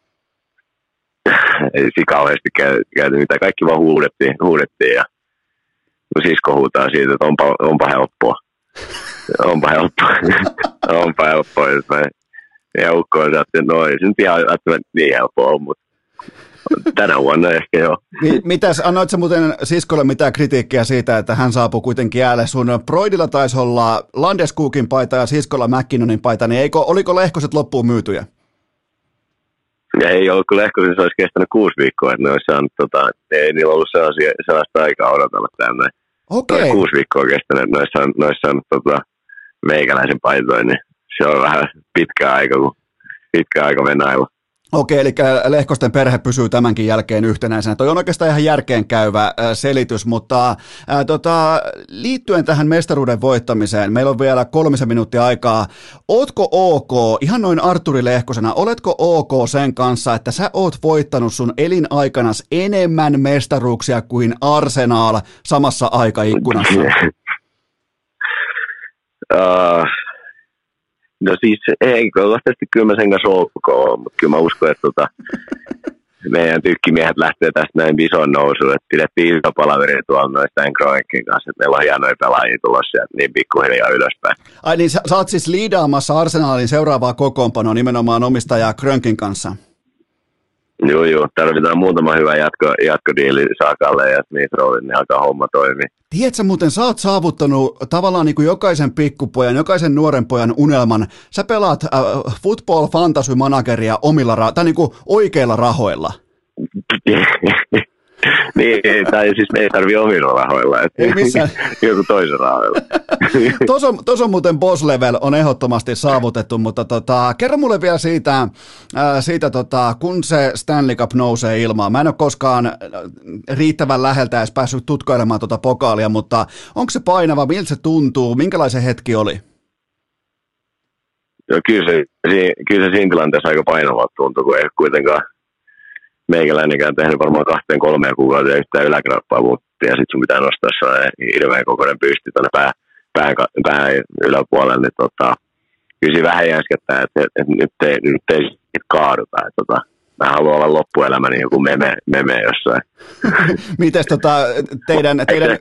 Ei siinä kauheasti käyty mitään. Kaikki vaan huudettiin ja sisko huutaa siitä, että onpa helppoa. Onpa helppoa. Ja ukko on että no ei se nyt ihan niin helppoa on, mutta tänä vuonna ehkä joo. Mitäs, annoit sä muuten siskolle mitään kritiikkiä siitä, että hän saapui kuitenkin äälle? Sun Broidilla taisi olla Landeskogin paita ja siskolla McKinnonin paita, niin oliko Lehkoset loppuun myytyjä? Ei ollut, kun Lehkosissa olisi kestänyt 6 viikkoa, että ne olisi saanut, ei niillä ollut sellaista aikaa odotella tänne. Okei. 6 viikkoa kestänyt, että ne olisi saanut meikäläisen paitoin, niin se on vähän pitkä aika venäillä. Okei, eli Lehkosten perhe pysyy tämänkin jälkeen yhtenäisenä. Toi on oikeastaan ihan järkeenkäyvä selitys, mutta liittyen tähän mestaruuden voittamiseen, meillä on vielä 3 minuuttia aikaa. Ootko ok, ihan noin Arturi Lehkosena, oletko ok sen kanssa, että sä oot voittanut sun elinaikanas enemmän mestaruuksia kuin Arsenal samassa aikaikkunassa? No siis henkilökohtaisesti kyllä mä sen kanssa ok, mutta kyllä mä uskon, että meidän tykkimiehet lähtee tästä näin isoon nousuun, että pidettiin iso palaveri tuolla noin Stan Kroenkin kanssa, että meillä on hienoja pelaajia tulossa ja niin pikkuhiljaa ylöspäin. Ai niin, sä oot siis liidaamassa Arsenalin seuraavaa kokoonpanoa nimenomaan omistaja Krönkin kanssa? Joo, tarvitaan muutama hyvä jatkodiili Sakalle ja Smith Rowin, niin alkaa homma toimia. Tiedätkö muuten, sä oot saavuttanut tavallaan niin kuin jokaisen pikkupojan, jokaisen nuoren pojan unelman. Sä pelaat football fantasy manageria omilla tai niin kuin oikeilla rahoilla. Niin, tai siis me ei tarvitse omilla rahoilla, että ei missään. Joku toisen rahoilla. Tuossa on muuten boss level on ehdottomasti saavutettu, mutta kerro mulle vielä siitä kun se Stanley Cup nousee ilmaan. Mä en ole koskaan riittävän läheltä edes päässyt tutkailemaan pokaalia, mutta onko se painava, miltä se tuntuu, minkälainen hetki oli? Joo, kyllä se siinä tilanteessa aika painavalta tuntui, kun ei kuitenkaan meikäläinenkään tehnyt varmaan 2-3 kuukautta yhtään yläkrappaa muuttia, ja sitten sun pitää nostaa sellainen hirveän kokoinen pysti tuonne pään yläpuolelle, niin kyllä siinä vähän jänskettää, että nyt ei kaaduta, että mä haluan olla loppuelämäni joku meme jossain. Mites teidän...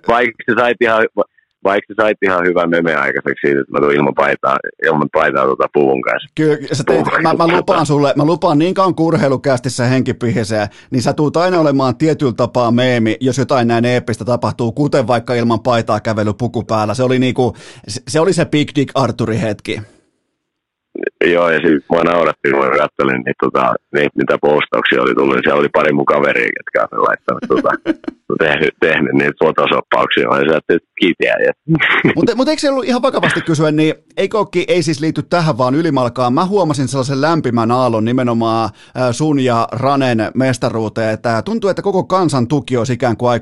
Vaikka sä sait ihan hyvän meme aikaiseksi siitä, että mä tuun ilman paitaa puvun kanssa. Kyllä, mä lupaan niin kauan kurheilukästissä henkipihiseen, niin sä tuut aina olemaan tietyllä tapaa meemi, jos jotain näin eeppistä tapahtuu, kuten vaikka ilman paitaa kävely puku päällä. Se oli se Big Dick Arturi hetki. Joo, ja sitten mua naurattiin, kun mä katselin niitä postauksia oli tullut, niin siellä oli pari mun kaveria, ketkä on laittanut tehnyt niitä fotosoppauksia, ja sä ajattelin, että kiitiä. Mutta eikö se ollut ihan vakavasti kysyä, niin ei siis liity tähän vaan ylimalkaan. Mä huomasin sellaisen lämpimän aallon nimenomaan sun ja Ranen mestaruuteen, että tuntuu, että koko kansan tuki olisi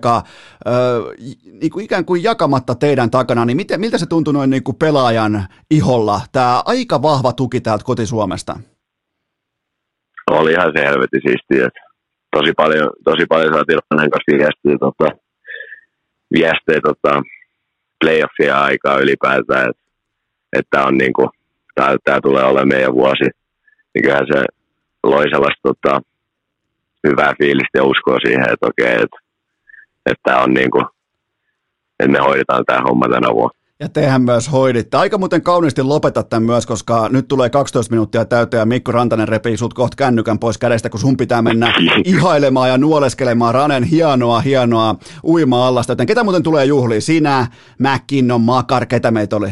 ikään kuin jakamatta teidän takana, niin miltä se tuntui noin niin kuin pelaajan iholla, tämä aika vahva tuki täältä koti-Suomesta? Oli ihan se helvetin siistiä, että tosi paljon saatiin Ranen kanssa viestejä playoffia aikaa ylipäätään, että on niinku, tää tulee olemaan meidän vuosi, niin kyllähän se loi sellaista hyvää fiilistä ja uskoa siihen, että okei, että on niinku, että me hoidetaan tämä homma tänä vuonna. Ja tehän myös hoiditte. Aika muuten kauniisti lopeta tämän myös, koska nyt tulee 12 minuuttia täyteen ja Mikko Rantanen repii sut kohta kännykän pois kädestä, kun sun pitää mennä ihailemaan ja nuoleskelemaan Ranen hienoa uima-allasta. Joten ketä muuten tulee juhliin? Sinä, McKinnon, Makar, ketä meitä oli?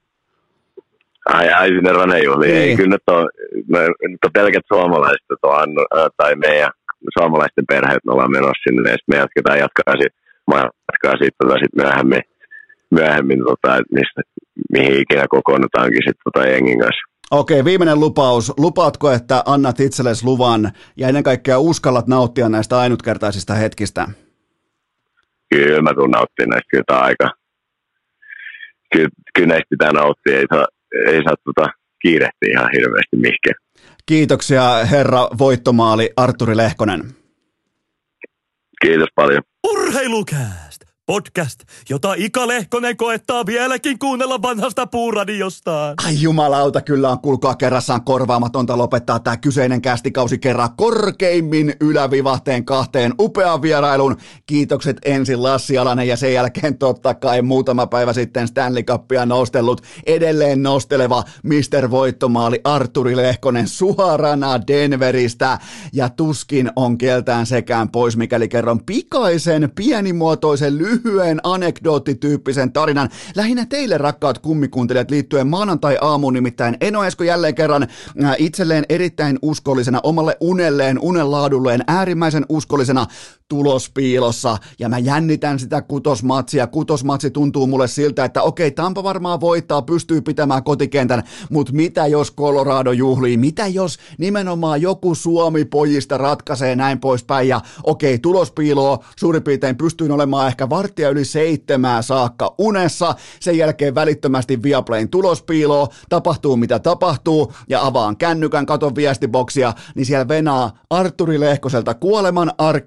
Ai sinne Ranen juhliin. Niin. Ei, kyllä nyt on pelkät suomalaiset tai meidän suomalaisten perheet, me ollaan menossa sinne ja sitten me jatkaa siitä myöhemmin mihin ikinä kokoonnutaankin sitten jengin kanssa. Okei, viimeinen lupaus. Lupaatko, että annat itsellesi luvan ja ennen kaikkea uskallat nauttia näistä ainutkertaisista hetkistä? Kyllä mä tuun nauttimaan näistä kyllä aika. Kyllä näistä pitää nauttia, ei saa kiirehtiä ihan hirveästi mihinkään. Kiitoksia herra voittomaali Arturi Lehkonen. Kiitos paljon. Urheilukääst! Podcast, jota Ika Lehkonen koettaa vieläkin kuunnella vanhasta puuradiostaan. Ai jumalauta, kyllä on kuulkaa kerrassaan korvaamatonta lopettaa tämä kyseinen kästikausi kerran korkeimmin ylävivahteen 2 upean vierailun. Kiitokset ensin Lassi Alanen ja sen jälkeen totta kai muutama päivä sitten Stanley Cupia nostellut, edelleen nosteleva Mr. Voittomaali Arturi Lehkonen suorana Denveristä. Ja tuskin on keltään sekään pois, mikäli kerron pikaisen, pienimuotoisen, lyhyen anekdoottityyppisen tarinan. Lähinnä teille, rakkaat kummikuuntelijat, liittyen maanantai-aamuun, nimittäin Eno Esko jälleen kerran itselleen erittäin uskollisena, omalle unelleen, unenlaadulleen, äärimmäisen uskollisena tulospiilossa, ja mä jännitän sitä kutosmatsia. Kutosmatsi tuntuu mulle siltä, että okei, Tampa varmaan voittaa, pystyy pitämään kotikentän, mutta mitä jos Colorado juhlii, mitä jos nimenomaan joku Suomi-pojista ratkaisee näin poispäin, ja okei, tulospiiloa suurin piirtein pystyin olemaan ehkä 6:45 saakka unessa, sen jälkeen välittömästi Viaplayn tulospiiloa, tapahtuu mitä tapahtuu, ja avaan kännykän, katon viestiboksia, niin siellä venaa Arturi Lehkoselta kuoleman arkkitehdiltä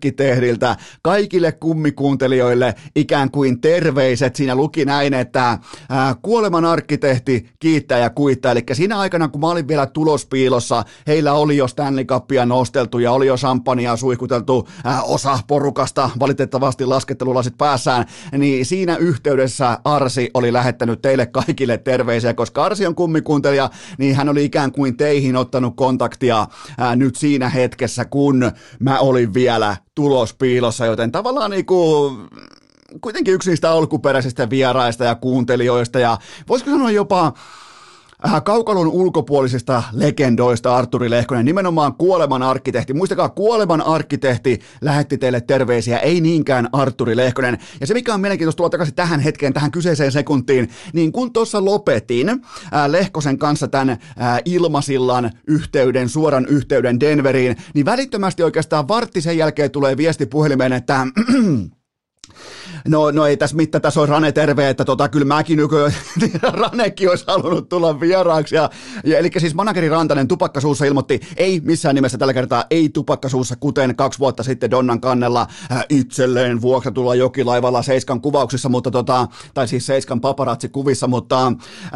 ystäviltä, kaikille kummikuuntelijoille ikään kuin terveiset. Siinä luki näin, että kuoleman arkkitehti kiittää ja kuittaa. Eli siinä aikana, kun mä olin vielä tulospiilossa, heillä oli jo Stanley Cupia nosteltu ja oli jo champagnea suihkuteltu, osa porukasta valitettavasti laskettelulasit päässään, niin siinä yhteydessä Arsi oli lähettänyt teille kaikille terveisiä, koska Arsi on kummikuuntelija, niin hän oli ikään kuin teihin ottanut kontaktia nyt siinä hetkessä, kun mä olin vielä tulospiilossa, joten tavallaan niinku kuitenkin yksi niistä alkuperäisistä vieraista ja kuuntelijoista ja voisiko sanoa jopa kaukalon ulkopuolisista legendoista Artturi Lehkonen, nimenomaan kuoleman arkkitehti. Muistakaa, kuoleman arkkitehti lähetti teille terveisiä, ei niinkään Artturi Lehkonen. Ja se, mikä on mielenkiintoista tulla takaisin tähän hetkeen, tähän kyseiseen sekuntiin, niin kun tuossa lopetin Lehkosen kanssa tämän ilmasillan yhteyden, suoran yhteyden Denveriin, niin välittömästi oikeastaan vartti sen jälkeen tulee viesti puhelimeen, että No ei tässä mitään, tässä on Rane terve, että kyllä mäkin nykyään, Ranekin olisi halunnut tulla vieraaksi. Ja eli siis manageri Rantanen tupakkasuussa ilmoitti, ei missään nimessä tällä kertaa, ei tupakkasuussa, kuten 2 vuotta sitten Donnan kannella itselleen vuokratulla jokilaivalla Seiskan kuvauksissa, tai siis Seiskan paparazzi-kuvissa, mutta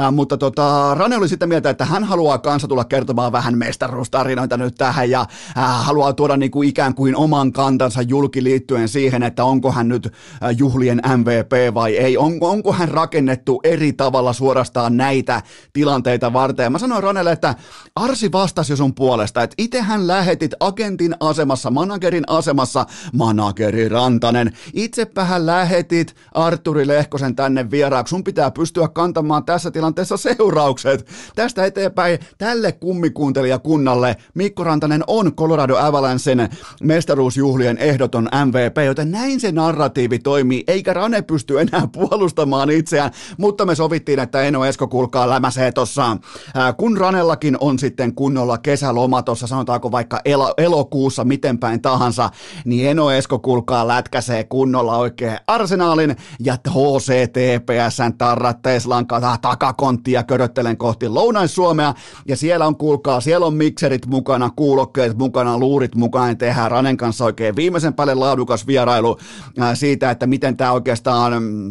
Rane oli sitä mieltä, että hän haluaa kanssa tulla kertomaan vähän mestaruustarinoita nyt tähän ja haluaa tuoda niin kuin ikään kuin oman kantansa julki liittyen siihen, että onko hän nyt juhlien MVP vai ei, onko hän rakennettu eri tavalla suorastaan näitä tilanteita varten. Ja mä sanoin Ranelle, että Arsi vastasi jo sun puolesta, että itsehän lähetit agentin asemassa, managerin asemassa, manageri Rantanen, itsepähän lähetit Artturi Lehkosen tänne vieraaksi, sun pitää pystyä kantamaan tässä tilanteessa seuraukset. Tästä eteenpäin tälle kummikuuntelijakunnalle Mikko Rantanen on Colorado Avalanchen mestaruusjuhlien ehdoton MVP, joten näin se narratiivi toimii, eikä Rane pysty enää puolustamaan itseään, mutta me sovittiin, että Eno Esko kuulkaa lämäsee tossa, kun Ranellakin on sitten kunnolla kesäloma tuossa, sanotaanko vaikka elokuussa, miten päin tahansa, niin Eno Esko kuulkaa lätkäsee kunnolla oikein Arsenaalin ja HCTPS:n tarrat Teslan takakonttia köröttelen kohti Lounais-Suomea, ja siellä on kuulkaa, siellä on mikserit mukana, kuulokkeet mukana, luurit mukana, ja tehdään Ranen kanssa oikein viimeisen päälle laadukas vierailu siitä, että miten tämä oikeastaan,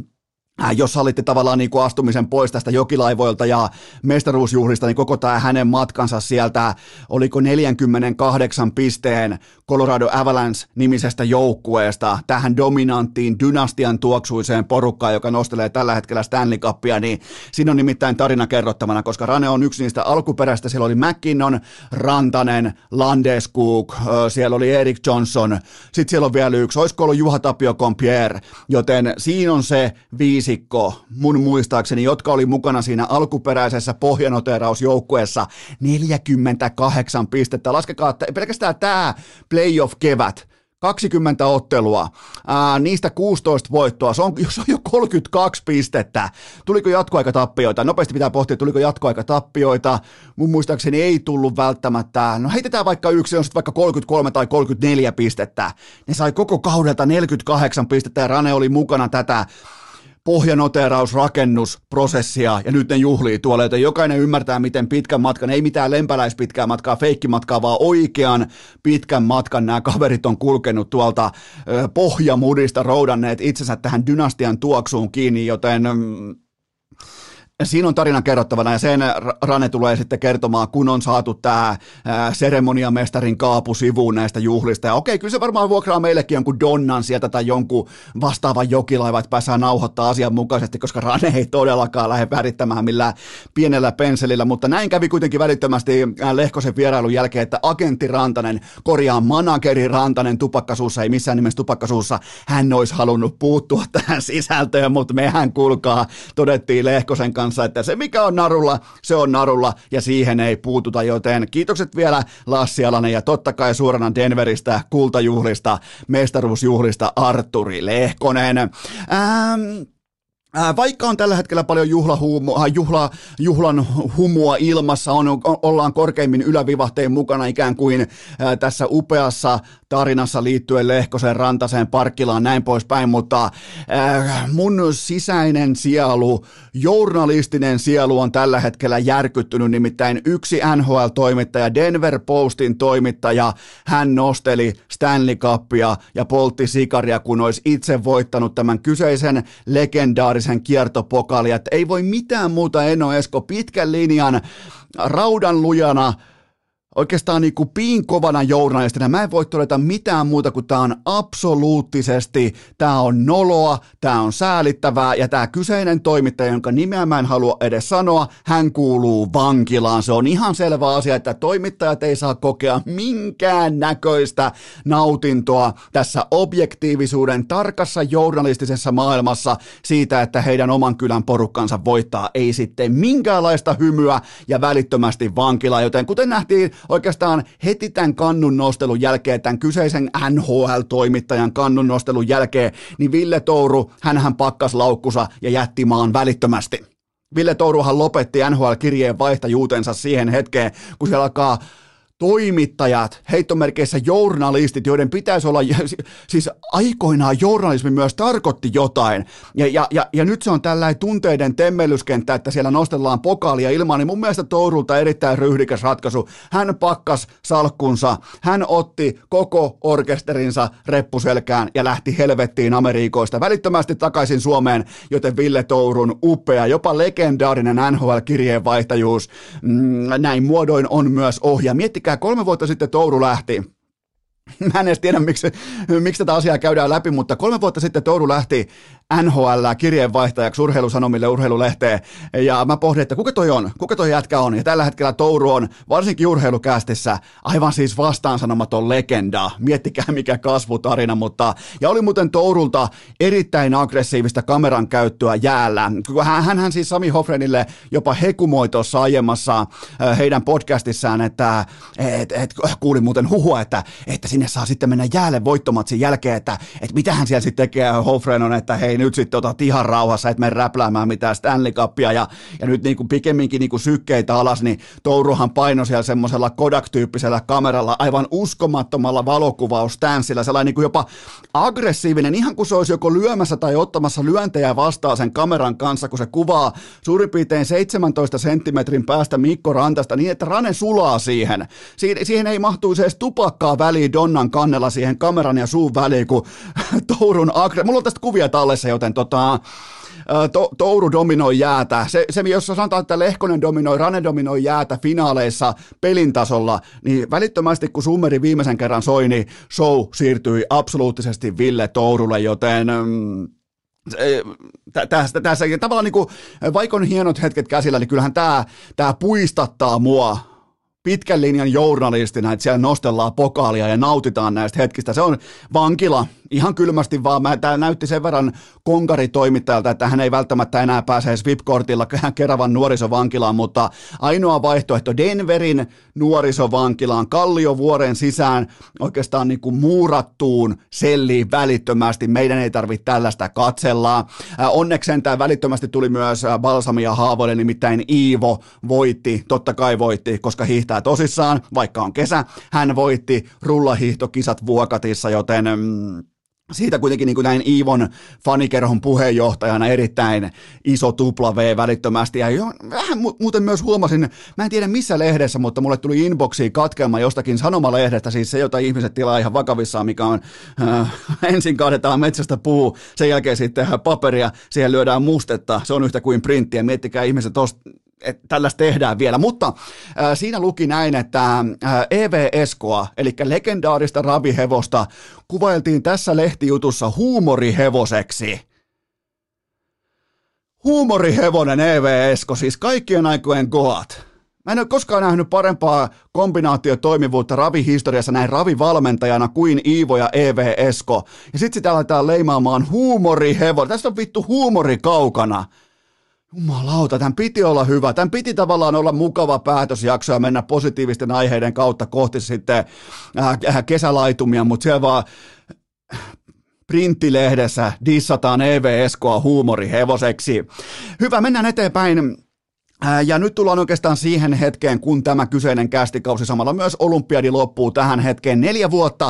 jos sallitte tavallaan niin kuin astumisen pois tästä jokilaivoilta ja mestaruusjuhlista, niin koko tämä hänen matkansa sieltä, oliko 48 pisteen Colorado Avalanche-nimisestä joukkueesta tähän dominanttiin dynastian tuoksuiseen porukkaan, joka nostelee tällä hetkellä Stanley Cupia, niin siinä on nimittäin tarina kerrottavana, koska Rane on yksi niistä alkuperäistä, siellä oli McKinnon, Rantanen, Landeskog, siellä oli Erik Johnson, sitten siellä on vielä yksi, olisiko ollut Juha Tapio Compierre, joten siinä on se viisikko mun muistaakseni, jotka oli mukana siinä alkuperäisessä pohjanoteerausjoukkueessa, 48 pistettä, laskekaa pelkästään tämä playoff-kevät, 20 ottelua, niistä 16 voittoa, se on jo 32 pistettä. Tuliko jatkoaikatappioita? Nopeasti pitää pohtia, tuliko jatkoaikatappioita. Mun muistaakseni ei tullut välttämättä, no heitetään vaikka yksi, on sitten vaikka 33 tai 34 pistettä. Ne sai koko kaudelta 48 pistettä ja Rane oli mukana tätä pohjanoteerausrakennusprosessia ja nyt ne juhlii tuolla, joten jokainen ymmärtää, miten pitkän matkan, ei mitään lempäläispitkää matkaa, feikkimatkaa, vaan oikean pitkän matkan nämä kaverit on kulkenut tuolta pohjamudista, roudanneet itsensä tähän dynastian tuoksuun kiinni, joten siinä on tarina kerrottavana ja sen Rane tulee sitten kertomaan, kun on saatu tämä seremoniamestarin kaapu sivuun näistä juhlista. Ja okei, kyllä se varmaan vuokraa meillekin jonkun Donnan sieltä tai jonkun vastaavan jokilaiva, että päästään nauhoittaa asianmukaisesti, koska Rane ei todellakaan lähde värittämään millään pienellä penselillä, mutta näin kävi kuitenkin välittömästi Lehkosen vierailun jälkeen, että agentti Rantanen, manageri Rantanen tupakkasuussa, ei missään nimessä tupakkasuussa, hän olisi halunnut puuttua tähän sisältöön, mutta mehän kuulkaa, todettiin Lehkosen kanssa, että se mikä on narulla, se on narulla ja siihen ei puututa, joten kiitokset vielä Lassi Alanen ja totta kai suorana Denveristä, kultajuhlista, mestaruusjuhlista Artturi Lehkonen. Vaikka on tällä hetkellä paljon juhlan humua ilmassa, ollaan korkeimmin ylävivahteen mukana ikään kuin tässä upeassa tarinassa liittyen Lehkoseen, Rantaseen, Parkkilaan, näin poispäin, mutta mun sisäinen sielu, journalistinen sielu on tällä hetkellä järkyttynyt, nimittäin yksi NHL-toimittaja, Denver Postin toimittaja, hän nosteli Stanley Cupia ja poltti sikaria, kun olisi itse voittanut tämän kyseisen legendaarisen kiertopokaalia, että ei voi mitään muuta Eno Esko pitkän linjan raudan lujana, oikeastaan niin kuin piinkovana journalistina. Mä en voi todeta mitään muuta kuin tää on absoluuttisesti, tää on noloa, tää on säälittävää ja tää kyseinen toimittaja, jonka nimeä mä en halua edes sanoa, hän kuuluu vankilaan. Se on ihan selvä asia, että toimittajat ei saa kokea minkään näköistä nautintoa tässä objektiivisuuden tarkassa journalistisessa maailmassa siitä, että heidän oman kylän porukkansa voittaa. Ei sitten minkäänlaista hymyä ja välittömästi vankilaan, joten kuten nähtiin oikeastaan heti tämän kannun nostelun jälkeen, tämän kyseisen NHL-toimittajan kannun nostelun jälkeen, niin Ville Touru, hänhän pakkas laukkunsa ja jätti maan välittömästi. Ville Touruhan lopetti NHL-kirjeen vaihtajuutensa siihen hetkeen, kun siellä alkaa toimittajat, heittomerkeissä journalistit, joiden pitäisi olla, siis aikoinaan journalismi myös tarkoitti jotain, ja nyt se on tällainen tunteiden temmelyskenttä, että siellä nostellaan pokaalia ilmaan, niin mun mielestä Tourulta erittäin ryhdikäs ratkaisu. Hän pakkas salkkunsa, hän otti koko orkesterinsa reppuselkään ja lähti helvettiin Amerikoista välittömästi takaisin Suomeen, joten Ville Tourun upea, jopa legendaarinen NHL-kirjeenvaihtajuus näin muodoin on myös ohja. Miettikää, 3 vuotta sitten Touru lähti. Mä en edes tiedä, miksi tätä asiaa käydään läpi, mutta 3 vuotta sitten Touru lähti NHL-kirjeenvaihtajaksi Urheilusanomille, Urheilulehteen, ja mä pohdin, että kuka toi jätkä on, ja tällä hetkellä Touru on, varsinkin Urheilukästissä, aivan siis vastaansanomaton legenda, miettikää mikä kasvutarina, ja oli muuten Tourulta erittäin aggressiivista kameran käyttöä jäällä, hänhän siis Sami Hofrenille jopa hekumoi tuossa aiemmassa heidän podcastissaan, että kuuli muuten huhua, että sinne saa sitten mennä jäälle voittomatsin jälkeen, että mitähän siellä sitten tekee, Hofren on, että hei nyt sitten otat ihan rauhassa, et mene räpläämään mitään Stanley Cupia ja nyt niinku pikemminkin niinku sykkeitä alas, niin Touruhan painoi siellä semmoisella Kodak-tyyppisellä kameralla aivan uskomattomalla valokuvausstanssilla, sellainen niinku jopa aggressiivinen, ihan kuin se olisi joko lyömässä tai ottamassa lyöntejä vastaan sen kameran kanssa, kun se kuvaa suurin piirtein 17 senttimetrin päästä Mikko Rantasta niin, että rane sulaa siihen. Siihen ei mahtuisi edes tupakkaa väliin Donnan kannella siihen kameran ja suun väliin, kun Tourun mulla on tästä kuvia tallessa, joten Touru dominoi jäätä. Se, jos sanotaan, että Lehkonen dominoi, Rane dominoi jäätä finaaleissa pelin tasolla, niin välittömästi kun summeri viimeisen kerran soi, niin show siirtyi absoluuttisesti Ville Tourulle, joten tässä tavallaan niin kuin, vaikka on hienot hetket käsillä, niin kyllähän tämä puistattaa mua pitkän linjan journalistina, että siellä nostellaan pokaalia ja nautitaan näistä hetkistä. Se on vankila, ihan kylmästi vaan. Tämä näytti sen verran konkaritoimittajalta, että hän ei välttämättä enää pääse edes VIP-kortilla Keravan nuorisovankilaan, mutta ainoa vaihtoehto Denverin nuorisovankilaan, Kalliovuoren sisään oikeastaan niin kuin muurattuun selliin välittömästi. Meidän ei tarvitse tällaista katsella. Onneksi sentään välittömästi tuli myös balsamia haavoille, nimittäin Iivo voitti, totta kai voitti, koska hiihtää tosissaan, vaikka on kesä. Hän voitti rullahiihtokisat Vuokatissa, joten siitä kuitenkin niin kuin näin Iivon fanikerhon puheenjohtajana erittäin iso tupla V välittömästi. Ja vähän muuten myös huomasin, mä en tiedä missä lehdessä, mutta mulle tuli inboxiin katkelma jostakin sanomalehdestä, siis se, jota ihmiset tilaa ihan vakavissaan, mikä on ensin kaadetaan metsästä puu, sen jälkeen sitten paperia, siihen lyödään mustetta, se on yhtä kuin printtiä, miettikää ihmiset että tällaista tehdään vielä, mutta siinä luki näin, että EV Eskoa, eli legendaarista ravihevosta, kuvailtiin tässä lehtijutussa huumorihevoseksi. Huumorihevonen EV Esko, siis kaikkien aikojen goat. Mä en ole koskaan nähnyt parempaa kombinaatiotoimivuutta ravihistoriassa näin ravivalmentajana kuin Iivo ja EV Esko. Ja sit sitä aletaan leimaamaan huumorihevonen. Tästä on vittu huumori kaukana. Jumalauta, tämän piti olla hyvä. Tämän piti tavallaan olla mukava päätösjakso ja mennä positiivisten aiheiden kautta kohti sitten kesälaitumia, mutta siellä vaan printtilehdessä dissataan EV Eskoa huumorihevoseksi. Hyvä, mennään eteenpäin. Ja nyt tullaan oikeastaan siihen hetkeen, kun tämä kyseinen kästikausi samalla myös olympiadi loppuu tähän hetkeen. 4 vuotta,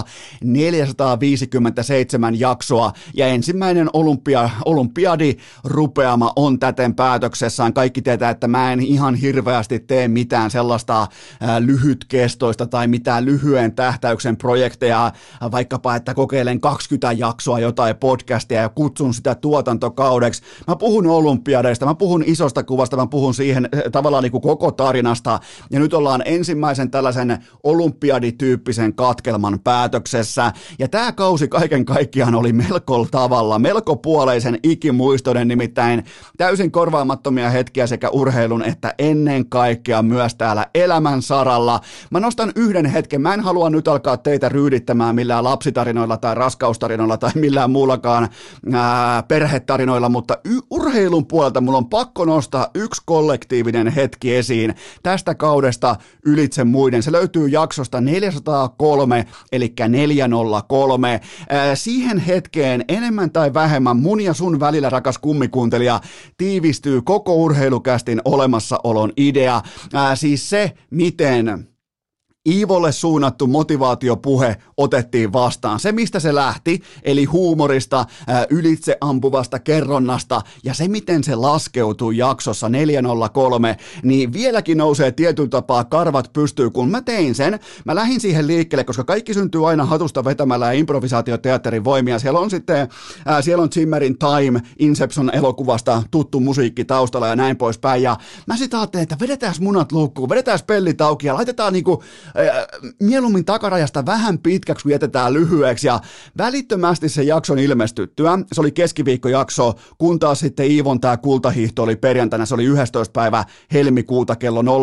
457 jaksoa ja ensimmäinen olympiadi rupeama on täten päätöksessään. Kaikki tietää, että mä en ihan hirveästi tee mitään sellaista lyhytkestoista tai mitään lyhyen tähtäyksen projekteja, vaikkapa että kokeilen 20 jaksoa jotain podcastia ja kutsun sitä tuotantokaudeksi. Mä puhun olympiadeista, mä puhun isosta kuvasta, mä puhun siihen tavallaan niin kuin koko tarinasta, ja nyt ollaan ensimmäisen tällaisen olympiadityyppisen katkelman päätöksessä, ja tämä kausi kaiken kaikkiaan oli melko puoleisen ikimuistoinen, nimittäin täysin korvaamattomia hetkiä sekä urheilun että ennen kaikkea myös täällä elämän saralla. Mä nostan yhden hetken, mä en halua nyt alkaa teitä ryydittämään millään lapsitarinoilla tai raskaustarinoilla tai millään muullakaan perhetarinoilla, mutta urheilun puolelta mulla on pakko nostaa yksi kollektiivinen hetki esiin tästä kaudesta ylitse muiden. Se löytyy jaksosta 403, eli 403. Siihen hetkeen enemmän tai vähemmän mun ja sun välillä, rakas kummikuuntelija, tiivistyy koko urheilukästin olemassaolon idea. Siis se, miten Iivolle suunnattu motivaatiopuhe otettiin vastaan. Se, mistä se lähti, eli huumorista, ylitse ampuvasta kerronnasta, ja se, miten se laskeutui jaksossa 403, niin vieläkin nousee tietyllä tapaa karvat pystyy, kun mä tein sen. Mä lähdin siihen liikkeelle, koska kaikki syntyy aina hatusta vetämällä ja improvisaatioteatterin voimia. Siellä on Zimmerin Time, Inception-elokuvasta tuttu musiikki taustalla ja näin poispäin. Ja mä sit ajattelin, että vedetään munat luukkuun, vedetään pellit auki ja laitetaan niinku mieluummin takarajasta vähän pitkäksi, kun jätetään lyhyeksi, ja välittömästi se jakson ilmestyttyä, se oli keskiviikkojakso, kun taas sitten Iivon tämä kultahiihto oli perjantaina, se oli 11. päivä helmikuuta kello 09.00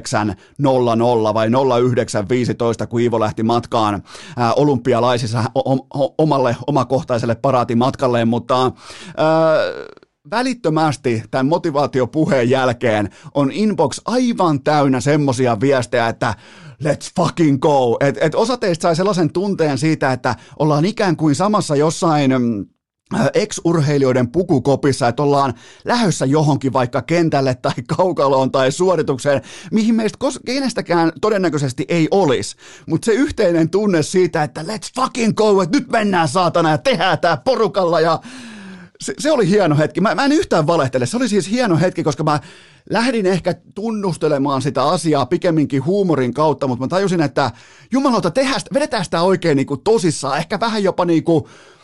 vai 09.15, kun Iivo lähti matkaan olympialaisissa omalle omakohtaiselle paraatimatkalleen, mutta välittömästi tämän motivaatiopuheen jälkeen on inbox aivan täynnä semmosia viestejä, että let's fucking go. Et osa teistä sai sellaisen tunteen siitä, että ollaan ikään kuin samassa jossain ex-urheilijoiden pukukopissa, että ollaan lähdössä johonkin vaikka kentälle tai kaukaloon tai suoritukseen, mihin meistä kenestäkään todennäköisesti ei olisi. Mutta se yhteinen tunne siitä, että let's fucking go, että nyt mennään saatana ja tehdään tää porukalla, ja se oli hieno hetki. Mä en yhtään valehtele. Se oli siis hieno hetki, koska mä lähdin ehkä tunnustelemaan sitä asiaa pikemminkin huumorin kautta, mutta mä tajusin, että jumalauta, vedetään sitä oikein niin kuin tosissaan, ehkä vähän jopa niin kuin,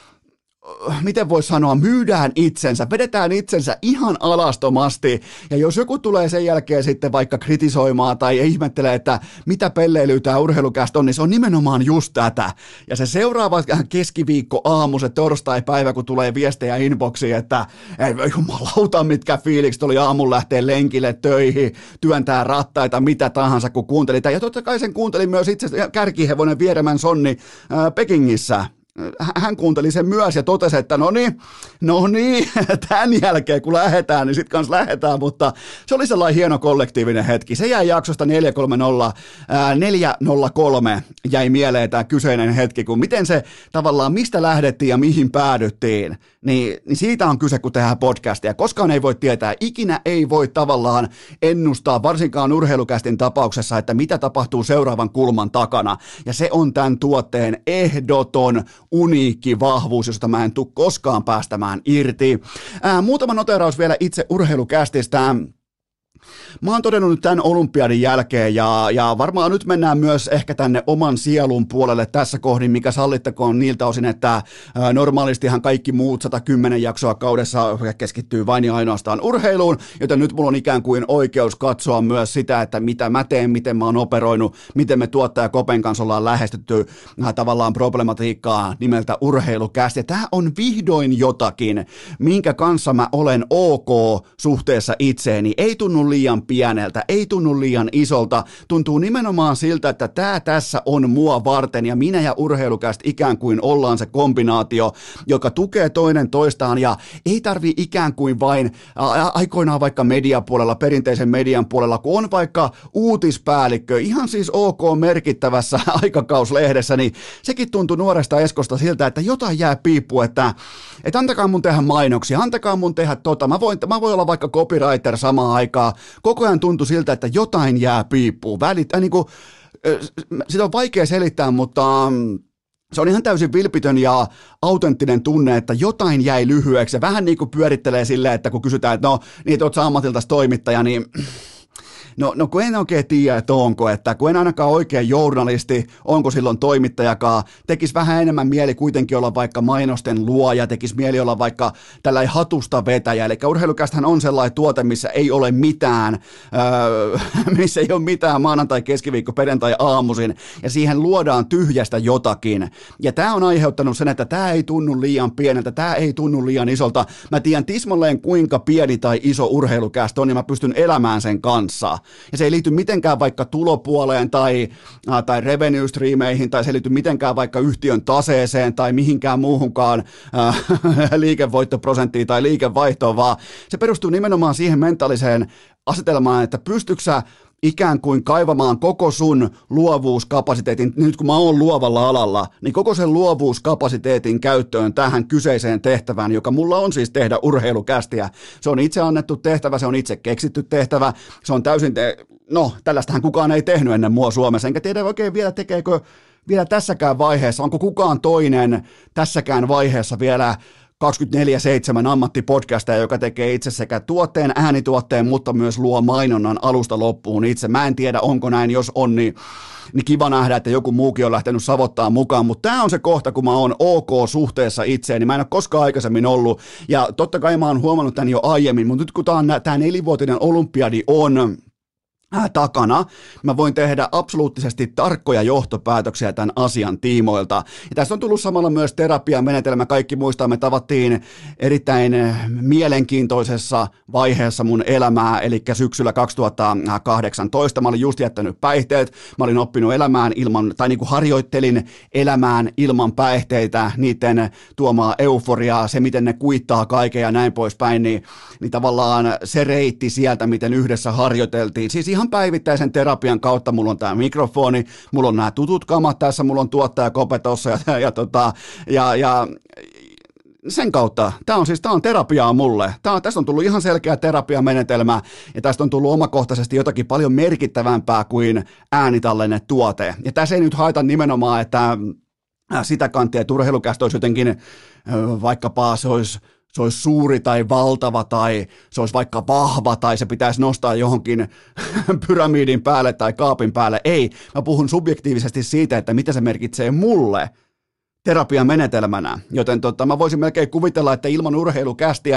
miten voisi sanoa, myydään itsensä, vedetään itsensä ihan alastomasti, ja jos joku tulee sen jälkeen sitten vaikka kritisoimaan tai ihmettelee, että mitä pelleilyä tämä urheilukästä on, niin se on nimenomaan just tätä. Ja se seuraava keskiviikko aamu, se torstai-päivä, kun tulee viestejä inboxiin, että ei jumalauta, mitkä fiilikset oli aamun lähteä lenkille, töihin, työntää rattaita, mitä tahansa, kun kuuntelin. Ja totta kai sen kuuntelin myös itse kärkihevonen Vieremän Sonni Pekingissä. Hän kuunteli sen myös ja totesi, että no niin, tämän jälkeen kun lähdetään, niin sitten kanssa lähdetään, mutta se oli sellainen hieno kollektiivinen hetki. Se jäi jaksosta 403 jäi mieleen tämä kyseinen hetki, kun miten se tavallaan, mistä lähdettiin ja mihin päädyttiin, niin siitä on kyse, kun tehdään podcastia. Koskaan ei voi tietää, ikinä ei voi tavallaan ennustaa, varsinkaan urheilukästin tapauksessa, että mitä tapahtuu seuraavan kulman takana, ja se on tämän tuotteen ehdoton uniikki vahvuus, josta mä en tule koskaan päästämään irti. Muutama noteraus vielä itse urheilukästistä. Mä oon todennut nyt tämän olympiadin jälkeen, ja varmaan nyt mennään myös ehkä tänne oman sielun puolelle tässä kohdin, mikä sallittakoon niiltä osin, että normaalistihan kaikki muut 110 jaksoa kaudessa keskittyy vain ja ainoastaan urheiluun, joten nyt mulla on ikään kuin oikeus katsoa myös sitä, että mitä mä teen, miten mä oon operoinut, miten me tuottaja Kopen kanssa ollaan lähestytty tavallaan problematiikkaa nimeltä urheilukästi. Ja tää on vihdoin jotakin, minkä kanssa mä olen ok suhteessa itseeni. Ei tunnu liian pieneltä, ei tunnu liian isolta, tuntuu nimenomaan siltä, että tämä tässä on mua varten, ja minä ja urheilukästä ikään kuin ollaan se kombinaatio, joka tukee toinen toistaan, ja ei tarvi ikään kuin vain aikoinaan vaikka mediapuolella, perinteisen median puolella, kun on vaikka uutispäällikkö, ihan siis ok merkittävässä aikakauslehdessä, niin sekin tuntui nuoresta Eskosta siltä, että jotain jää piippu, että antakaa mun tehdä mainoksia, antakaa mun tehdä mä voin olla vaikka copywriter samaan aikaan, koko ajan tuntui siltä, että jotain jää piippuun. Sitä on vaikea selittää, mutta se on ihan täysin vilpitön ja autenttinen tunne, että jotain jäi lyhyeksi ja vähän niin kuin pyörittelee silleen, että kun kysytään, että no niin, että oot sä ammatiltasi toimittaja, niin No kun en oikein tiedä, että onko, että kun en ainakaan oikein journalisti, onko silloin toimittajakaan, tekisi vähän enemmän mieli kuitenkin olla vaikka mainosten luoja, tekisi mieli olla vaikka tällainen hatusta vetäjä, eli Urheilukästähän on sellainen tuote, missä ei ole mitään, maanantai, keskiviikko, perjantai, aamuisin, ja siihen luodaan tyhjästä jotakin, ja tämä on aiheuttanut sen, että tämä ei tunnu liian pieneltä, tämä ei tunnu liian isolta, mä tiedän tismalleen kuinka pieni tai iso Urheilukästä on, ja mä pystyn elämään sen kanssa. Ja se ei liity mitenkään vaikka tulopuoleen tai revenue-striimeihin, tai se ei liity mitenkään vaikka yhtiön taseeseen tai mihinkään muuhunkaan liikevoittoprosenttiin tai liikevaihtoon, vaan se perustuu nimenomaan siihen mentaaliseen asetelmaan, että pystytkö sä ikään kuin kaivamaan koko sun luovuuskapasiteetin, nyt kun mä oon luovalla alalla, niin koko sen luovuuskapasiteetin käyttöön tähän kyseiseen tehtävään, joka mulla on siis tehdä urheilukästiä. Se on itse annettu tehtävä, se on itse keksitty tehtävä, se on täysin, tällaistähän kukaan ei tehnyt ennen mua Suomessa, enkä tiedä oikein vielä tekeekö vielä tässäkään vaiheessa, onko kukaan toinen tässäkään vaiheessa vielä 24/7 ammattipodcastaja, joka tekee itse sekä äänituotteen, mutta myös luo mainonnan alusta loppuun itse. Mä en tiedä, onko näin, jos on, niin kiva nähdä, että joku muukin on lähtenyt savottaa mukaan, mutta tämä on se kohta, kun mä oon ok suhteessa itseen, niin mä en ole koskaan aikaisemmin ollut, ja totta kai mä oon huomannut tämän jo aiemmin, mutta nyt kun tämä 4-vuotinen olympiadi on takana, mä voin tehdä absoluuttisesti tarkkoja johtopäätöksiä tämän asian tiimoilta. Ja tästä on tullut samalla myös terapiamenetelmä. Kaikki muistaa, me tavattiin erittäin mielenkiintoisessa vaiheessa mun elämää, eli syksyllä 2018. Mä olin just jättänyt päihteet, mä olin oppinut elämään harjoittelin elämään ilman päihteitä, niiden tuomaa euforiaa, se miten ne kuittaa kaiken ja näin poispäin, niin tavallaan se reitti sieltä, miten yhdessä harjoiteltiin. Siis ihan päivittäisen terapian kautta mulla on tämä mikrofoni, mulla on nämä tutut kamat tässä, mulla on tuottaja Kope tossa ja sen kautta, tämä on terapiaa mulle. Tästä on tullut ihan selkeä terapiamenetelmä ja tästä on tullut omakohtaisesti jotakin paljon merkittävämpää kuin äänitallennetuote. Ja tässä ei nyt haeta nimenomaan, että sitä kanttia, että urheilukästä olisi jotenkin vaikkapa se olisi suuri tai valtava tai se olisi vaikka vahva tai se pitäisi nostaa johonkin pyramidin päälle tai kaapin päälle. Ei, mä puhun subjektiivisesti siitä, että mitä se merkitsee mulle terapian menetelmänä. Joten mä voisin melkein kuvitella, että ilman urheilukästiä,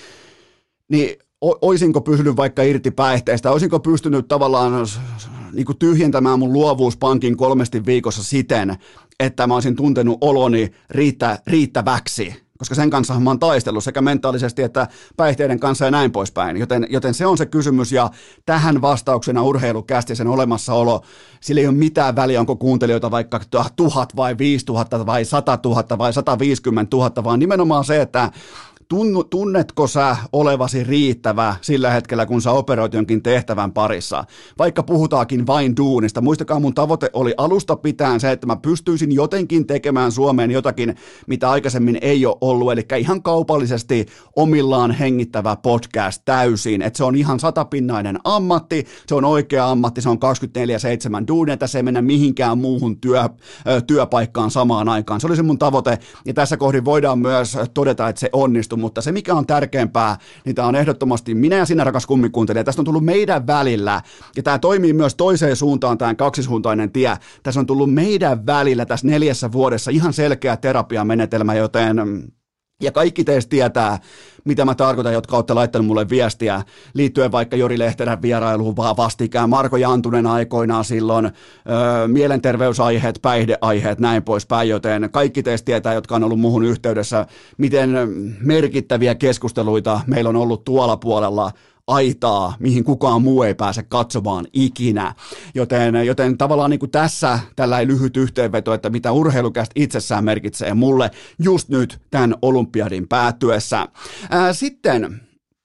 niin oisinko pysynyt vaikka irti päihteistä, oisinko pystynyt tavallaan niin kuin tyhjentämään mun luovuuspankin 3 viikossa siten, että mä olisin tuntenut oloni riittäväksi. Koska sen kanssa mä oon taistellut sekä mentaalisesti että päihteiden kanssa ja näin poispäin. Joten se on se kysymys ja tähän vastauksena urheilukästi sen olemassaolo, sillä ei ole mitään väliä, onko kuuntelijoita vaikka 1000 vai 5000 vai 100 000 vai 150 000, vaan nimenomaan se, että tunnetko sä olevasi riittävä sillä hetkellä, kun sä operoit jonkin tehtävän parissa? Vaikka puhutaankin vain duunista. Muistakaa, mun tavoite oli alusta pitäen se, että mä pystyisin jotenkin tekemään Suomeen jotakin, mitä aikaisemmin ei ole ollut. Eli ihan kaupallisesti omillaan hengittävä podcast täysin. Että se on ihan 100-pinnainen ammatti, se on oikea ammatti, se on 24/7 duuni, että se ei mennä mihinkään muuhun työpaikkaan samaan aikaan. Se oli se mun tavoite, ja tässä kohdin voidaan myös todeta, että se onnistuu. Mutta se, mikä on tärkeämpää, niin tämä on ehdottomasti minä ja sinä, rakas kummikuuntelija. Tästä on tullut meidän välillä, ja tämä toimii myös toiseen suuntaan, tämä kaksisuuntainen tie. Tässä on tullut meidän välillä tässä 4 vuodessa ihan selkeä terapiamenetelmä, joten ja kaikki teistä tietää, mitä mä tarkoitan, jotka olette laittaneet mulle viestiä liittyen vaikka Jori Lehterän vierailuun vastikään, Marko Jantunen aikoinaan silloin, mielenterveysaiheet, päihdeaiheet, näin poispäin, joten kaikki teistä tietää, jotka on ollut muuhun yhteydessä, miten merkittäviä keskusteluita meillä on ollut tuolla puolella aitaa, mihin kukaan muu ei pääse katsomaan ikinä. Joten tavallaan niin kuin tässä tällainen lyhyt yhteenveto, että mitä urheilukästä itsessään merkitsee mulle just nyt tämän olympiadin päättyessä. Sitten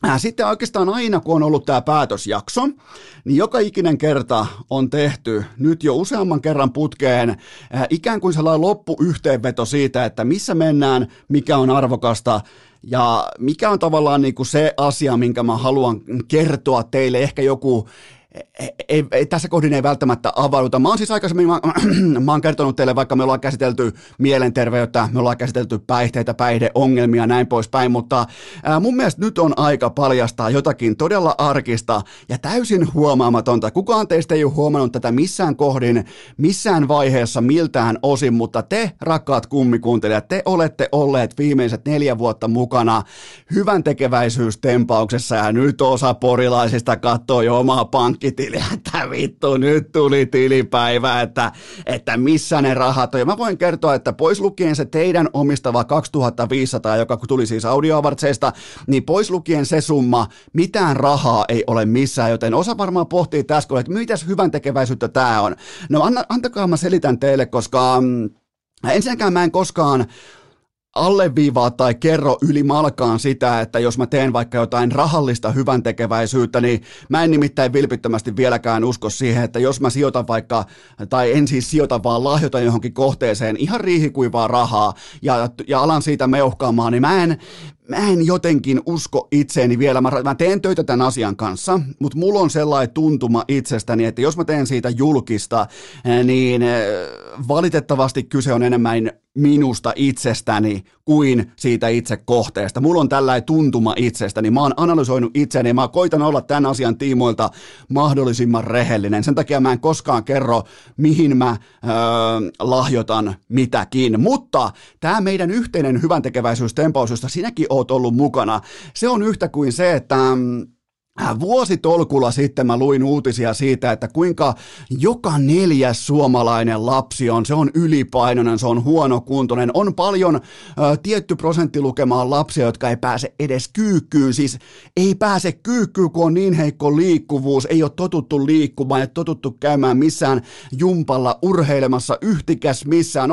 Sitten oikeastaan aina, kun on ollut tämä päätösjakso, niin joka ikinen kerta on tehty nyt jo useamman kerran putkeen ikään kuin sellainen loppuyhteenveto siitä, että missä mennään, mikä on arvokasta ja mikä on tavallaan niin kuin se asia, minkä mä haluan kertoa teille. Ehkä joku, ei, tässä kohdin ei välttämättä avauduta. Mä oon siis aikaisemmin, mä oon kertonut teille, vaikka me ollaan käsitelty mielenterveyttä, me ollaan käsitelty päihteitä, päihdeongelmia, näin poispäin, mutta mun mielestä nyt on aika paljastaa jotakin todella arkista ja täysin huomaamatonta. Kukaan teistä ei ole huomannut tätä missään kohdin, missään vaiheessa, miltään osin, mutta te, rakkaat kummikuuntelijat, te olette olleet viimeiset 4 vuotta mukana hyvän tekeväisyystempauksessa ja nyt osa porilaisista katsoo jo omaa pankkitiliä, että vittu, nyt tuli tilipäivä, että missä ne rahat on. Ja mä voin kertoa, että pois lukien se teidän omistava 2500, joka tuli siis audioavartseista, niin pois lukien se summa, mitään rahaa ei ole missään, joten osa varmaan pohtii tässä, että mitäs hyvän tekeväisyyttä tää on. No antakaa mä selitän teille, koska ensinnäkään mä en koskaan alleviivaa tai kerro ylimalkaan sitä, että jos mä teen vaikka jotain rahallista hyvän tekeväisyyttä, niin mä en nimittäin vilpittömästi vieläkään usko siihen, että jos mä sijoitan vaikka, tai en siis sijoita, vaan lahjoitan johonkin kohteeseen ihan riihikuivaa rahaa ja alan siitä meuhkaamaan, niin mä en jotenkin usko itseeni vielä. Mä teen töitä tämän asian kanssa, mutta mulla on sellainen tuntuma itsestäni, että jos mä teen siitä julkista, niin valitettavasti kyse on enemmän minusta itsestäni kuin siitä itse kohteesta. Mulla on tällainen tuntuma itsestäni. Mä oon analysoinut itseäni ja mä koitan olla tämän asian tiimoilta mahdollisimman rehellinen. Sen takia mä en koskaan kerro, mihin mä lahjoitan mitäkin. Mutta tämä meidän yhteinen hyväntekeväisyystempaus, josta sinäkin oot ollut mukana, se on yhtä kuin se, että vuositolkulla sitten mä luin uutisia siitä, että kuinka joka 4. suomalainen lapsi se on ylipainoinen, se on huonokuntoinen, on paljon tietty prosenttilukemaan lapsia, jotka ei pääse edes kyykkyyn, siis ei pääse kyykkyyn, kun on niin heikko liikkuvuus, ei ole totuttu liikkumaan, ei ole totuttu käymään missään jumpalla, urheilemassa, yhtikäs missään,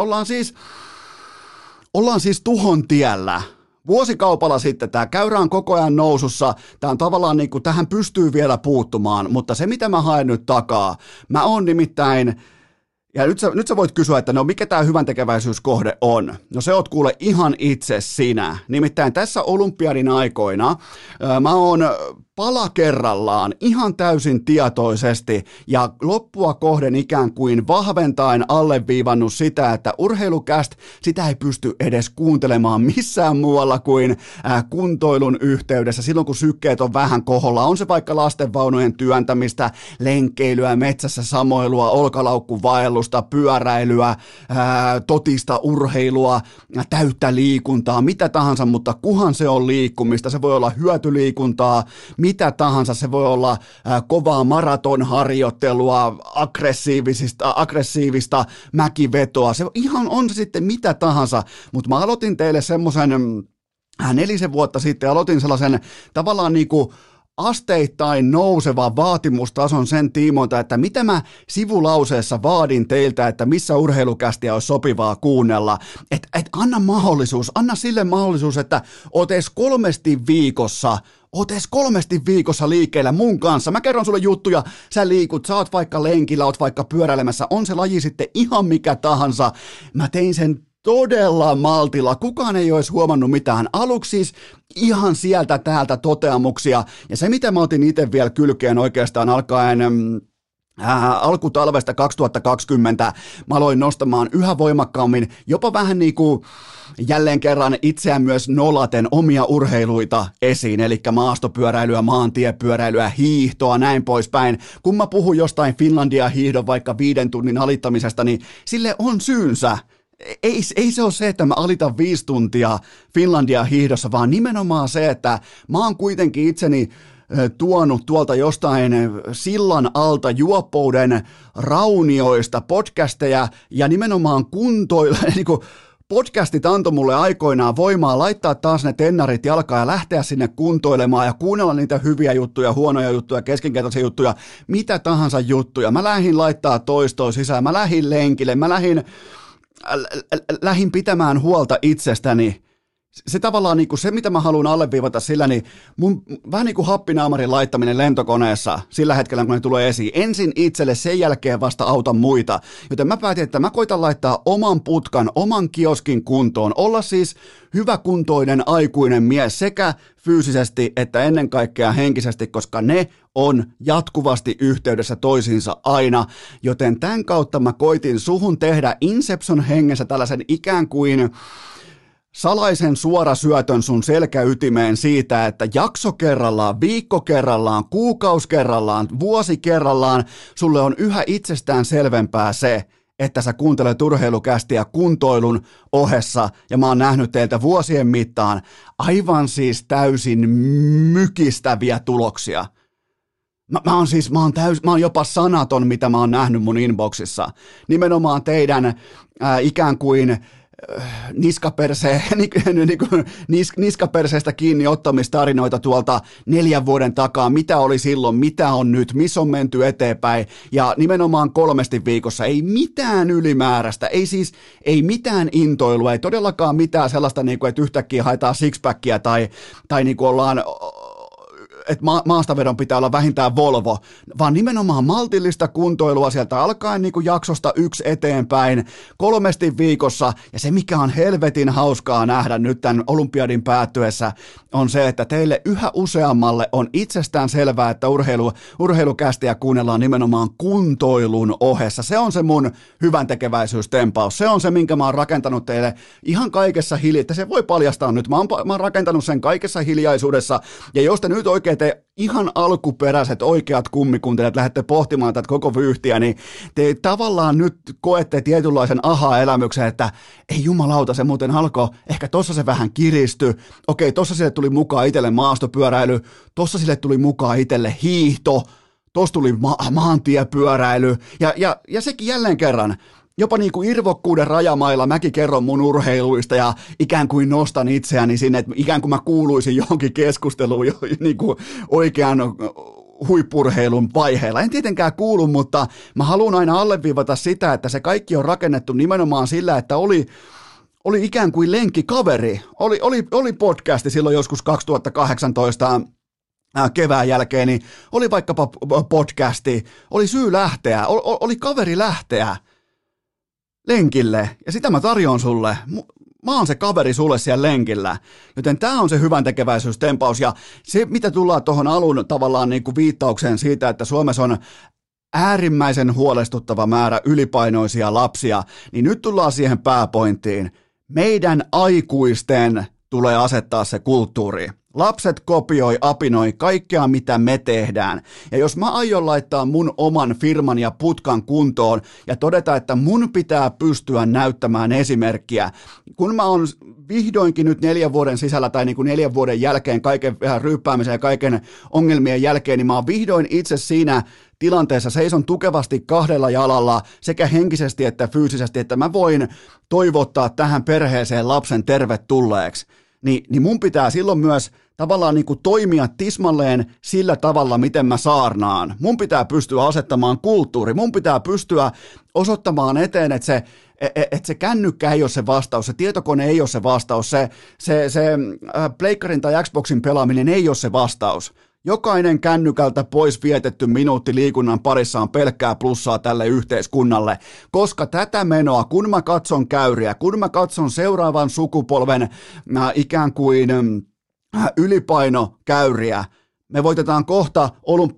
ollaan siis tuhon tiellä. Vuosikaupalla sitten tämä käyrä on koko ajan nousussa, tämä on tavallaan niin kuin, tähän pystyy vielä puuttumaan, mutta se mitä mä haen nyt takaa, mä oon nimittäin, ja nyt sä voit kysyä, että no mikä tämä hyväntekeväisyyskohde on? No se oot kuule ihan itse sinä, nimittäin tässä olympiadin aikoina mä oon pala kerrallaan ihan täysin tietoisesti ja loppua kohden ikään kuin vahventaen alleviivannut sitä, että urheilucast, sitä ei pysty edes kuuntelemaan missään muualla kuin kuntoilun yhteydessä silloin, kun sykkeet on vähän koholla. On se vaikka lastenvaunujen työntämistä, lenkkeilyä, metsässä samoilua, olkalaukkuvaellusta, pyöräilyä, totista urheilua, täyttä liikuntaa, mitä tahansa, mutta kuhan se on liikkumista, se voi olla hyötyliikuntaa, mitä tahansa, se voi olla kovaa maratonharjoittelua, aggressiivista mäkivetoa, se ihan on se sitten mitä tahansa, mutta mä aloitin teille semmoisen 4 vuotta sitten, aloitin sellaisen tavallaan niinku asteittain nouseva vaatimustason sen tiimoilta, että mitä mä sivulauseessa vaadin teiltä, että missä urheilukästiä olisi sopivaa kuunnella. Anna sille mahdollisuus, että oot edes 3 viikossa liikkeellä mun kanssa. Mä kerron sulle juttuja, sä liikut, sä oot vaikka lenkillä, oot vaikka pyöräilemässä, on se laji sitten ihan mikä tahansa. Mä tein sen todella maltilla. Kukaan ei olisi huomannut mitään. Aluksi siis ihan sieltä täältä toteamuksia. Ja se, mitä mä otin itse vielä kylkeen oikeastaan alkaen alkutalvesta 2020, mä aloin nostamaan yhä voimakkaammin, jopa vähän niin kuin jälleen kerran itseään myös nolaten omia urheiluita esiin, eli maastopyöräilyä, maantiepyöräilyä, hiihtoa, näin poispäin. Kun mä puhun jostain Finlandia-hiihdon vaikka 5 tunnin alittamisesta, niin sille on syynsä. Ei se ole se, että mä alitan 5 tuntia Finlandia hiihdossa, vaan nimenomaan se, että mä oon kuitenkin itseni tuonut tuolta jostain sillan alta juoppouden raunioista podcasteja ja nimenomaan niin kuin podcastit antoi mulle aikoinaan voimaa laittaa taas ne tennarit jalkaan ja lähteä sinne kuntoilemaan ja kuunnella niitä hyviä juttuja, huonoja juttuja, keskinkertaisia juttuja, mitä tahansa juttuja. Mä lähdin laittaa toistoa sisään, mä lähdin lenkille, mä lähdin pitämään huolta itsestäni se tavallaan niin kuin se, mitä mä haluan alleviivata sillä, niin mun vähän niin kuin happinaamarin laittaminen lentokoneessa sillä hetkellä, kun ne tulee esiin. Ensin itselle, sen jälkeen vasta auta muita. Joten mä päätin, että mä koitan laittaa oman putkan, oman kioskin kuntoon. Olla siis hyväkuntoinen aikuinen mies sekä fyysisesti että ennen kaikkea henkisesti, koska ne on jatkuvasti yhteydessä toisiinsa aina. Joten tämän kautta mä koitin suhun tehdä Inception hengessä tällaisen ikään kuin salaisen suorasyötön sun selkäytimeen siitä, että jakso kerrallaan, viikko kerrallaan, kuukausi kerrallaan, vuosi kerrallaan, sulle on yhä itsestään selvempää se, että sä kuuntelet urheilukästiä kuntoilun ohessa, ja mä oon nähnyt teiltä vuosien mittaan aivan siis täysin mykistäviä tuloksia. Mä oon jopa sanaton, mitä mä oon nähnyt mun inboxissa. Nimenomaan teidän ikään kuin niskaperseestä kiinni ottamistarinoita tuolta 4 vuoden takaa, mitä oli silloin, mitä on nyt, missä on menty eteenpäin, ja nimenomaan 3 viikossa, ei mitään ylimääräistä, ei mitään intoilua, ei todellakaan mitään sellaista, että yhtäkkiä haetaan sixpackia tai ollaan että maastavedon pitää olla vähintään Volvo, vaan nimenomaan maltillista kuntoilua sieltä alkaen niin kuin jaksosta 1 eteenpäin 3 viikossa, ja se mikä on helvetin hauskaa nähdä nyt tämän olympiadin päättyessä on se, että teille yhä useammalle on itsestään selvää, että urheilukästiä kuunnellaan nimenomaan kuntoilun ohessa. Se on se mun hyvän tekeväisyystempaus, se on se, minkä mä oon rakentanut teille ihan kaikessa se voi paljastaa nyt, mä oon rakentanut sen kaikessa hiljaisuudessa, ja jos te nyt oikein te ihan alkuperäiset oikeat kummikuuntelijat lähdette pohtimaan tätä koko vyyhtiä, niin te tavallaan nyt koette tietynlaisen aha-elämyksen, että ei jumalauta, se muuten alkoi, ehkä tossa se vähän kiristyi, okei, tossa sille tuli mukaan itselle maastopyöräily, tossa sille tuli mukaan itselle hiihto, tossa tuli maantiepyöräily, ja sekin jälleen kerran, jopa niin kuin irvokkuuden rajamailla mäkin kerron mun urheiluista ja ikään kuin nostan itseäni sinne, että ikään kuin mä kuuluisin johonkin keskusteluun niin kuin oikean huippurheilun vaiheella. En tietenkään kuulu, mutta mä haluan aina alleviivata sitä, että se kaikki on rakennettu nimenomaan sillä, että oli ikään kuin lenkkikaveri. Oli podcasti silloin joskus 2018 kevään jälkeen, niin oli vaikkapa podcasti, oli syy lähteä, oli kaveri lähteä lenkille, ja sitä mä tarjoan sulle. Mä oon se kaveri sulle siellä lenkillä, joten tää on se hyvän tekeväisyystempaus, ja se mitä tullaan tuohon alun tavallaan niin kuin viittaukseen siitä, että Suomessa on äärimmäisen huolestuttava määrä ylipainoisia lapsia, niin nyt tullaan siihen pääpointtiin. Meidän aikuisten tulee asettaa se kulttuuri. Lapset kopioi, apinoi kaikkea, mitä me tehdään. Ja jos mä aion laittaa mun oman firman ja putkan kuntoon ja todeta, että mun pitää pystyä näyttämään esimerkkiä, kun mä oon vihdoinkin nyt 4 vuoden sisällä tai niin kuin 4 vuoden jälkeen kaiken ryyppäämisen ja kaiken ongelmien jälkeen, niin mä oon vihdoin itse siinä tilanteessa seison tukevasti 2 jalalla sekä henkisesti että fyysisesti, että mä voin toivottaa tähän perheeseen lapsen tervetulleeksi. Niin mun pitää silloin myös tavallaan niin kuin toimia tismalleen sillä tavalla, miten mä saarnaan. Mun pitää pystyä asettamaan kulttuuri, mun pitää pystyä osoittamaan eteen, että se kännykkä ei ole se vastaus, se tietokone ei ole se vastaus, se pleikkarin tai Xboxin pelaaminen ei ole se vastaus. Jokainen kännykältä pois vietetty minuutti liikunnan parissa on pelkkää plussaa tälle yhteiskunnalle, koska tätä menoa, kun mä katson käyriä, kun mä katson seuraavan sukupolven ikään kuin ylipainokäyriä, me voitetaan kohta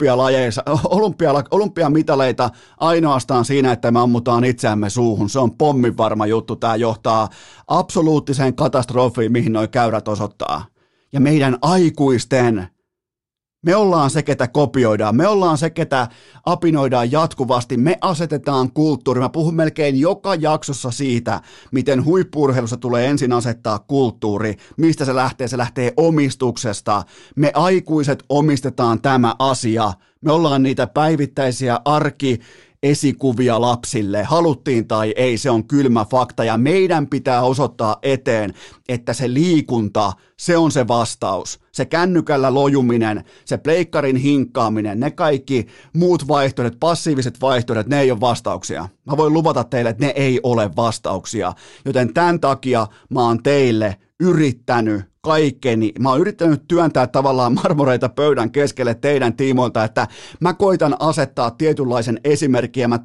olympiamitaleita ainoastaan siinä, että me ammutaan itseämme suuhun. Se on pomminvarma juttu, tämä johtaa absoluuttiseen katastrofiin, mihin noi käyrät osoittaa. Ja meidän aikuisten, me ollaan se, ketä kopioidaan, me ollaan se, ketä apinoidaan jatkuvasti, me asetetaan kulttuuri. Mä puhun melkein joka jaksossa siitä, miten huippu-urheilussa tulee ensin asettaa kulttuuri, mistä se lähtee omistuksesta. Me aikuiset omistetaan tämä asia, me ollaan niitä päivittäisiä esikuvia lapsille, haluttiin tai ei, se on kylmä fakta ja meidän pitää osoittaa eteen, että se liikunta, se on se vastaus. Se kännykällä lojuminen, se pleikkarin hinkkaaminen, ne kaikki muut vaihtoehdot, passiiviset vaihtoehdot, ne ei ole vastauksia. Mä voin luvata teille, että ne ei ole vastauksia, joten tämän takia mä oon teille yrittänyt kaikkeni. Mä oon yrittänyt työntää tavallaan marmoreita pöydän keskelle teidän tiimoilta, että mä koitan asettaa tietynlaisen esimerkin ja mä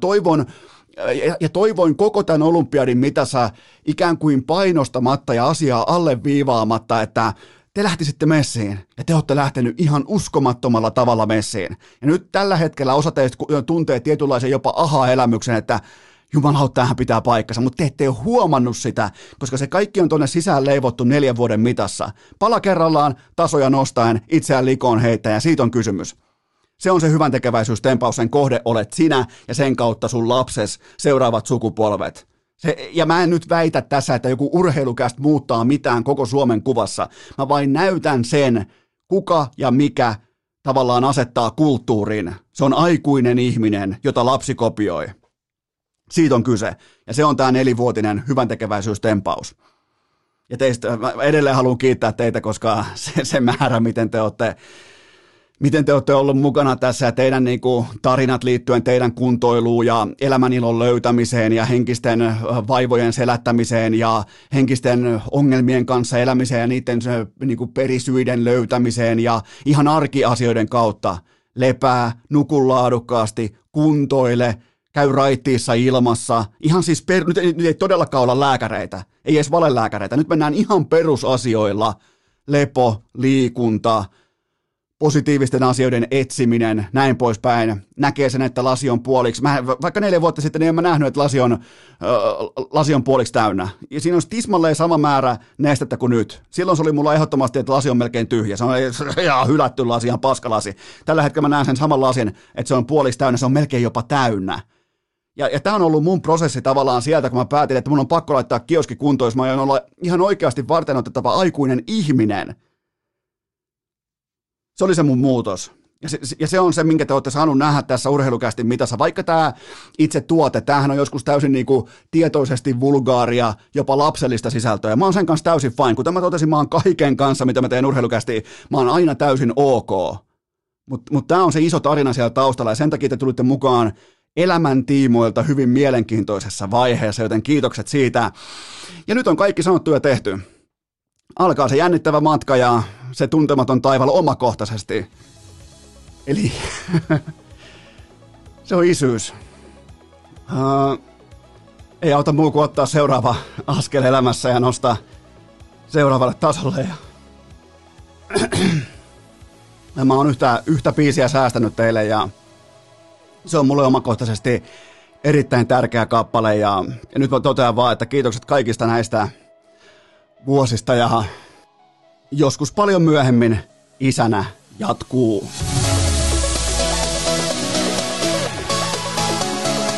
toivoin koko tämän olympiadin mitassa ikään kuin painostamatta ja asiaa alleviivaamatta, että te lähtisitte messiin ja te olette lähtenyt ihan uskomattomalla tavalla messiin. Ja nyt tällä hetkellä osa teistä tuntee tietynlaisen jopa aha-elämyksen, että jumalauta, tämähän pitää paikkansa, mutta te ette ole huomannut sitä, koska se kaikki on tuonne sisään leivottu 4 vuoden mitassa. Pala kerrallaan, tasoja nostaen, itseään likoon heittäen ja siitä on kysymys. Se on se hyvän tekeväisyystempaus, sen kohde olet sinä ja sen kautta sun lapses seuraavat sukupolvet. Ja mä en nyt väitä tässä, että joku urheilukästä muuttaa mitään koko Suomen kuvassa. Mä vain näytän sen, kuka ja mikä tavallaan asettaa kulttuurin. Se on aikuinen ihminen, jota lapsi kopioi. Siitä on kyse. Ja se on tämä 4-vuotinen hyvän tekeväisyystempaus. Ja teistä mä edelleen haluan kiittää teitä, koska se määrä, miten te olette ollut mukana tässä ja teidän tarinat liittyen teidän kuntoiluun ja elämänilon löytämiseen ja henkisten vaivojen selättämiseen ja henkisten ongelmien kanssa elämiseen ja niiden perisyiden löytämiseen ja ihan arkiasioiden kautta. Lepää, nuku laadukkaasti, kuntoile, käy raittiissa ilmassa. Ihan siis, nyt ei todellakaan olla lääkäreitä, ei edes valelääkäreitä. Nyt mennään ihan perusasioilla. Lepo, liikunta, positiivisten asioiden etsiminen, näin poispäin, näkee sen, että lasi on puoliksi. Vaikka 4 vuotta sitten niin en mä nähnyt, että lasi on puoliksi täynnä. Ja siinä on tismalleen sama määrä nestettä kuin nyt. Silloin se oli mulla ehdottomasti, että lasi on melkein tyhjä. Se on ihan hylätty lasi, ihan paskalasi. Tällä hetkellä mä näen sen saman lasin, että se on puoliksi täynnä, se on melkein jopa täynnä. Ja tämä on ollut mun prosessi tavallaan sieltä, kun mä päätin, että mun on pakko laittaa kioski kuntoon, jos mä aion olla ihan oikeasti varteenotettava aikuinen ihminen. Se oli se mun muutos. Ja se on se, minkä te olette saanut nähdä tässä urheilukästin mitassa. Vaikka tämä itse tuote, tämähän on joskus täysin tietoisesti vulgaaria, jopa lapsellista sisältöä. Mä oon sen kanssa täysin fine. Kuten mä totesin, mä oon kaiken kanssa, mitä mä teen urheilukästiin, mä oon aina täysin ok. Mutta tämä on se iso tarina siellä taustalla ja sen takia te tulitte mukaan elämän tiimoilta hyvin mielenkiintoisessa vaiheessa, joten kiitokset siitä. Ja nyt on kaikki sanottu ja tehty. Alkaa se jännittävä matka ja se tuntematon taivaalla omakohtaisesti. Eli se on isyys. Ei auta muu kuin ottaa seuraava askel elämässä ja nostaa seuraavalle tasolle. Ja mä oon yhtä biisiä säästänyt teille ja se on mulle omakohtaisesti erittäin tärkeä kappale. Ja nyt mä totean vaan, että kiitokset kaikista näistä vuosista ja joskus paljon myöhemmin isänä jatkuu.